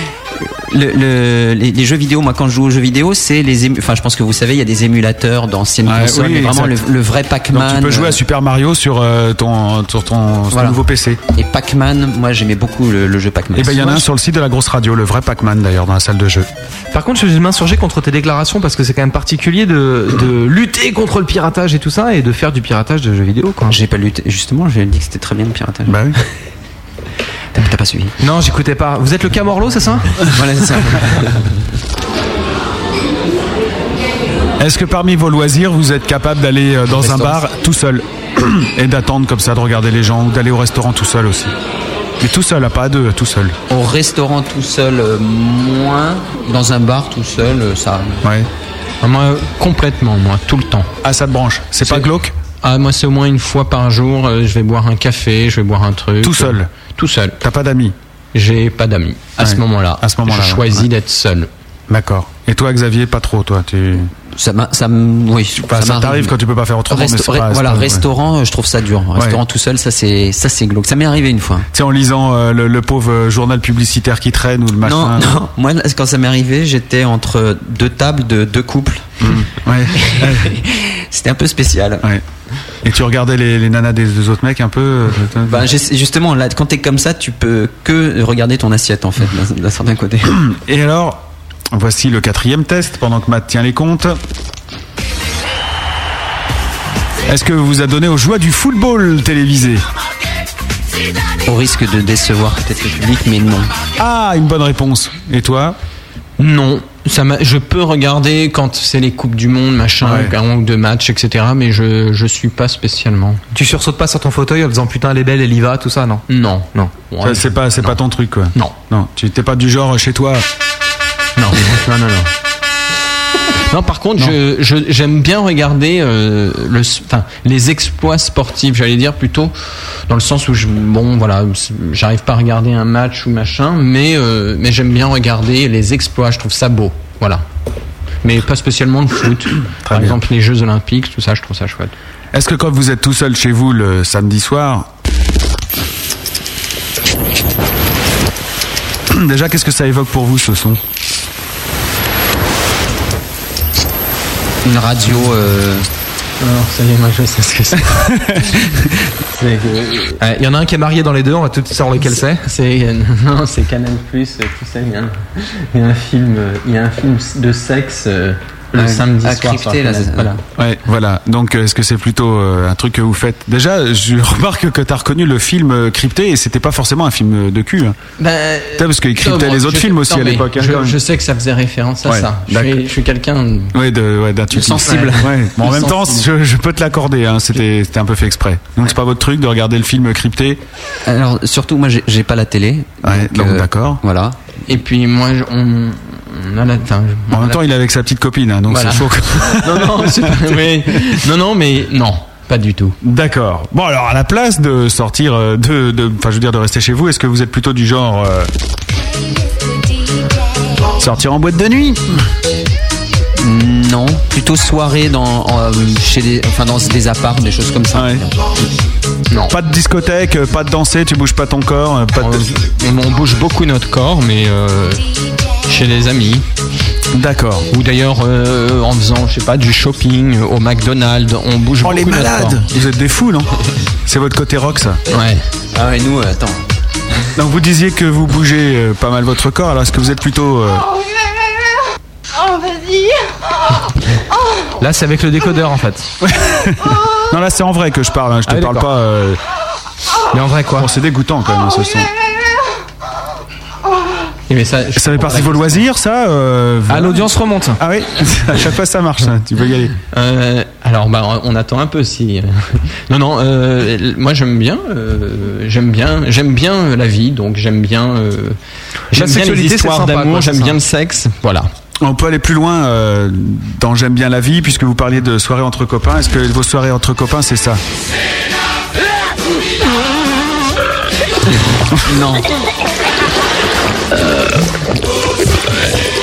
Les jeux vidéo, moi, quand je joue aux jeux vidéo, c'est enfin, je pense que vous savez, il y a des émulateurs d'anciennes consoles, oui, mais vraiment le vrai Pac-Man. Donc tu peux jouer à Super Mario sur ton nouveau PC. Et Pac-Man, moi, j'aimais beaucoup le jeu Pac-Man. Et ben, il y en a un sur le site de la grosse radio, le vrai Pac-Man d'ailleurs, dans la salle de jeu. Par contre, je vais m'insurger contre tes déclarations parce que c'est quand même particulier de lutter contre le piratage et tout ça et de faire du piratage de jeux vidéo, quoi. J'ai pas lutté, justement, j'ai dit que c'était très bien le piratage. Bah oui. T'as pas suivi. Non, j'écoutais pas. Vous êtes le Camorlo, c'est ça? Voilà, c'est ça. Est-ce que parmi vos loisirs, vous êtes capable d'aller dans un bar tout seul et d'attendre comme ça, de regarder les gens, ou d'aller au restaurant tout seul aussi? Mais tout seul, pas à deux, tout seul. Au restaurant tout seul, moins. Dans un bar tout seul, ça. Ouais. Moi, complètement, moi, tout le temps. Ah, ça te branche? C'est pas glauque? Ah, moi, c'est au moins une fois par jour, je vais boire un café, je vais boire un truc. Tout seul? Tout seul. T'as pas d'amis? J'ai pas d'amis. À ce moment-là. À ce moment-là. Je choisis d'être seul. D'accord. Et toi, Xavier, pas trop, toi, oui, ça t'arrive quand tu peux pas faire autrement. Restaurant, je trouve ça dur. Restaurant tout seul, ça c'est glauque. Ça m'est arrivé une fois. Tu sais, en lisant le pauvre journal publicitaire qui traîne ou le machin. Non. Moi, quand ça m'est arrivé, j'étais entre deux tables de deux couples. Ouais. C'était un peu spécial. Ouais. Et tu regardais les nanas des deux autres mecs un peu. Bah, justement, là, quand t'es comme ça, tu peux que regarder ton assiette en fait, d'un certain côté. Et alors, voici le 4e test pendant que Matt tient les comptes. Est-ce que vous adonnez aux joies du football télévisé? Au risque de décevoir peut-être le public, mais non. Ah, une bonne réponse. Et toi? Non. Je peux regarder quand c'est les Coupes du Monde, machin, un ou deux matchs, etc. Mais je suis pas spécialement. Tu sursautes pas sur ton fauteuil en disant putain, elle est belle, elle y va, tout ça, non? Non. Ouais, c'est pas ton truc, quoi. Non. Tu t'es pas du genre chez toi. Non. Non, par contre, j'aime bien regarder les exploits sportifs, j'allais dire plutôt dans le sens où j'arrive pas à regarder un match ou machin, mais j'aime bien regarder les exploits, je trouve ça beau, voilà. Mais pas spécialement le foot. Par exemple, les Jeux Olympiques, tout ça, je trouve ça chouette. Est-ce que quand vous êtes tout seul chez vous le samedi soir, déjà, qu'est-ce que ça évoque pour vous, ce son? Une radio. Alors, ça y est, moi je sais ce que c'est. Il y en a un qui est marié dans les deux, on va tout savoir lequel c'est. Non, c'est Canal+, tu sais, il y a un film de sexe le samedi soir. Crypté, là, voilà. Ouais, voilà. Donc, est-ce que c'est plutôt un truc que vous faites? Déjà, je remarque que t'as reconnu le film Crypté et c'était pas forcément un film de cul. Parce qu'il cryptait les autres films aussi à l'époque. Je sais que ça faisait référence à ça. Je suis quelqu'un d'intuitif. Sensible. Ouais. Bon, en même temps, je peux te l'accorder. C'était un peu fait exprès. Donc, c'est pas votre truc de regarder le film Crypté? Alors, surtout, moi, j'ai pas la télé. Donc d'accord. Voilà. Et puis, moi, en même temps, il est avec sa petite copine, donc voilà. C'est chaud. Non, pas du tout. D'accord. Bon, alors à la place de sortir, de rester chez vous, est-ce que vous êtes plutôt du genre sortir en boîte de nuit? Non, plutôt soirée dans des apparts, des choses comme ça. Ouais. Non. Pas de discothèque, pas de danser, tu bouges pas ton corps. On bouge beaucoup notre corps, mais chez des amis. D'accord. Ou d'ailleurs en faisant, je sais pas, du shopping au McDonald's, on bouge beaucoup les notre malades corps. Vous êtes des fous, non? C'est votre côté rock, ça? Ouais. Ah ouais, nous, attends. Donc vous disiez que vous bougez pas mal votre corps, alors est-ce que vous êtes plutôt... Oh, vas-y. Là, c'est avec le décodeur, en fait. Non, là, c'est en vrai que je parle. Je te parle pas... Mais en vrai, quoi? Bon, c'est dégoûtant, quand même, ce son. Mais ça fait partie de vos loisirs, ça l'audience remonte. Ah oui. À chaque fois, ça marche, ça. Tu peux y aller. Alors, on attend un peu si... moi, j'aime bien la vie, donc j'aime bien les histoires d'amour, j'aime bien le sexe, voilà. On peut aller plus loin dans J'aime bien la vie, puisque vous parliez de soirées entre copains. Est-ce que vos soirées entre copains, c'est ça? Non.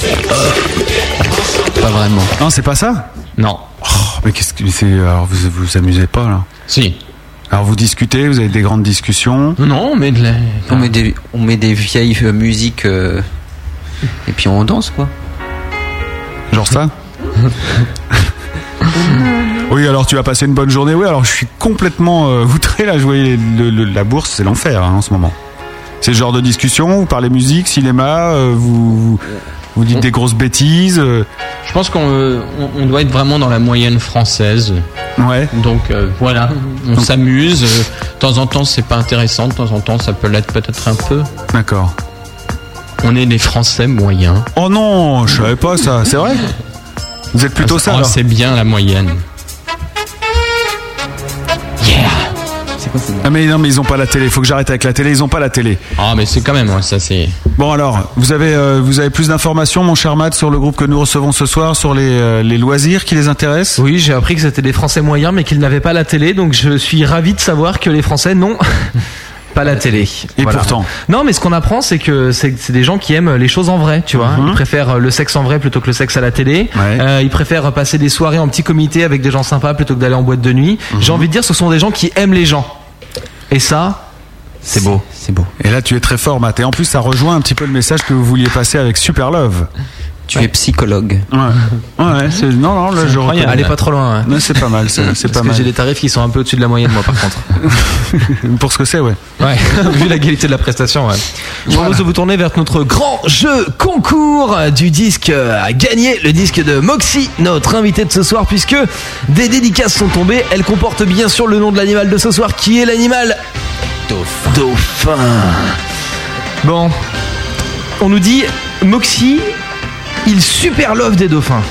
Pas vraiment. Non, c'est pas ça. Non. Oh, mais qu'est-ce que c'est? Alors vous amusez pas là? Si. Alors vous discutez, vous avez des grandes discussions. Non, mais on met des vieilles musiques et puis on danse quoi. Genre ça. Oui, alors tu as passé une bonne journée. Oui, alors je suis complètement outré là. Je voyais la bourse, c'est l'enfer en ce moment. C'est le genre de discussion. Vous parlez musique, cinéma, vous dites des grosses bêtises. Je pense qu'on doit être vraiment dans la moyenne française. Ouais. Donc voilà, on s'amuse. De temps en temps, c'est pas intéressant. De temps en temps, ça peut l'être peut-être un peu. D'accord. On est des Français moyens. Oh non, je savais pas ça. C'est vrai? Vous êtes plutôt ça alors? C'est bien la moyenne. C'est quoi, ah mais non, mais ils ont pas la télé. Faut que j'arrête avec la télé. Ils ont pas la télé. Ah mais c'est quand même ça c'est. Bon alors, vous avez plus d'informations, mon cher Matt, sur le groupe que nous recevons ce soir, sur les loisirs qui les intéressent? Oui, j'ai appris que c'était des Français moyens, mais qu'ils n'avaient pas la télé. Donc je suis ravi de savoir que les Français n'ont pas la télé. Et voilà. Pourtant. Non, mais ce qu'on apprend, c'est que c'est des gens qui aiment les choses en vrai, tu vois. Ils préfèrent le sexe en vrai plutôt que le sexe à la télé. Ouais. Ils préfèrent passer des soirées en petit comité avec des gens sympas plutôt que d'aller en boîte de nuit. J'ai envie de dire, ce sont des gens qui aiment les gens. Et ça, c'est beau. C'est beau. Et là, tu es très fort, Matt. Et en plus, ça rejoint un petit peu le message que vous vouliez passer avec Super Love. Tu es psychologue. Ouais. Non, là, je reconnais. Allez pas trop loin. Ouais, c'est pas mal. C'est Parce pas que mal. j'ai des tarifs qui sont un peu au-dessus de la moyenne, moi, par contre. Pour ce que c'est, ouais. Ouais. Vu la qualité de la prestation, ouais. Je propose de vous tourner vers notre grand jeu concours du disque à gagner, le disque de Moxie, notre invité de ce soir, puisque des dédicaces sont tombées. Elle comporte bien sûr le nom de l'animal de ce soir, qui est l'animal Dauphin. Bon, on nous dit Moxie, il super love des dauphins.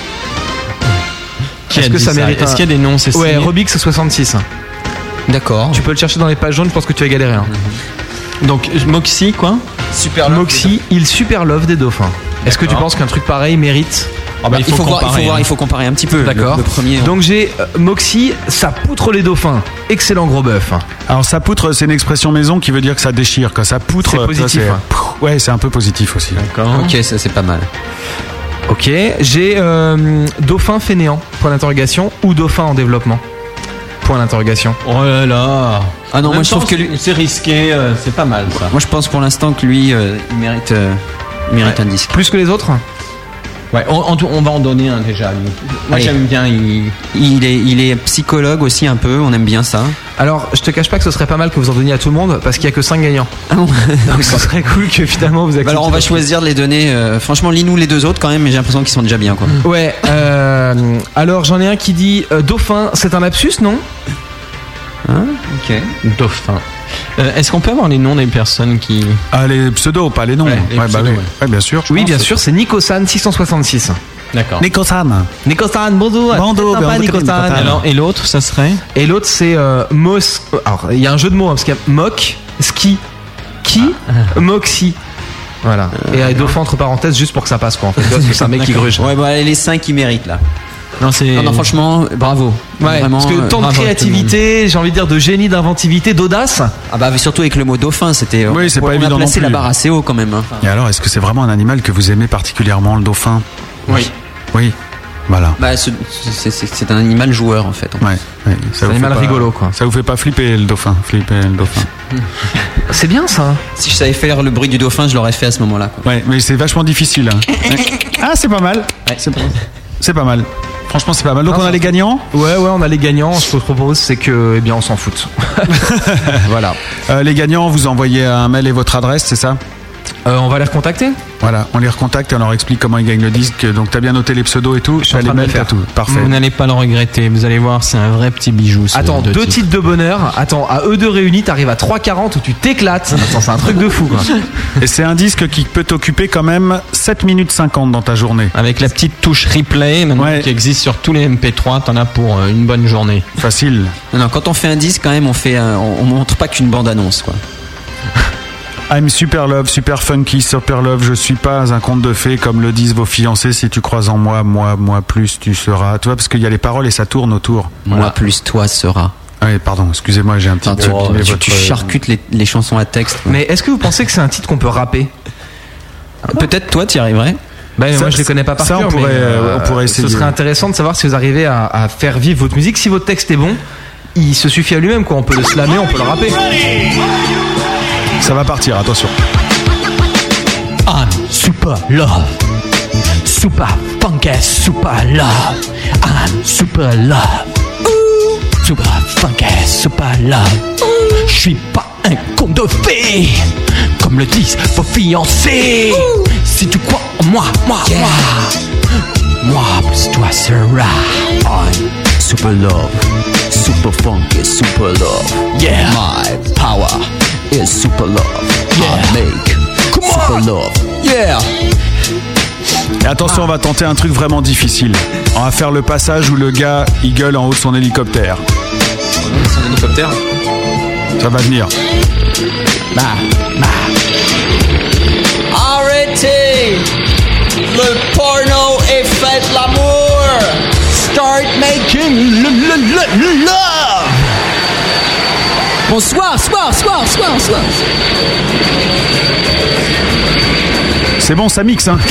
Est-ce que ça mérite? Est-ce qu'il y a des noms? C'est ouais, Robix66. D'accord. Tu peux le chercher dans les pages jaunes, je pense que tu vas galérer. Hein. Donc Moxie quoi? Super Moxie, il super love des dauphins. Est-ce que tu penses qu'un truc pareil mérite? Il faut comparer un petit peu. D'accord. Le premier. Donc j'ai Moxie, ça poutre les dauphins. Excellent gros bœuf. Alors ça poutre, c'est une expression maison qui veut dire que ça déchire. Quand ça poutre, c'est positif. Ouais, c'est un peu positif aussi. D'accord. Ok, ça c'est pas mal. Ok, j'ai dauphin fainéant, point d'interrogation, ou dauphin en développement, point d'interrogation. Oh là là. Ah non, moi je trouve que lui... c'est risqué, c'est pas mal ça. Moi je pense pour l'instant que lui, il mérite un disque. Plus que les autres? Ouais, on va en donner un déjà. Moi j'aime bien. Il est psychologue aussi un peu, on aime bien ça. Alors, je te cache pas que ce serait pas mal que vous en donniez à tout le monde parce qu'il y a que 5 gagnants. Ah bon. Donc ce serait cool que finalement vous acceptiez. Alors on va choisir de les donner. Franchement, lis-nous les deux autres quand même, mais j'ai l'impression qu'ils sont déjà bien quoi. Ouais. Alors j'en ai un qui dit dauphin, c'est un lapsus, non? Hein? Ok. Dauphin. Est-ce qu'on peut avoir les noms des personnes qui... Ah, les pseudos, pas les noms. Ouais, les pseudos, ouais, bien sûr. Oui, bien sûr, c'est Nicosan 666. D'accord. Nicosan, bonjour. Bonjour, Nicosan. Alors, et l'autre, ça serait? Et l'autre, c'est Mos. Alors, il y a un jeu de mots, hein, parce qu'il y a Mock, Ski, Qui, Moxie. Voilà. Et dauphin entre parenthèses, juste pour que ça passe, quoi. En fait, parce que c'est un mec qui gruge. Ouais, bah, les 5 qui méritent là. Non, franchement, bravo. Ouais, vraiment, parce que tant de créativité, j'ai envie de dire de génie, d'inventivité, d'audace. Ah bah surtout avec le mot dauphin, c'était. Oui, c'est pas évident. On a placé non plus. la barre assez haut quand même. Hein. Et alors, est-ce que c'est vraiment un animal que vous aimez particulièrement, le dauphin? Oui. Oui. Voilà. Bah, c'est un animal joueur en fait. Ouais. C'est un animal rigolo quoi. Ça vous fait pas flipper le dauphin? C'est bien ça. Si je savais faire le bruit du dauphin, je l'aurais fait à ce moment-là. Quoi. Ouais, mais c'est vachement difficile. Hein. Ah, c'est pas mal. Ouais. C'est pas mal. Franchement, c'est pas mal. Donc on a les gagnants. Ouais, on a les gagnants. Ce que je propose, c'est que, eh bien, on s'en fout. Voilà. Les gagnants, vous envoyez un mail et votre adresse, c'est ça? On va les recontacter. Voilà, on les recontacte et on leur explique comment ils gagnent le disque. Donc t'as bien noté les pseudos et tout. Je suis en train de le faire. Tout. Parfait. Vous n'allez pas le regretter. Vous allez voir, c'est un vrai petit bijou. Attends, 2 titres de bonheur. Attends, à eux deux réunis, t'arrives à 3,40 où tu t'éclates. Attends, c'est un truc de fou quoi. Et c'est un disque qui peut t'occuper quand même 7 minutes 50 dans ta journée. Avec la petite touche replay maintenant qui existe sur tous les MP3, t'en as pour une bonne journée. Facile. Non, quand on fait un disque quand même, on montre pas qu'une bande-annonce quoi. I'm super love, super funky, super love. Je suis pas un conte de fées comme le disent vos fiancés. Si tu crois en moi, moi plus tu seras. Tu vois, parce qu'il y a les paroles et ça tourne autour. Moi plus toi seras. Ah oui, pardon, excusez-moi, j'ai un petit peu. Tu charcutes les chansons à texte. Mais est-ce que vous pensez que c'est un titre qu'on peut rapper? Peut-être toi, tu y arriverais. Moi, je les connais pas par cœur. On pourrait essayer. Ce serait intéressant de savoir si vous arrivez à faire vivre votre musique. Si votre texte est bon, il se suffit à lui-même, quoi. On peut le slammer, on peut le rapper. Ça va partir, attention. I'm super love. Super funky, super love. I'm super love. Super funky, super love. Je suis pas un conte de fées, comme le disent vos fiancés. Si tu crois en moi, moi plus toi sera. I'm super love, super funky, super love. Yeah. My power is super love. I make super love. Yeah. Et attention, on va tenter un truc vraiment difficile. On va faire le passage où le gars il gueule en haut de son hélicoptère. Son hélicoptère. Ça va venir. Arrêtez le porno et faites l'amour. Start making love. Bonsoir. C'est bon, ça mixe, hein.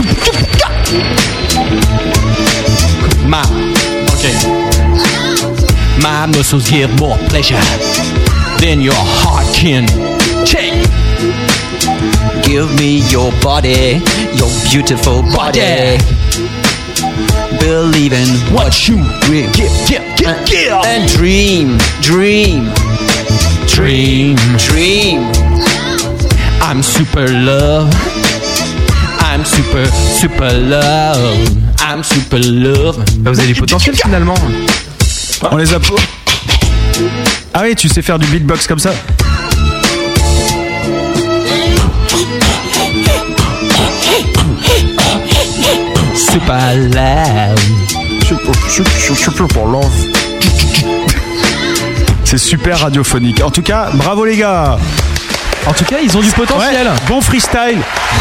My muscles give more pleasure than your heart can take. Give me your body, your beautiful body. Believe in what you dream. Give. And dream. I'm super love. I'm super love. I'm super love. Vous avez du potentiel finalement. On les a pas. Ah oui, tu sais faire du beatbox comme ça? Super love. Super love. C'est super radiophonique. En tout cas, bravo les gars. En tout cas, ils ont du potentiel. Ouais, bon freestyle.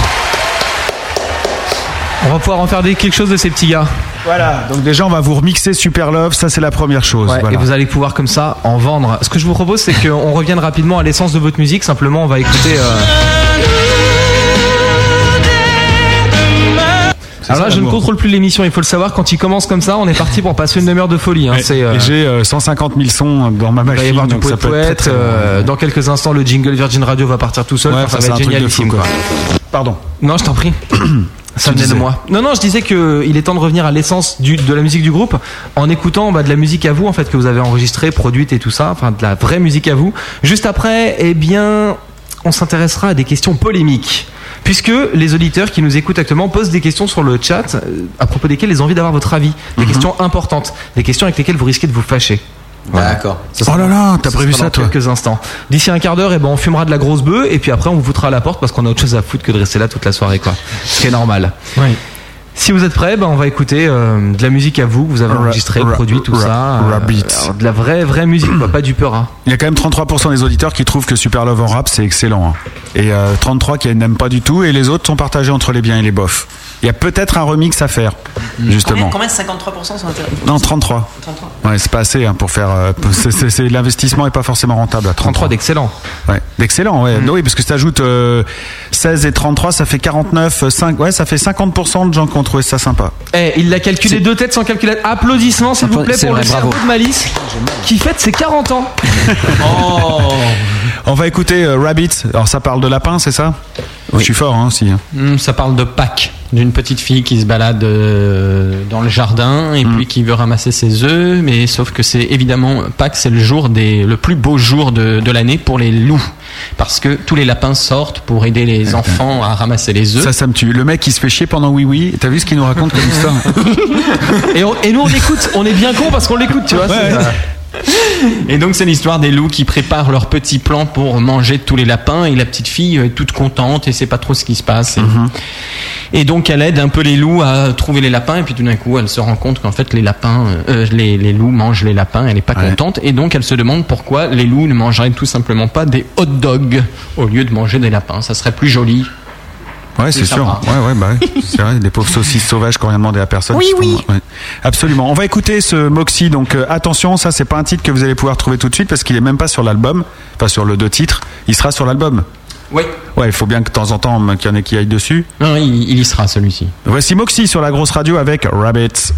On va pouvoir en faire quelque chose de ces petits gars. Voilà, donc déjà on va vous remixer Super Love, ça c'est la première chose. Ouais, voilà. Et vous allez pouvoir comme ça en vendre. Ce que je vous propose, c'est qu'on revienne rapidement à l'essence de votre musique. Simplement, on va écouter... Alors là, je ne contrôle plus l'émission, il faut le savoir. Quand il commence comme ça, on est parti pour passer une demi-heure de folie. Ouais, et j'ai 150 000 sons dans ma machine. Il va y avoir du donc ça peut être très, très... Dans quelques instants, le jingle Virgin Radio va partir tout seul. Ouais, ça va être génialissime. Quoi. Pardon. Non, je t'en prie. Ça venait de moi. Non, je disais qu'il est temps de revenir à l'essence de la musique du groupe en écoutant de la musique à vous, en fait, que vous avez enregistrée, produite et tout ça. Enfin, de la vraie musique à vous. Juste après, on s'intéressera à des questions polémiques. Puisque les auditeurs qui nous écoutent actuellement posent des questions sur le chat à propos desquelles ils ont envie d'avoir votre avis. Des questions importantes. Des questions avec lesquelles vous risquez de vous fâcher. Voilà. D'accord. Oh là là, t'as prévu ça, toi? Dans quelques instants. D'ici un quart d'heure, on fumera de la grosse bœuf et puis après on vous foutra à la porte parce qu'on a autre chose à foutre que de rester là toute la soirée, quoi. Ce qui est normal. Oui. Si vous êtes prêts, on va écouter de la musique à vous que vous avez enregistrée, produit, tout ça. De la vraie musique, pas du peura. Il y a quand même 33% des auditeurs qui trouvent que Super Love en rap c'est excellent. Hein. Et 33 qui n'aiment pas du tout et les autres sont partagés entre les biens et les bofs. Il y a peut-être un remix à faire, justement. Combien 53% sont intéressés? Non, 33. 33. Ouais, c'est pas assez pour faire. L'investissement est pas forcément rentable à 33 d'excellent. Ouais, d'excellent, ouais. Oui, parce que si t'ajoutes 16 et 33, ça fait 49, 5, ouais, ça fait 50% de gens qui ont trouvé ça sympa. Il l'a calculé deux têtes sans calculateur. Applaudissements, s'il vous plaît, pour le cerveau de Malice qui fête ses 40 ans. On va écouter Rabbit. Alors ça parle de lapin, c'est ça? Oui. Je suis fort aussi. Ça parle de Pâques, d'une petite fille qui se balade dans le jardin et puis qui veut ramasser ses œufs, mais sauf que c'est évidemment Pâques, c'est le plus beau jour de l'année pour les loups, parce que tous les lapins sortent pour aider les enfants à ramasser les œufs. Ça me tue. Le mec qui se fait chier pendant Oui, t'as vu ce qu'il nous raconte comme histoire? et nous on écoute, on est bien cons parce qu'on l'écoute, tu vois. Ouais. Et donc c'est l'histoire des loups qui préparent leur petit plan pour manger tous les lapins et la petite fille est toute contente et sait pas trop ce qui se passe et donc elle aide un peu les loups à trouver les lapins et puis tout d'un coup elle se rend compte qu'en fait les loups mangent les lapins, elle est pas contente et donc elle se demande pourquoi les loups ne mangeraient tout simplement pas des hot dogs au lieu de manger des lapins, ça serait plus joli. Ouais, c'est sûr. Ouais, c'est vrai, des pauvres saucisses sauvages qu'on vient demander à personne. Oui. Ouais. Absolument. On va écouter ce Moxie. Donc, attention, ça, c'est pas un titre que vous allez pouvoir trouver tout de suite parce qu'il est même pas sur l'album. Enfin, sur le 2 titres. Il sera sur l'album. Oui. Ouais, il faut bien que de temps en temps qu'il y en ait qui aillent dessus. Non, il y sera celui-ci. Voici Moxie sur la grosse radio avec Rabbits.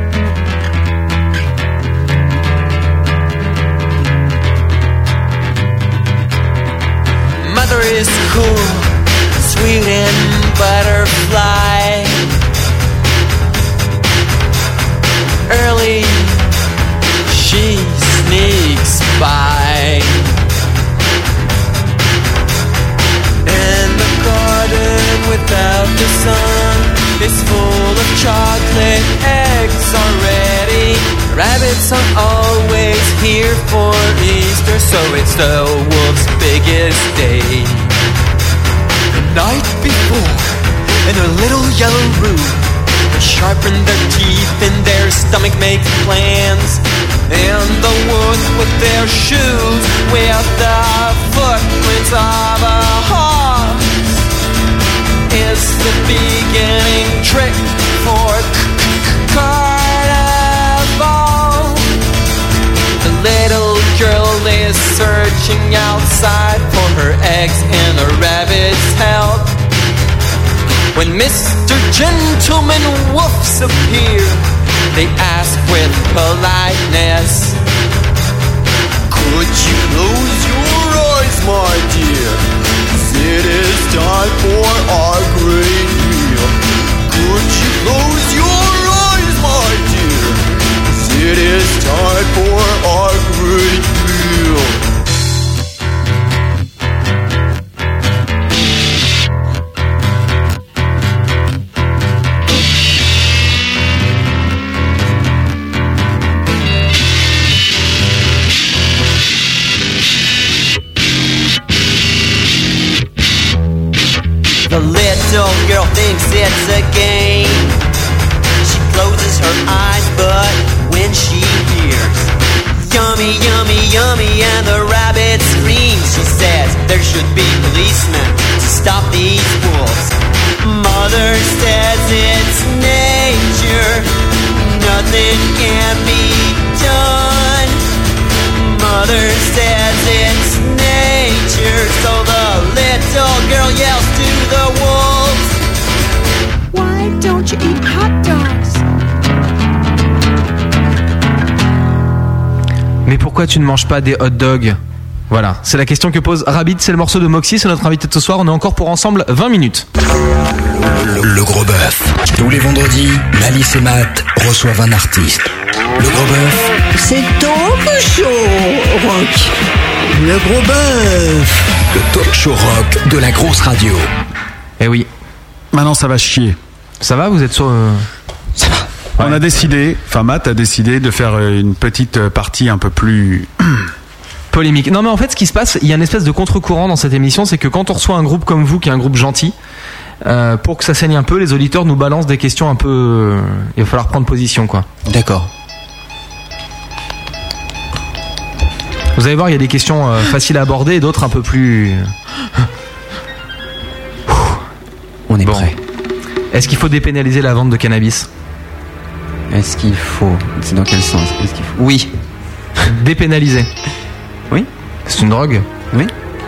Mother is cool, sweet and butterfly. Early, she sneaks by. And the garden without the sun is full of chocolate eggs already. Rabbits are always here for Easter, so it's the wolf's biggest day. The night before, in a little yellow room, they sharpen their teeth and their stomach makes plans. And the wolf with their shoes, with the footprints of a horse, is the beginning trick for carnival. The little girl is searching outside for her eggs and a rabbit's help. When Mr. Gentleman Wolves appear, they ask with politeness, could you close your eyes, my dear? It is time for our great meal. Could you close your eyes, my dear? It is time for our great meal. The little girl thinks it's a game. She closes her eyes, but when she hears yummy, yummy, yummy, and the rabbit screams, she says there should be policemen to stop these wolves. Mother says it's nature, nothing can be done. Mother says it's nature, so the little girl yells to the wolves, why don't you eat hot dogs? Mais pourquoi tu ne manges pas des hot dogs? Voilà, c'est la question que pose Rabbit, c'est le morceau de Moxie, c'est notre invité de ce soir, on est encore pour ensemble 20 minutes. Le gros bœuf. Tous les vendredis, Malice et Matt reçoivent un artiste. Le gros bœuf. C'est talk show rock. Le gros bœuf. Le talk show rock de la grosse radio. Eh oui. Maintenant ça va chier. Ça va, vous êtes sur... Ça va. Ouais. On a décidé, enfin Matt a décidé de faire une petite partie un peu plus... polémique. Non mais en fait ce qui se passe, il y a une espèce de contre-courant dans cette émission, c'est que quand on reçoit un groupe comme vous, qui est un groupe gentil, pour que ça saigne un peu, les auditeurs nous balancent des questions un peu... il va falloir prendre position quoi. D'accord. Vous allez voir, il y a des questions faciles à aborder et d'autres un peu plus... On est prêt. Est-ce qu'il faut dépénaliser la vente de cannabis? Est-ce qu'il faut... C'est dans quel sens? Est-ce qu'il faut... Oui. Dépénaliser. Oui. C'est une drogue? Oui.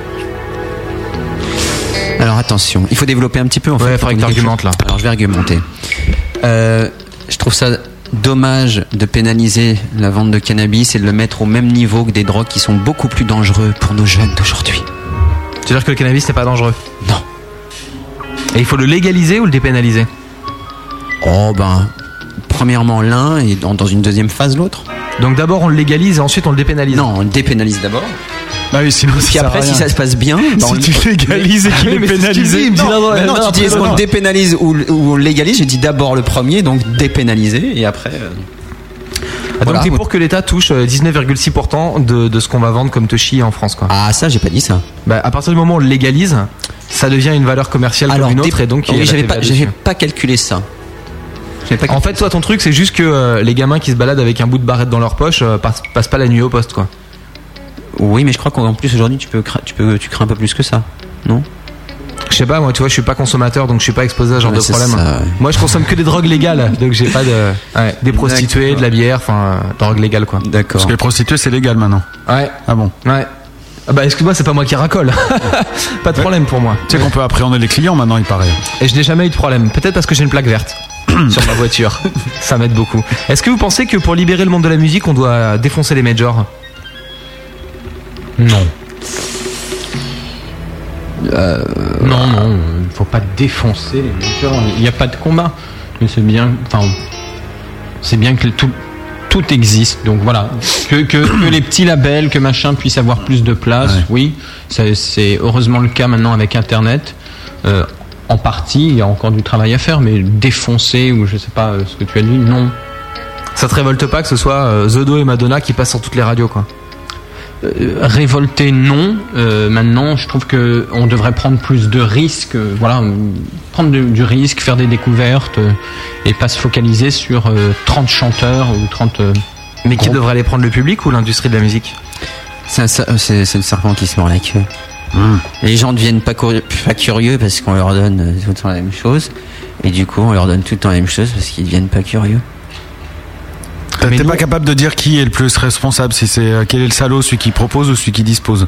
Alors attention, il faut développer un petit peu en fait. Ouais, il faudrait que tu argumentes là. Alors je vais argumenter. Je trouve ça dommage de pénaliser la vente de cannabis et de le mettre au même niveau que des drogues qui sont beaucoup plus dangereux pour nos jeunes d'aujourd'hui. Tu veux dire que le cannabis n'est pas dangereux? Non. Et il faut le légaliser ou le dépénaliser? Oh ben, premièrement l'un et dans une deuxième phase l'autre. Donc d'abord on le légalise et ensuite on le dépénalise? Non, on le dépénalise d'abord. Bah oui, sinon puis après, si ça se passe bien, si tu légalises et qu'il est pénalisé, non, tu dis est-ce qu'on le dépénalise ou on le légalise? J'ai dit d'abord le premier, donc dépénaliser et après. Donc t'es pour que l'État touche 19,6% de ce qu'on va vendre comme Toshi en France quoi. Ah ça j'ai pas dit ça. Bah à partir du moment où on le légalise, ça devient une valeur commerciale comme une autre et donc oui, j'avais pas calculé ça. En fait toi ton truc c'est juste que les gamins qui se baladent avec un bout de barrette dans leur poche passent pas la nuit au poste quoi. Oui mais je crois qu'en plus aujourd'hui tu crains un peu plus que ça, non? Je sais pas, moi tu vois je suis pas consommateur donc je suis pas exposé à ce genre de problème. Ça, ouais. Moi je consomme que des drogues légales donc j'ai pas de des prostituées, de la bière, enfin drogue légale quoi. D'accord. Parce que les prostituées c'est légal maintenant. Ouais. Ah bon? Ouais. Ah bah excuse-moi, c'est pas moi qui racole. Pas de problème pour moi. Tu sais qu'on peut appréhender les clients maintenant, il paraît. Et je n'ai jamais eu de problème. Peut-être parce que j'ai une plaque verte sur ma voiture. Ça m'aide beaucoup. Est-ce que vous pensez que pour libérer le monde de la musique, on doit défoncer les majors? Non. Non, il faut pas défoncer les majors. Il n'y a pas de combat. Mais c'est bien. Enfin, c'est bien que tout existe. Donc voilà, que les petits labels, que machin puissent avoir plus de place. Ouais. Oui, c'est heureusement le cas maintenant avec Internet. En partie, il y a encore du travail à faire, mais défoncer ou je sais pas ce que tu as dit, non. Ça te révolte pas que ce soit The Do et Madonna qui passent sur toutes les radios, quoi? Révolter, non. Maintenant, je trouve que on devrait prendre plus de risques. Voilà, prendre du risque, faire des découvertes et pas se focaliser sur 30 chanteurs ou 30. Mais qui devrait les prendre, le public ou l'industrie de la musique? C'est le serpent qui se mord la queue. Les gens ne deviennent pas curieux parce qu'on leur donne tout le temps la même chose, et du coup on leur donne tout le temps la même chose parce qu'ils ne deviennent pas curieux. T'es pas capable de dire qui est le plus responsable, si c'est quel est le salaud, celui qui propose ou celui qui dispose?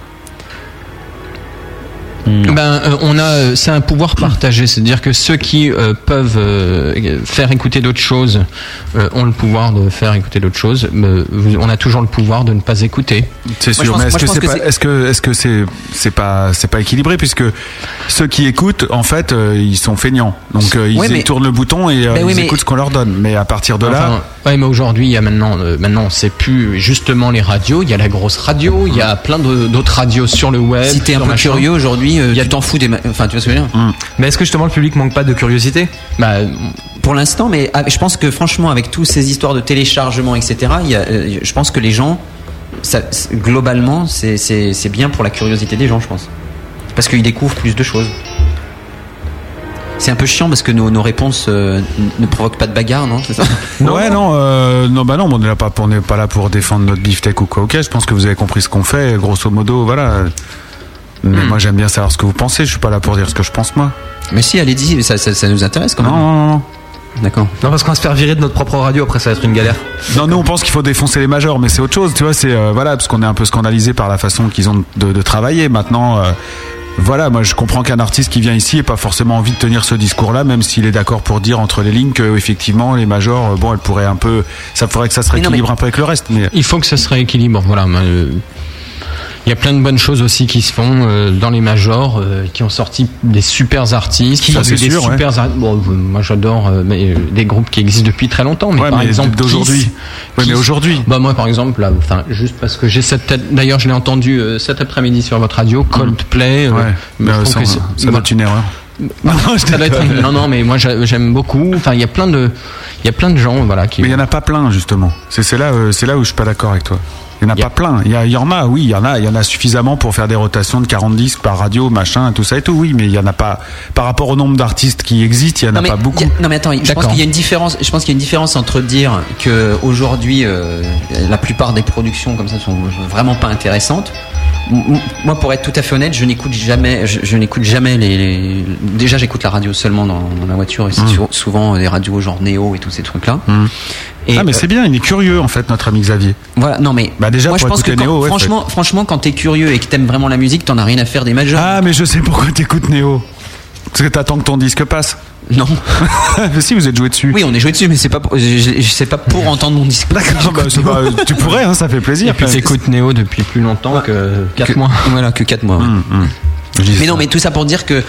C'est un pouvoir partagé, c'est-à-dire que ceux qui peuvent faire écouter d'autres choses ont le pouvoir de faire écouter d'autres choses. On a toujours le pouvoir de ne pas écouter. C'est sûr, mais est-ce que c'est pas équilibré, puisque ceux qui écoutent, en fait, ils sont feignants, donc ils tournent le bouton et ils écoutent ce qu'on leur donne. Mais à partir de là, mais aujourd'hui, il y a maintenant, c'est plus justement les radios. Il y a la grosse radio, il y a plein d'autres radios sur le web. Si t'es un peu curieux aujourd'hui, tu t'en fous enfin, tu vois ce que je veux dire. Mais est-ce que justement le public manque pas de curiosité? Pour l'instant, mais je pense que franchement, avec toutes ces histoires de téléchargement, etc., je pense que les gens, globalement, c'est bien pour la curiosité des gens, je pense, parce qu'ils découvrent plus de choses. C'est un peu chiant parce que nos réponses ne provoquent pas de bagarre, non? C'est ça? Non, on n'est pas là pour défendre notre beefsteak ou quoi. Ok, je pense que vous avez compris ce qu'on fait, grosso modo, voilà. Mais moi j'aime bien savoir ce que vous pensez, je suis pas là pour dire ce que je pense moi. Mais si, allez-y, ça nous intéresse quand même. Non. D'accord. Non, parce qu'on va se faire virer de notre propre radio, après ça va être une galère. Non, nous on pense qu'il faut défoncer les majors, mais c'est autre chose, tu vois, c'est parce qu'on est un peu scandalisé par la façon qu'ils ont de travailler. Maintenant, voilà, moi je comprends qu'un artiste qui vient ici ait pas forcément envie de tenir ce discours-là, même s'il est d'accord pour dire entre les lignes que effectivement les majors, elle pourrait un peu, ça faudrait que ça se rééquilibre un peu avec le reste. Mais il faut que ça se rééquilibre, voilà. Il y a plein de bonnes choses aussi qui se font dans les majors, qui ont sorti des super artistes. Moi j'adore des groupes qui existent depuis très longtemps, mais par exemple d'aujourd'hui. Mais aujourd'hui. Moi par exemple, là, juste parce que j'ai cette tête. D'ailleurs, je l'ai entendu cet après-midi sur votre radio, Coldplay. Ça doit être une erreur. Non, mais moi j'aime beaucoup. Enfin, il y a plein de gens, voilà. Mais il y en a pas plein justement. C'est là où je suis pas d'accord avec toi. Il n'y en a pas plein. Il y en a, oui, il y en a suffisamment pour faire des rotations de 40 disques par radio, machin, tout ça et tout, oui, mais il y en a pas, par rapport au nombre d'artistes qui existent, il y en a pas beaucoup. Non, mais attends, je pense qu'il y a une différence entre dire que aujourd'hui, la plupart des productions comme ça sont vraiment pas intéressantes. Moi, pour être tout à fait honnête, je n'écoute jamais déjà, j'écoute la radio seulement dans la voiture, et c'est souvent des radios genre Néo et tous ces trucs-là. Mais c'est bien, il est curieux en fait, notre ami Xavier. Voilà, non mais déjà moi, pour écouter Néo, franchement, quand t'es curieux et que t'aimes vraiment la musique, t'en as rien à faire des majors. Ah, mais je sais pourquoi t'écoutes Néo. Parce que t'attends que ton disque passe. Non. Mais si, vous êtes joué dessus. Oui, on est joué dessus, mais c'est pas pour entendre mon disque. D'accord, tu pourrais, ça fait plaisir. Et puis t'écoutes Néo depuis plus longtemps que 4 mois. Voilà, que 4 mois. Mais non, mais tout ça pour dire que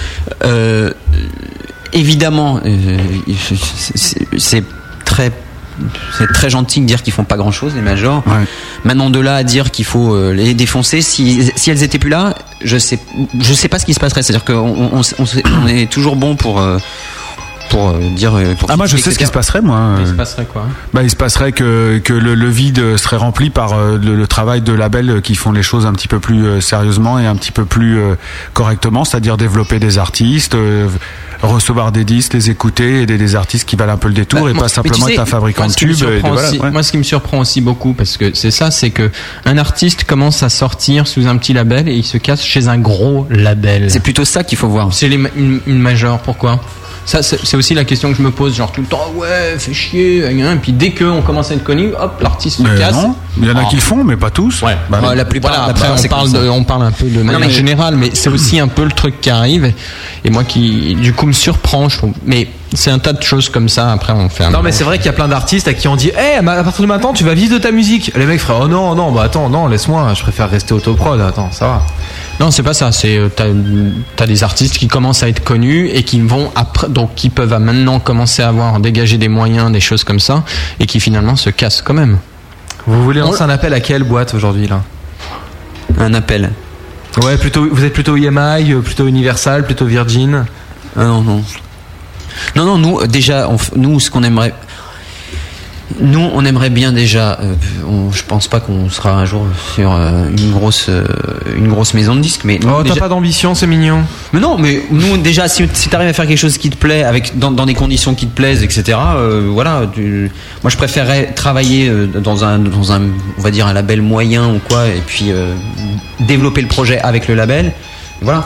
évidemment, c'est très gentil de dire qu'ils font pas grand chose, les majors. Maintenant, de là à dire qu'il faut les défoncer, si elles étaient plus là, je sais pas ce qui se passerait. C'est-à-dire qu'on est toujours bon pour dire. Moi je sais ce qui se passerait, moi. Il se passerait quoi? Il se passerait que le vide serait rempli par le travail de labels qui font les choses un petit peu plus sérieusement et un petit peu plus correctement, c'est-à-dire développer des artistes, recevoir des disques, les écouter, aider des artistes qui valent un peu le détour et pas simplement être un fabricant de tubes. Moi, ce qui me surprend aussi beaucoup, parce que c'est que un artiste commence à sortir sous un petit label et il se casse chez un gros label. C'est plutôt ça qu'il faut voir. C'est une major, pourquoi? Ça, c'est aussi la question que je me pose, genre tout le temps, ouais, fait chier, et puis dès qu'on commence à être connu, hop, l'artiste se casse. Non, il y en a qui le font, mais pas tous. Ouais. La plupart. Voilà, après, on parle un peu de manière générale, mais c'est aussi un peu le truc qui arrive, et moi qui, du coup, me surprend, je trouve. Mais c'est un tas de choses comme ça, après, on fait un. Non, mais c'est vrai qu'il y a plein d'artistes à qui on dit, à partir de maintenant, tu vas vivre de ta musique. Les mecs feraient, oh non, bah attends, non, laisse-moi, je préfère rester autoprod, attends, ça va. Non, c'est pas ça. C'est t'as des artistes qui commencent à être connus et qui vont après, donc qui peuvent maintenant commencer à dégager des moyens, des choses comme ça, et qui finalement se cassent quand même. Vous voulez lancer un appel à quelle boîte aujourd'hui là ? Un appel. Ouais, plutôt. Vous êtes plutôt EMI, plutôt Universal, plutôt Virgin ? Non. Nous déjà, nous ce qu'on aimerait. Nous, on aimerait bien déjà. Je pense pas qu'on sera un jour sur une grosse maison de disques, mais. T'as pas d'ambition, c'est mignon. Mais non, mais nous déjà, si t'arrives à faire quelque chose qui te plaît, dans des conditions qui te plaisent, etc. Voilà. Moi, je préférerais travailler dans un, on va dire un label moyen ou quoi, et puis développer le projet avec le label. Voilà.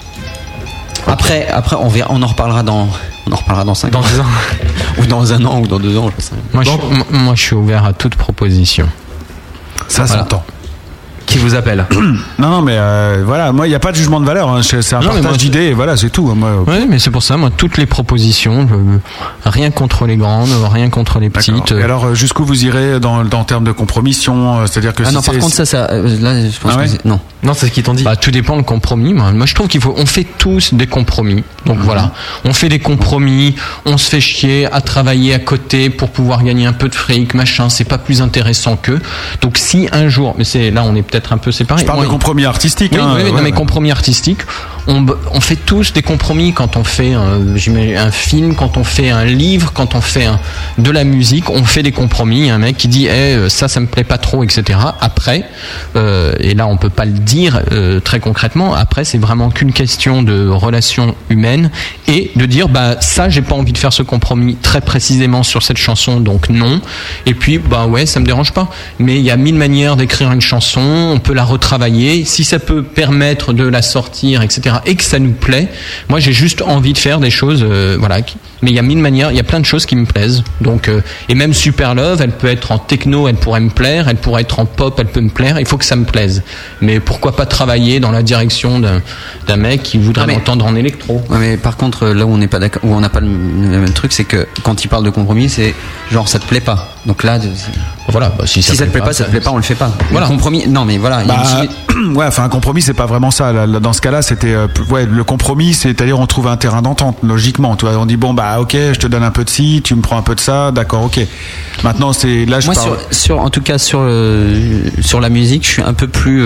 Après, on en reparlera dans 5 ans. Dans 10 ans. Ou dans 1 an, ou dans 2 ans, je sais. Moi, je suis ouvert à toute proposition. Ça s'entend. Qui vous appelle ? Non, mais voilà, moi, il n'y a pas de jugement de valeur. Hein. C'est un partage d'idées, et voilà, c'est tout. Oui, mais c'est pour ça, moi, toutes les propositions, rien contre les grandes, rien contre les petites. Et alors, jusqu'où vous irez dans termes de compromission, c'est-à-dire que non, par contre, ça, là, je pense que c'est... Non. Non, c'est ce qu'ils t'ont dit. Tout dépend le compromis. Moi, je trouve on fait tous des compromis. Donc voilà, on fait des compromis, on se fait chier à travailler à côté pour pouvoir gagner un peu de fric, machin. C'est pas plus intéressant qu'eux. Donc si un jour, mais là, on est peut-être un peu séparés. Je parle de compromis artistiques. Oui, mais compromis artistiques. On fait tous des compromis quand on fait un film, quand on fait un livre, quand on fait de la musique, on fait des compromis. Il y a un mec qui dit ça me plaît pas trop, etc. Après, et là on peut pas le dire très concrètement, après c'est vraiment qu'une question de relations humaines et de dire ça j'ai pas envie de faire ce compromis très précisément sur cette chanson, donc non. Et puis ouais, ça me dérange pas. Mais il y a 1000 manières d'écrire une chanson, on peut la retravailler. Si ça peut permettre de la sortir, etc. et que ça nous plaît, moi j'ai juste envie de faire des choses voilà, mais il y a 1000 manières, il y a plein de choses qui me plaisent, donc et même Super Love, elle peut être en techno, elle pourrait me plaire, elle pourrait être en pop, elle peut me plaire, il faut que ça me plaise, mais pourquoi pas travailler dans la direction d'un mec qui voudrait m'entendre en électro. Ouais, mais par contre là où on n'est pas d'accord, où on n'a pas le même truc, c'est que quand il parle de compromis, c'est genre ça te plaît pas, donc là voilà, si ça te plaît pas, ça te plaît pas, on le fait pas. Voilà. Le compromis, non mais voilà. Ouais, enfin un compromis, c'est pas vraiment ça. Là, dans ce cas-là, c'était le compromis, c'est-à-dire on trouve un terrain d'entente logiquement. Tu vois, on dit ok, je te donne un peu de ci, tu me prends un peu de ça, d'accord, ok. Maintenant c'est là je parle. En tout cas sur la musique, je suis un peu plus.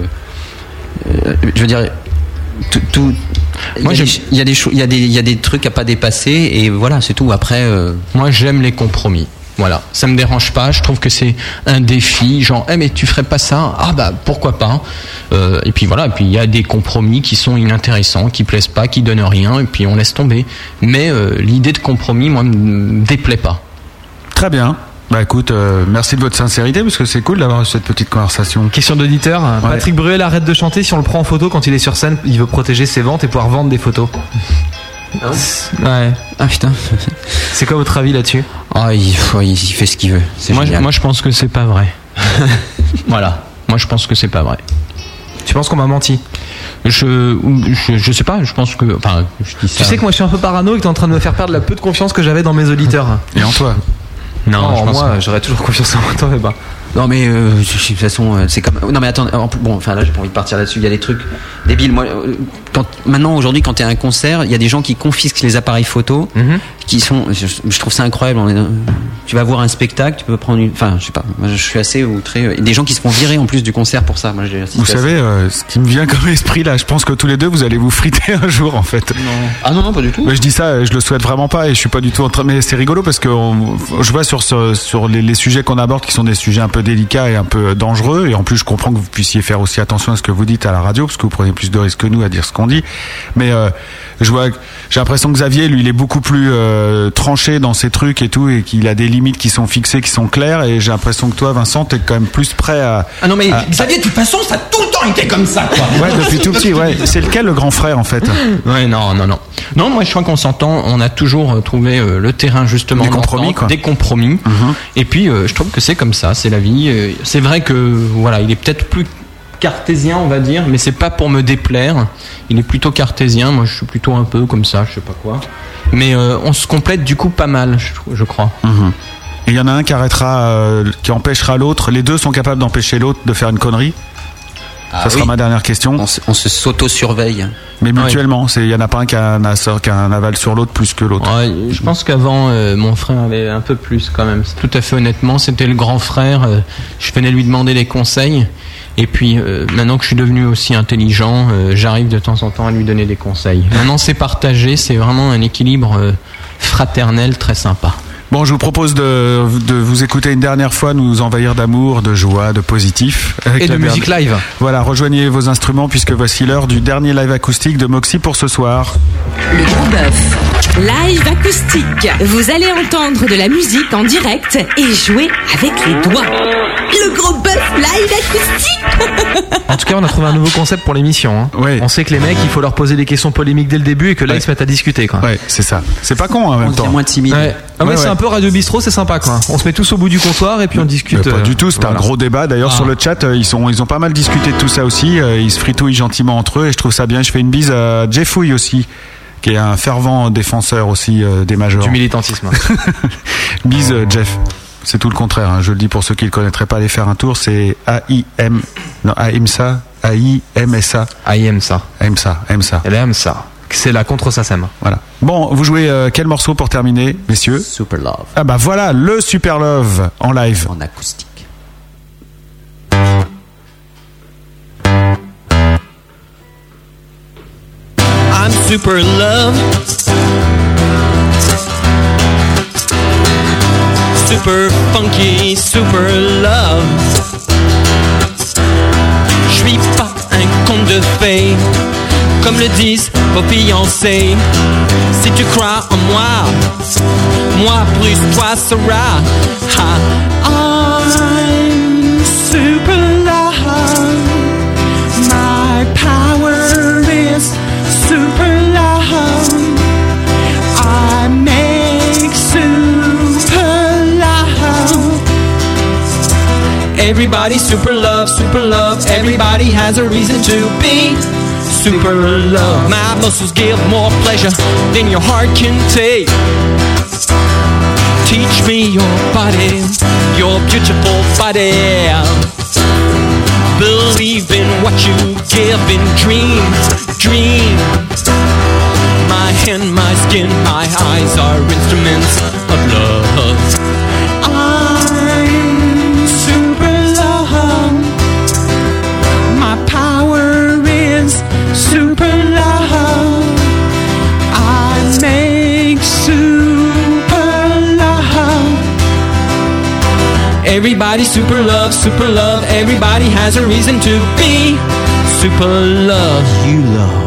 Je veux dire. Tout. Moi, il y a des trucs à pas dépasser et voilà, c'est tout. Après. Moi, j'aime les compromis. Voilà, ça me dérange pas, je trouve que c'est un défi, genre mais tu ferais pas ça, pourquoi pas, et puis voilà, et puis il y a des compromis qui sont inintéressants, qui plaisent pas, qui donnent rien, et puis on laisse tomber, mais l'idée de compromis, moi, me déplaît pas. Très bien. Écoute, merci de votre sincérité parce que c'est cool d'avoir cette petite conversation. Question d'auditeur, ouais. Patrick Bruel arrête de chanter si on le prend en photo quand il est sur scène, il veut protéger ses ventes et pouvoir vendre des photos. Ouais. Ah putain. C'est quoi votre avis là-dessus ? Il fait ce qu'il veut. Moi je pense que c'est pas vrai. Voilà. Moi je pense que c'est pas vrai. Tu penses qu'on m'a menti ? Je sais pas, je pense que. Enfin, je dis ça. Tu sais que moi je suis un peu parano et que t'es en train de me faire perdre la peu de confiance que j'avais dans mes auditeurs. Et en toi ? Non, moi j'aurais toujours confiance en toi, mais Non mais de toute façon c'est comme non mais attends là j'ai pas envie de partir là-dessus, il y a des trucs débiles. Moi maintenant aujourd'hui quand t'es à un concert, il y a des gens qui confisquent les appareils photo qui sont je trouve ça incroyable. Tu vas voir un spectacle, tu peux prendre je sais pas, moi je suis assez outré, des gens qui se font virer en plus du concert pour ça. Moi vous savez ce qui me vient comme esprit là, je pense que tous les deux vous allez vous friter un jour en fait. Non pas du tout. Mais je dis ça, je le souhaite vraiment pas et je suis pas du tout en train, mais c'est rigolo parce que je vois sur les sujets qu'on aborde qui sont des sujets un peu délicats et un peu dangereux, et en plus je comprends que vous puissiez faire aussi attention à ce que vous dites à la radio parce que vous prenez plus de risques que nous à dire ce qu'on dit, mais j'ai l'impression que Xavier lui il est beaucoup plus tranché dans ses trucs et tout, et qu'il a des limites qui sont fixées, qui sont claires. Et j'ai l'impression que toi, Vincent, t'es quand même plus prêt à... Ah non mais Xavier, de toute façon, ça a tout le temps été comme ça, quoi. Ouais, depuis tout petit, ouais. C'est lequel le grand frère, en fait? Ouais, non. Non, moi je crois qu'on s'entend, on a toujours trouvé le terrain justement des compromis, quoi. Des compromis. Et puis je trouve que c'est comme ça, c'est la vie. C'est vrai que voilà, il est peut-être plus cartésien, on va dire, mais c'est pas pour me déplaire. Il est plutôt cartésien, moi je suis plutôt un peu comme ça, je sais pas quoi. Mais on se complète du coup pas mal, je crois. Et il y en a un qui arrêtera, qui empêchera l'autre. Les deux sont capables d'empêcher l'autre de faire une connerie. Ça sera ma dernière question. On se s'auto-surveille. Mais mutuellement, il y en a pas un qui a un aval sur l'autre plus que l'autre. Ouais, je pense qu'avant, mon frère avait un peu plus quand même. Tout à fait honnêtement, c'était le grand frère. Je venais lui demander des conseils. Et puis, maintenant que je suis devenu aussi intelligent, j'arrive de temps en temps à lui donner des conseils. Maintenant, c'est partagé, c'est vraiment un équilibre fraternel très sympa. Bon, je vous propose de vous écouter une dernière fois, nous envahir d'amour, de joie, de positif. Et de musique live. Voilà, rejoignez vos instruments puisque voici l'heure du dernier live acoustique de Moxie pour ce soir. Le Gros Bœuf. Live acoustique. Vous allez entendre de la musique en direct et jouer avec les doigts. Le Gros Bœuf live acoustique. En tout cas, on a trouvé un nouveau concept pour l'émission. Hein. Oui. On sait que les mecs, il faut leur poser des questions polémiques dès le début et que là, ils se mettent à discuter. Quoi. Ouais, c'est ça. C'est pas con en même temps. On est moins timide. Ouais. Ah ouais, c'est un peu Radio Bistrot, c'est sympa quoi. On se met tous au bout du comptoir et puis on discute. Pas du tout, c'est un gros débat. D'ailleurs sur le chat, ils ont pas mal discuté de tout ça aussi. Ils se fritouillent gentiment entre eux et je trouve ça bien. Je fais une bise à Jeffouille aussi, qui est un fervent défenseur aussi des majors. Du militantisme. Bise Jeff. C'est tout le contraire. Hein. Je le dis pour ceux qui ne le connaîtraient pas, aller faire un tour. C'est AIMSA. Elle aime ça. C'est la contre SACEM. Voilà. Bon, vous jouez quel morceau pour terminer, messieurs? Super Love. Ah bah voilà, le Super Love en live. En acoustique. I'm super love. Super funky, super love. Je suis pas un conte de fées, comme le disent vos fiancés. Si tu crois en moi plus toi sera. I'm super love. My power is super love. I make super love. Everybody super love, super love. Everybody has a reason to be super love. My muscles give more pleasure than your heart can take. Teach me your body, your beautiful body. Believe in what you give in dream. My hand, my skin, my eyes are instruments of love. I'm super love. My power is super love. I make super love. Everybody super love, super love. Everybody has a reason to be super love. You love.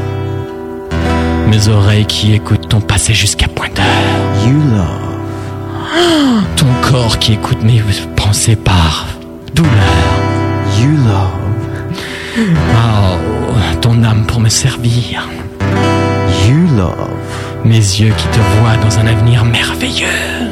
Mes oreilles qui écoutent ton passé jusqu'à point d'heure. You love. Ton corps qui écoute mes pensées par douleur. You love. Oh, ton âme pour me servir. You love. Mes yeux qui te voient dans un avenir merveilleux.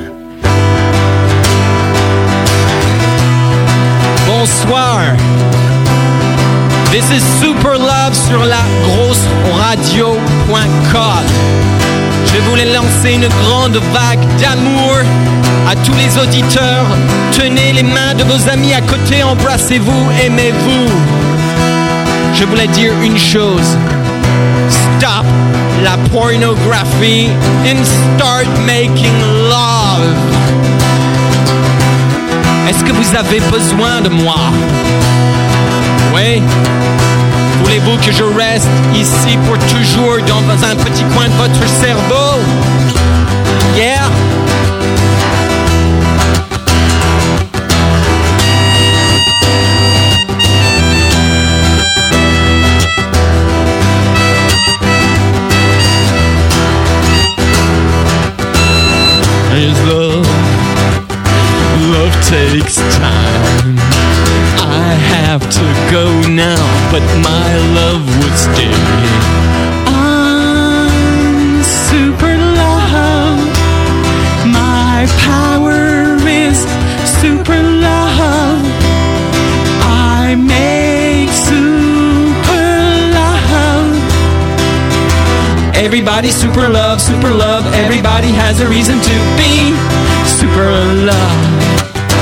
Bonsoir. This is Super Love sur la grosse radio.com. Je voulais lancer une grande vague d'amour à tous les auditeurs. Tenez les mains de vos amis à côté, embrassez-vous, aimez-vous. Je voulais dire une chose. Stop la pornographie and start making love. Est-ce que vous avez besoin de moi? Oui? Voulez-vous que je reste ici pour toujours dans un petit coin de votre cerveau? Yeah? mine. I have to go now, but my love would stay. I'm super love. My power is super love. I make super love. Everybody's super love, super love. Everybody has a reason to be super love.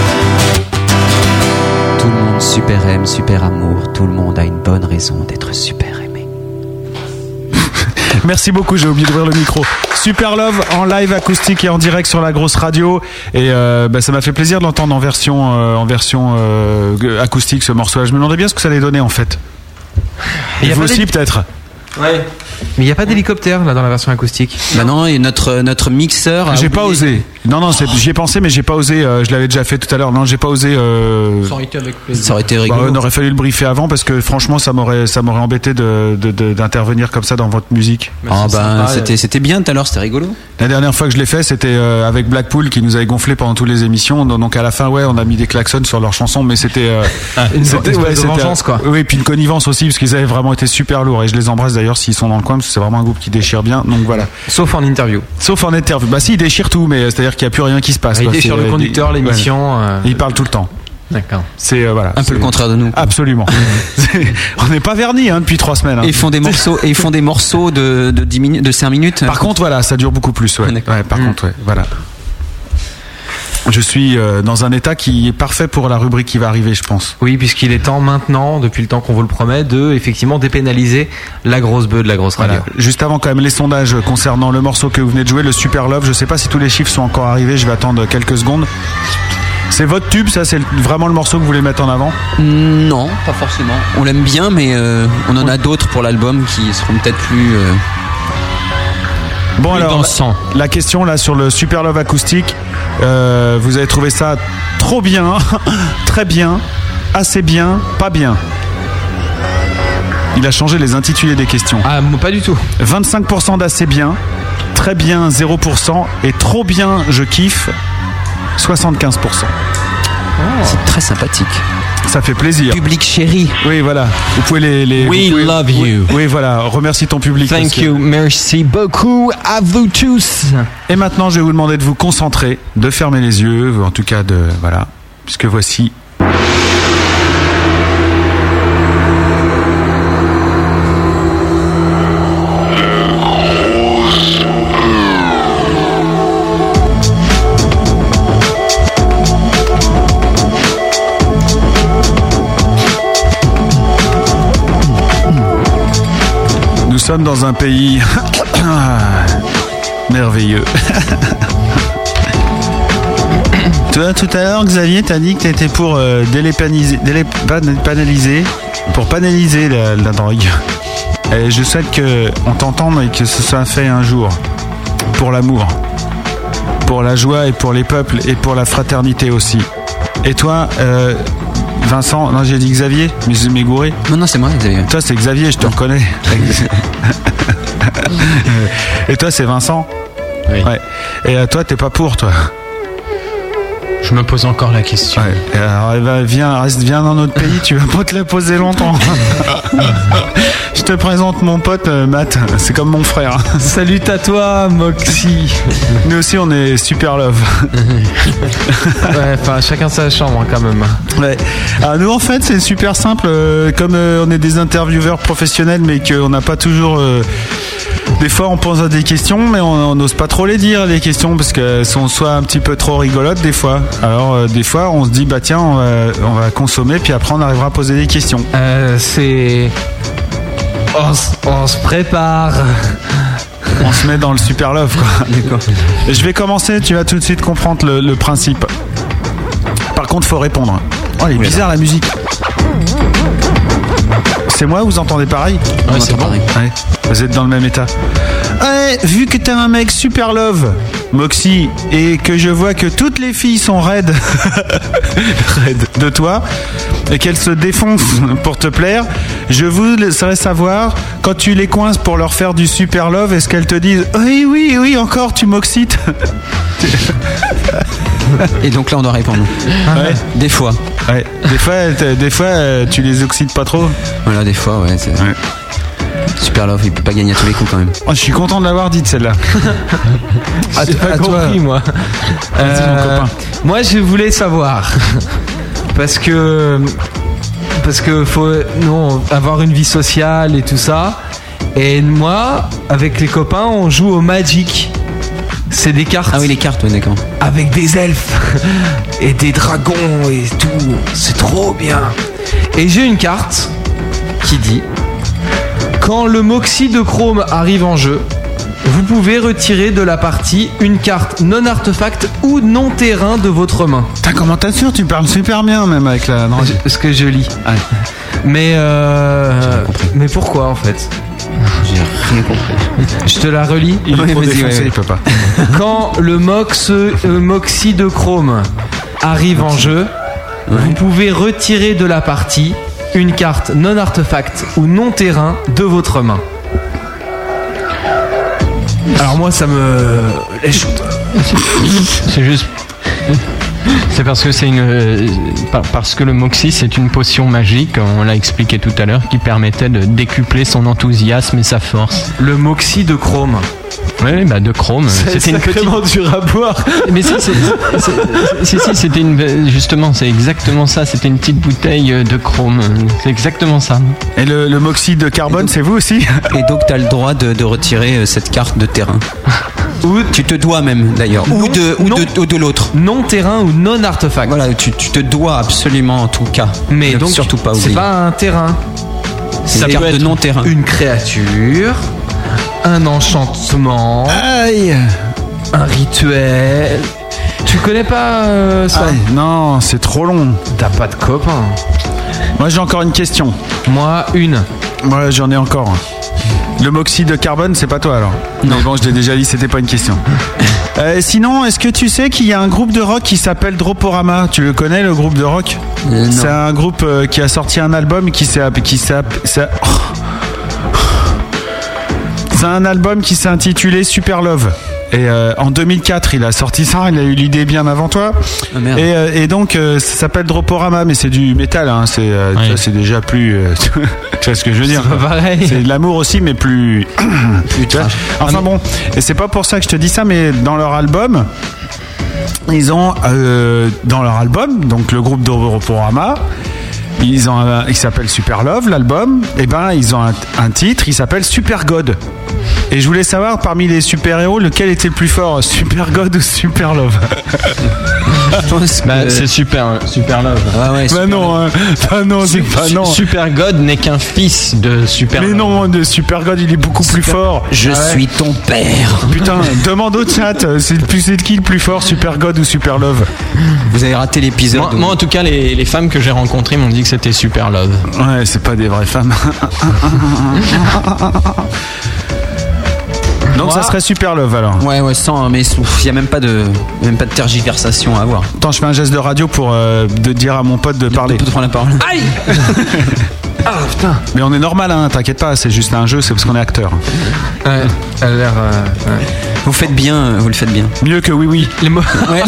Tout le monde super aime, super amour. Tout le monde a une bonne raison d'être super aimé. Merci beaucoup, j'ai oublié d'ouvrir le micro. Super Love en live acoustique et en direct sur la grosse radio. Et ça m'a fait plaisir de l'entendre en version acoustique, ce morceau-là. Je me demandais bien ce que ça allait donner en fait. Et vous aussi peut-être. Ouais. Mais il n'y a pas d'hélicoptère là dans la version acoustique. Bah non, et notre mixeur. J'ai pas osé. Non, j'y ai pensé, mais j'ai pas osé. Je l'avais déjà fait tout à l'heure. Non, j'ai pas osé. Ça aurait été avec plaisir. Ça aurait été rigolo. On aurait fallu le briefer avant parce que franchement, ça m'aurait embêté d'intervenir comme ça dans votre musique. C'était bien tout à l'heure, c'était rigolo. La dernière fois que je l'ai fait, c'était avec Blackpool qui nous avait gonflé pendant toutes les émissions. Donc à la fin, on a mis des klaxons sur leurs chansons, mais c'était c'était vengeance quoi. Oui, puis une connivence aussi parce qu'ils avaient vraiment été super lourds et je les embrasse d'ailleurs s'ils sont dans le coin parce que c'est vraiment un groupe qui déchire bien. Donc voilà. Sauf en interview. Bah si, ils déchirent tout, mais c'est-à-dire qu'il n'y a plus rien qui se passe. Il déchire le conducteur, l'émission. Il parle tout le temps. D'accord. C'est voilà. Un peu le contraire de nous. Absolument. On n'est pas vernis depuis 3 semaines. Et ils font des morceaux de 10 minutes, de 5 minutes. Par contre, voilà, ça dure beaucoup plus. Ouais. Par contre, voilà. Je suis dans un état qui est parfait pour la rubrique qui va arriver, je pense. Oui, puisqu'il est temps maintenant, depuis le temps qu'on vous le promet, de effectivement dépénaliser la grosse bœuf de la grosse radio. Voilà. Juste avant quand même les sondages concernant le morceau que vous venez de jouer, le Super Love. Je sais pas si tous les chiffres sont encore arrivés, je vais attendre quelques secondes. C'est votre tube, ça, c'est vraiment le morceau que vous voulez mettre en avant ? Non, pas forcément. On l'aime bien, mais on en a d'autres pour l'album qui seront peut-être plus... Bon alors, la question là sur le Super Love acoustique, vous avez trouvé ça trop bien, très bien, assez bien, pas bien. Il a changé les intitulés des questions. Ah, pas du tout. 25% d'assez bien, très bien 0% et trop bien, je kiffe 75%. C'est très sympathique. Ça fait plaisir. Public chéri. Oui, voilà. Vous pouvez les We love you. Oui, voilà. Remercie ton public. Thank you. Merci beaucoup à vous tous. Et maintenant, je vais vous demander de vous concentrer, de fermer les yeux, en tout cas voilà, puisque voici. Nous sommes dans un pays merveilleux. Toi, tout à l'heure, Xavier, t'as dit que t'étais pour pour panéliser la drogue. Et je souhaite qu'on t'entende et que ce soit fait un jour. Pour l'amour, pour la joie et pour les peuples et pour la fraternité aussi. Et toi, Vincent, non, j'ai dit Xavier, mais je m'ai gouré. Non, c'est moi, Xavier. Toi, c'est Xavier, je te reconnais. Et toi, c'est Vincent. Oui. Ouais. Et toi, t'es pas pour, toi. Je me pose encore la question. Ouais. Et alors, viens dans notre pays, tu vas pas te la poser longtemps. Je te présente mon pote Matt, c'est comme mon frère. Salut à toi, Moxie. Nous aussi, on est super love. Ouais, enfin, chacun sa chambre quand même. Ouais. Alors, nous, en fait, c'est super simple. Comme on est des intervieweurs professionnels, mais qu'on n'a pas toujours. Des fois, on pense à des questions, mais on n'ose pas trop les dire, les questions, parce qu'elles sont soit un petit peu trop rigolotes, des fois. Alors, des fois, on se dit, bah tiens, on va consommer, puis après, on arrivera à poser des questions. C'est. On se prépare. On se met dans le super love, quoi. D'accord. Et je vais commencer, tu vas tout de suite comprendre le principe. Par contre, faut répondre. Oh, elle est bizarre, la musique. C'est moi, vous entendez pareil? Ouais, c'est pareil. Ouais. Vous êtes dans le même état. Ouais, vu que t'es un mec super love, Moxie, et que je vois que toutes les filles sont raides, raides de toi, et qu'elles se défoncent pour te plaire, je voudrais savoir, quand tu les coinces pour leur faire du super love, est-ce qu'elles te disent oui, encore tu m'excites? Et donc là, on doit répondre. Ouais. Des fois. Ouais. Des fois, tu les oxydes pas trop. Voilà, des fois, ouais. Super Love, il peut pas gagner à tous les coups quand même. Oh, je suis content de l'avoir dite celle-là. J'ai pas compris, moi. Vas-y, mon copain. Moi, je voulais savoir. Parce que faut avoir une vie sociale et tout ça. Et moi, avec les copains, on joue au Magic. C'est des cartes. Ah oui, les cartes, ouais, d'accord. Avec des elfes et des dragons et tout. C'est trop bien. Et j'ai une carte qui dit: quand le Moxie de Chrome arrive en jeu, vous pouvez retirer de la partie une carte non artefact ou non terrain de votre main. Putain, comment t'assures? Tu parles super bien même avec la... Non, ce que je lis. Ouais. Mais pourquoi en fait? J'ai rien compris. Je te la relis. Il est trop défoncé, il peut pas. Quand le Moxie de Chrome arrive en jeu, vous pouvez retirer de la partie une carte non artefact ou non terrain de votre main. Alors moi ça me... C'est juste... C'est parce que parce que le Moxie c'est une potion magique, on l'a expliqué tout à l'heure, qui permettait de décupler son enthousiasme et sa force. Le Moxie de Chrome. Oui, bah de Chrome. C'était une petite... dur à boire. Mais c'était justement, c'est exactement ça. C'était une petite bouteille de Chrome. C'est exactement ça. Et le Moxie de carbone, c'est vous aussi? Et donc t'as le droit de retirer cette carte de terrain. Ou tu te dois même d'ailleurs. Ou de l'autre. Non terrain ou non artefact. Voilà, tu te dois absolument en tout cas. Mais donc surtout pas oublier. C'est pas un terrain. Ça peut être de non terrain. Une créature, un enchantement, un rituel. Tu connais pas ça? Non, c'est trop long. T'as pas de copain. Moi j'ai encore une question. Moi une. Moi j'en ai encore. Le Moxie de carbone, c'est pas toi alors? Non. Mais bon, je l'ai déjà dit, c'était pas une question. Sinon, est-ce que tu sais qu'il y a un groupe de rock qui s'appelle Droporama? Tu le connais, le groupe de rock? C'est un groupe qui a sorti un album c'est un album qui s'est intitulé Super Love. Et en 2004, il a sorti ça, il a eu l'idée bien avant toi. Oh, merde. Et donc, ça s'appelle Droporama, mais c'est du métal, hein, c'est déjà plus... tu vois ce que je veux dire? C'est pas pareil. C'est de l'amour aussi, mais plus... Enfin bon, et c'est pas pour ça que je te dis ça, mais dans leur album, ils ont... donc le groupe Droporama, il s'appelle Super Love, l'album, et ben ils ont un titre, il s'appelle Super God. Et je voulais savoir, parmi les super-héros, lequel était le plus fort, Super God ou Super Love? C'est Super Love. Ah ouais, bah non, c'est pas non. Super God n'est qu'un fils de Super Love. Mais non, de Super God, il est beaucoup plus fort. Je suis ton père. Putain, demande au chat, c'est qui le plus fort, Super God ou Super Love? Vous avez raté l'épisode. Moi, en tout cas, les femmes que j'ai rencontrées m'ont dit que c'était Super Love. Ouais, c'est pas des vraies femmes. Donc ça serait Super Love alors. Ouais, mais il y a même pas de tergiversation à avoir. Attends, je fais un geste de radio pour de dire à mon pote de parler. De prendre la parole. Aïe. Ah putain. Mais on est normal, hein, t'inquiète pas, c'est juste un jeu, c'est parce qu'on est acteur. Ouais, elle a l'air. Vous le faites bien. Mieux que oui. Les mots. Ouais.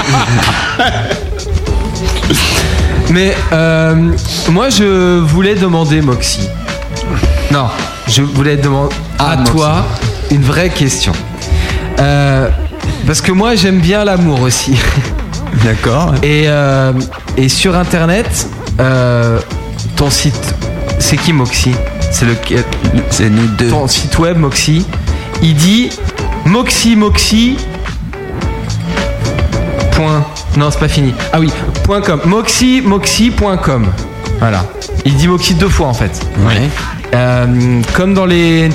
Mais moi je voulais demander Moxie. Non, je voulais demander à toi une vraie question. Parce que moi j'aime bien l'amour aussi. D'accord. Et sur internet, ton site, c'est qui Moxie? C'est nous deux. Ton site web Moxie, il dit Moxie. Non, c'est pas fini. Ah oui, .com. Moxie.com. Voilà. Il dit Moxie 2 fois en fait. Ouais. Comme dans les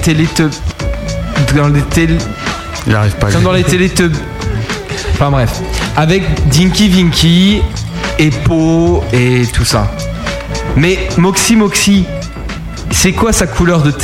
Il arrive pas. Comme dans les Enfin bref. Avec Dinky Vinky et Po et tout ça. Mais Moxie, c'est quoi sa couleur de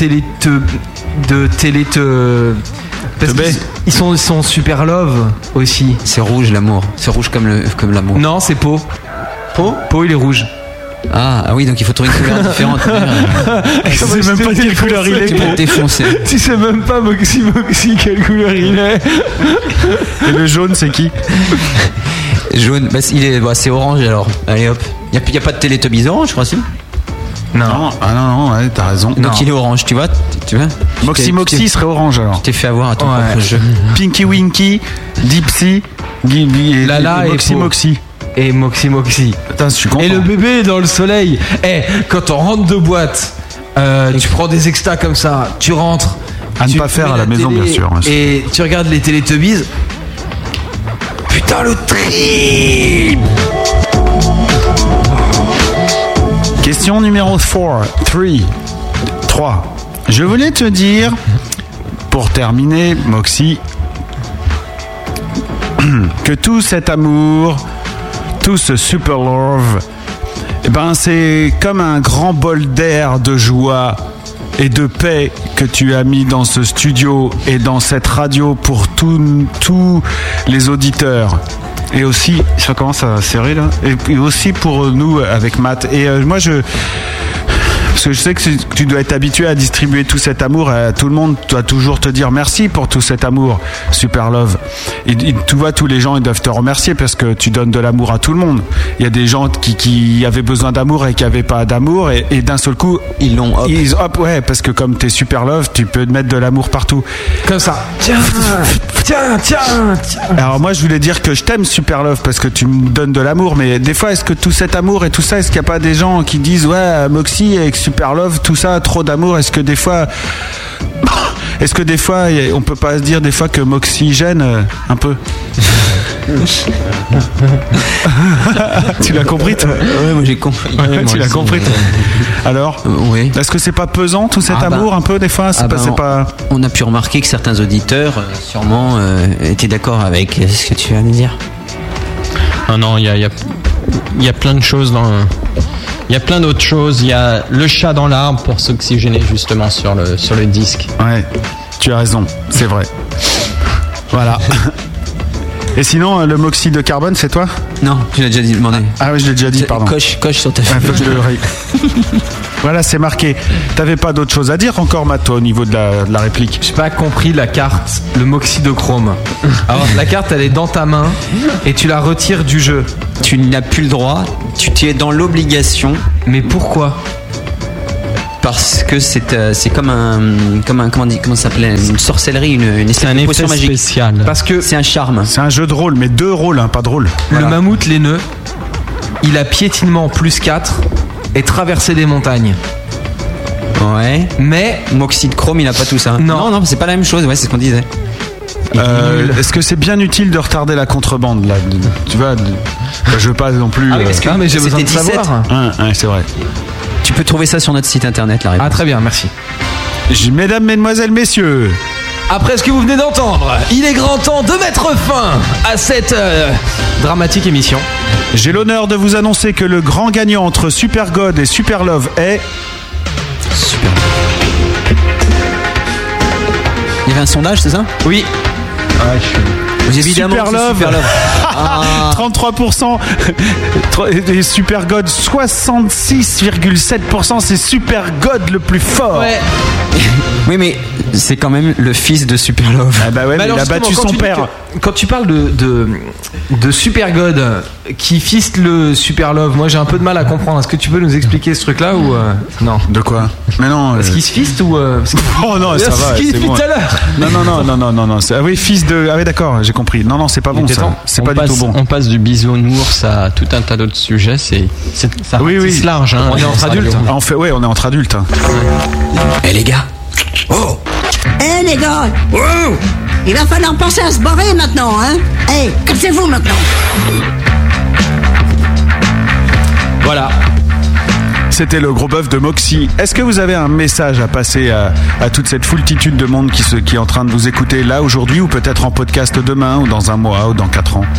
Parce qu'ils sont super love aussi. C'est rouge l'amour. C'est rouge comme l'amour. Non, c'est Po, il est rouge. Ah oui, donc il faut trouver une couleur différente. Tu sais même pas quelle couleur il est. Tu peux défoncer. Tu sais même pas Moxie quelle couleur il est. Et le jaune, c'est qui? Jaune, bah, c'est orange alors. Allez hop. Il n'y a pas de Teletubbies orange, je crois, si. Non, ouais, t'as raison. Donc Non. il est orange, tu vois. Moxie serait orange alors. Tu t'es fait avoir à ton propre jeu. Pinky Winky, Dipsy, Lala et Moxie. Et Moxie. Putain, je suis content. Et le bébé dans le soleil. Quand on rentre de boîte, tu prends des extas comme ça, tu rentres. À ne pas faire à la maison, bien sûr. Et tu regardes les Teletubbies. Putain, le trip. Question numéro 3. Je voulais te dire, pour terminer, Moxie, que tout cet amour, tout ce super love, eh ben c'est comme un grand bol d'air, de joie et de paix que tu as mis dans ce studio et dans cette radio pour tous les auditeurs. Et aussi, ça commence à serrer là, et aussi pour nous avec Matt. Et moi parce que je sais que tu dois être habitué à distribuer tout cet amour à tout le monde, doit toujours te dire merci pour tout cet amour, Super Love. Et tu vois, tous les gens, ils doivent te remercier parce que tu donnes de l'amour à tout le monde. Il y a des gens qui avaient besoin d'amour et qui n'avaient pas d'amour, et d'un seul coup, ils l'ont hop. Ouais, parce que comme t'es Super Love, tu peux te mettre de l'amour partout. Comme ça. Tiens. Alors moi, je voulais dire que je t'aime, Super Love, parce que tu me donnes de l'amour, mais des fois, est-ce que tout cet amour et tout ça, est-ce qu'il n'y a pas des gens qui disent, ouais, Moxie avec Super Love, tout ça, trop d'amour, est-ce que des fois, on peut pas se dire des fois que Moxie gêne un peu? Tu l'as compris, toi? Ouais, moi j'ai compris. Ouais, tu l'as compris, toi. Alors, oui. Est-ce que c'est pas pesant tout cet amour un peu des fois? On a pu remarquer que certains auditeurs, sûrement, étaient d'accord avec ce que tu vas me dire. Ah non, il y a plein de choses dans. Il y a plein d'autres choses. Il y a le chat dans l'arbre pour s'oxygéner justement sur le disque. Ouais, tu as raison, c'est vrai. Voilà. Et sinon, le Moxie de carbone, c'est toi? Non, tu l'as déjà demandé. Ah oui, je l'ai déjà dit, pardon. Coche sur ta feuille. Faut que je le Voilà, c'est marqué. T'avais pas d'autre chose à dire encore, Matt, toi, au niveau de la réplique? J'ai pas compris la carte, le Moxie de chrome. Alors, la carte, elle est dans ta main et tu la retires du jeu. Tu n'as plus le droit, tu es dans l'obligation. Mais pourquoi? Parce que c'est comme comment ça s'appelait, une sorcellerie, une potion magique spécial. Parce que c'est un charme. C'est un jeu de rôle, mais 2 rôles, hein, pas de rôle. Le mammouth laineux, il a piétinement +4 et traversé des montagnes. Ouais. Mais Moxie de chrome, il n'a pas tout ça. Non, c'est pas la même chose. Ouais, c'est ce qu'on disait. Est-ce que c'est bien utile de retarder la contrebande là? Tu vois, je veux pas non plus. Ah oui, parce que mais j'ai besoin de savoir. Ouais, c'est vrai. Tu peux trouver ça sur notre site internet, la réponse. Ah très bien, merci. Mesdames, mesdemoiselles, messieurs, après ce que vous venez d'entendre, il est grand temps de mettre fin à cette dramatique émission. J'ai l'honneur de vous annoncer que le grand gagnant entre Super God et Super Love est... Super. Il y avait un sondage, c'est ça? Oui. Évidemment, Super Love, Super Love. 33%, et Super God 66,7%. C'est Super God le plus fort. Ouais. Oui, mais c'est quand même le fils de Super Love. Ah bah ouais, mais il a battu son père. Quand tu parles de Super God qui fiste le Super Love, moi j'ai un peu de mal à comprendre. Est-ce que tu peux nous expliquer ce truc-là ou non? De quoi? Mais non. Est-ce qu'il se fiste ou Oh non, ça va. C'est bon. tout à l'heure. Non. Ah oui, fils de. Ah oui, d'accord, j'ai compris. Non, c'est pas bon ça. C'est pas du tout bon. On passe du bisounours à tout un tas d'autres sujets. C'est large. Hein, on est entre adultes. On est entre adultes. Eh les gars. Oh. Eh les gars. Il va falloir penser à se barrer maintenant, hein. Eh, cassez-vous maintenant. Voilà. C'était le gros bœuf de Moxie. Est-ce que vous avez un message à passer à toute cette foultitude de monde qui est en train de vous écouter là aujourd'hui, ou peut-être en podcast demain, ou dans un mois, ou dans 4 ans?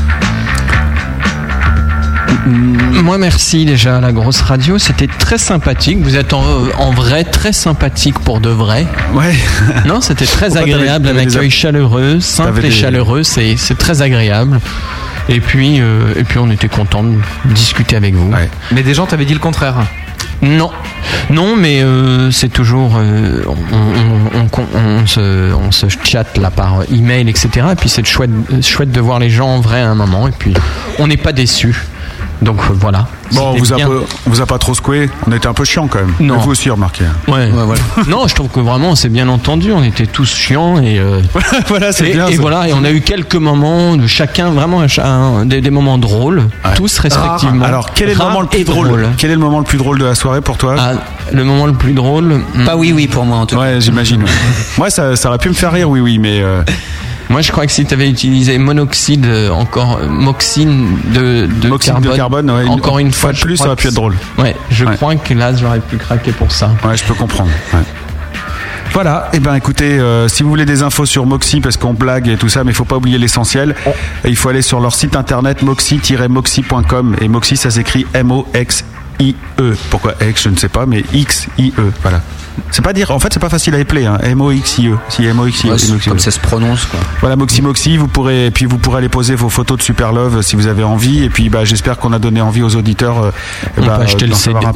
Moi, merci déjà à la grosse radio. C'était très sympathique. Vous êtes en vrai très sympathique pour de vrai. Ouais. Non, c'était très agréable. Un accueil chaleureux, simple et chaleureux. C'est très agréable. Et puis on était content de discuter avec vous. Ouais. Mais des gens t'avaient dit le contraire. Non, mais c'est toujours on se chatte là par email, etc. Et puis c'est chouette de voir les gens en vrai à un moment. Et puis on n'est pas déçus. Donc voilà. Bon, on vous a pas trop secoué. On était un peu chiant quand même. Non. Mais vous aussi remarquez. Ouais. Voilà. Non, je trouve que vraiment on s'est bien entendu. On était tous chiants et voilà, c'est bien. Et voilà, et on a eu quelques moments de chacun vraiment des moments drôles, tous respectivement. Alors, quel est le moment le plus drôle? Quel est le moment le plus drôle de la soirée pour toi? Le moment le plus drôle. Pas oui pour moi en tout cas. Ouais, j'imagine. Moi, ça aurait pu me faire rire, oui, mais. Moi, je crois que si tu avais utilisé moxine de carbone, ouais, encore une fois de plus, ça aurait pu être drôle. Ouais, je crois que là, j'aurais pu craquer pour ça. Ouais, je peux comprendre. Ouais. Voilà, et ben écoutez, si vous voulez des infos sur Moxie, parce qu'on blague et tout ça, mais il faut pas oublier l'essentiel, il faut aller sur leur site internet moxie-moxie.com, et Moxie ça s'écrit M-O-X-I-E. Pourquoi X, je ne sais pas, mais X-I-E, voilà. C'est pas dire, en fait c'est pas facile à épeler, hein. M-O-X-I-E. Si M-O-X-I-E, ouais, comme ça se prononce quoi. Voilà, Moxie, vous pourrez aller poser vos photos de Super Love si vous avez envie, et puis j'espère qu'on a donné envie aux auditeurs. On peut acheter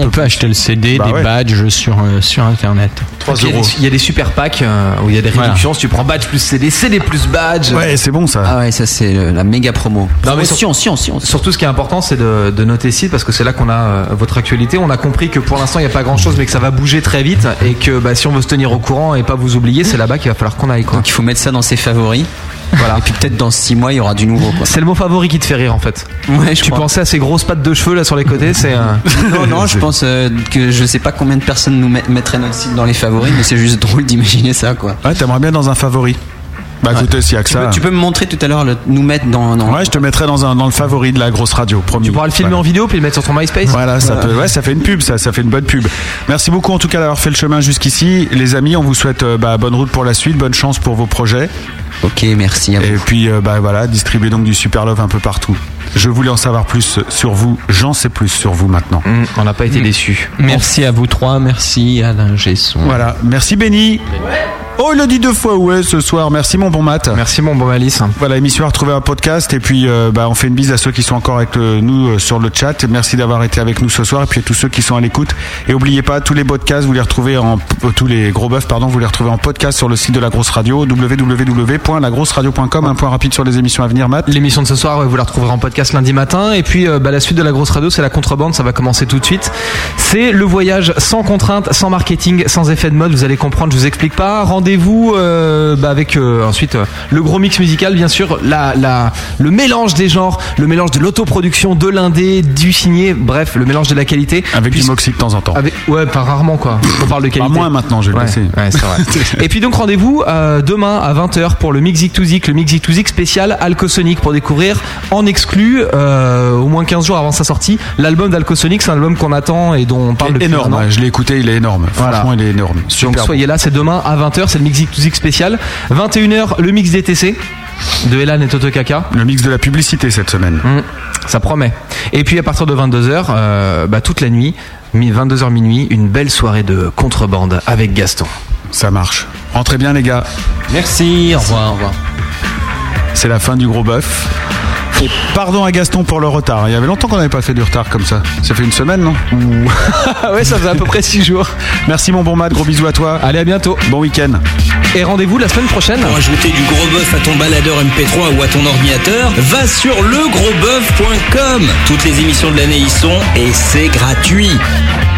le CD, des badges sur internet. 3 euros. Il y a des super packs où il y a des réductions. Si tu prends badge plus CD, CD plus badge. Ouais, c'est bon ça. Ah ouais, ça c'est la méga promo. Non mais surtout ce qui est important c'est de noter site parce que c'est là qu'on a votre actualité. On a compris que pour l'instant il n'y a pas grand chose mais que ça va bouger très vite et que si on veut se tenir au courant et pas vous oublier, c'est là-bas qu'il va falloir qu'on aille quoi. Donc il faut mettre ça dans ses favoris. Voilà. Et puis peut-être dans 6 mois il y aura du nouveau quoi. C'est le mot favori qui te fait rire en fait. Ouais, tu pensais à ces grosses pattes de cheveux là sur les côtés, c'est Non, je pense que je sais pas combien de personnes nous mettraient notre site dans les favoris, mais c'est juste drôle d'imaginer ça quoi. Ouais, t'aimerais bien dans un favori. Bah écoutez, s'il y a que ça. Tu peux me montrer tout à l'heure, nous mettre dans. Ouais, je te mettrai dans le favori de la grosse radio, promis. Tu pourras le filmer en vidéo puis le mettre sur ton MySpace. Voilà, ça fait une pub, ça fait une bonne pub. Merci beaucoup en tout cas d'avoir fait le chemin jusqu'ici, les amis. On vous souhaite bonne route pour la suite, bonne chance pour vos projets. Ok, merci à vous. Et puis voilà, distribuez donc du Super Love un peu partout. Je voulais en savoir plus sur vous, j'en sais plus sur vous maintenant. On n'a pas été déçus. Merci à vous trois, merci à l'ingé son. Voilà, merci Benny. Oh, il a dit 2 fois ouais ce soir. Merci mon bon Matt. Merci mon bon Malice. Voilà, émission à retrouver un podcast et puis on fait une bise à ceux qui sont encore avec nous sur le chat. Merci d'avoir été avec nous ce soir et puis à tous ceux qui sont à l'écoute. Et n'oubliez pas, tous les podcasts, vous les retrouvez tous les gros bœufs, vous les retrouvez en podcast sur le site de la grosse radio, www.lagrosseradio.com. Un point rapide sur les émissions à venir, Matt. L'émission de ce soir, vous la retrouverez en podcast lundi matin. Et puis la suite de la grosse radio, c'est la contrebande, ça va commencer tout de suite. C'est le voyage sans contrainte, sans marketing, sans effet de mode. Vous allez comprendre, je vous explique pas. Rendez-vous avec ensuite le gros mix musical, bien sûr, le mélange des genres, le mélange de l'autoproduction, de l'indé, du signé, bref, le mélange de la qualité. Avec du Moxie de temps en temps. Ouais, pas rarement quoi. On parle de qualité. Pas moins maintenant, je vais le laisser. Ouais, c'est vrai. Et puis donc rendez-vous demain à 20h pour le Mix to Zik, le Mix to Zik spécial Alcosonic pour découvrir en exclu au moins 15 jours avant sa sortie l'album d'Alcosonic. C'est un album qu'on attend et dont on parle depuis énorme. un an. Je l'ai écouté, il est énorme. Franchement, il est énorme. Super. Donc soyez là, c'est demain à 20h, c'est le Mix to Zik spécial. 21h, le mix DTC de Elan et Toto Kaka. Le mix de la publicité cette semaine. Ça promet. Et puis à partir de 22h, toute la nuit, 22h minuit, une belle soirée de contrebande avec Gaston. Ça marche. Rentrez bien les gars. Merci, au revoir. C'est la fin du gros bœuf. Et pardon à Gaston pour le retard. Il y avait longtemps qu'on n'avait pas fait du retard comme ça. Ça fait une semaine, non? Ouais, ça faisait à peu près 6 jours. Merci mon bon Matt, gros bisous à toi. Allez, à bientôt. Bon week-end. Et rendez-vous la semaine prochaine. Pour ajouter du gros bœuf à ton baladeur MP3 ou à ton ordinateur, va sur legrosboeuf.com. Toutes les émissions de l'année y sont et c'est gratuit.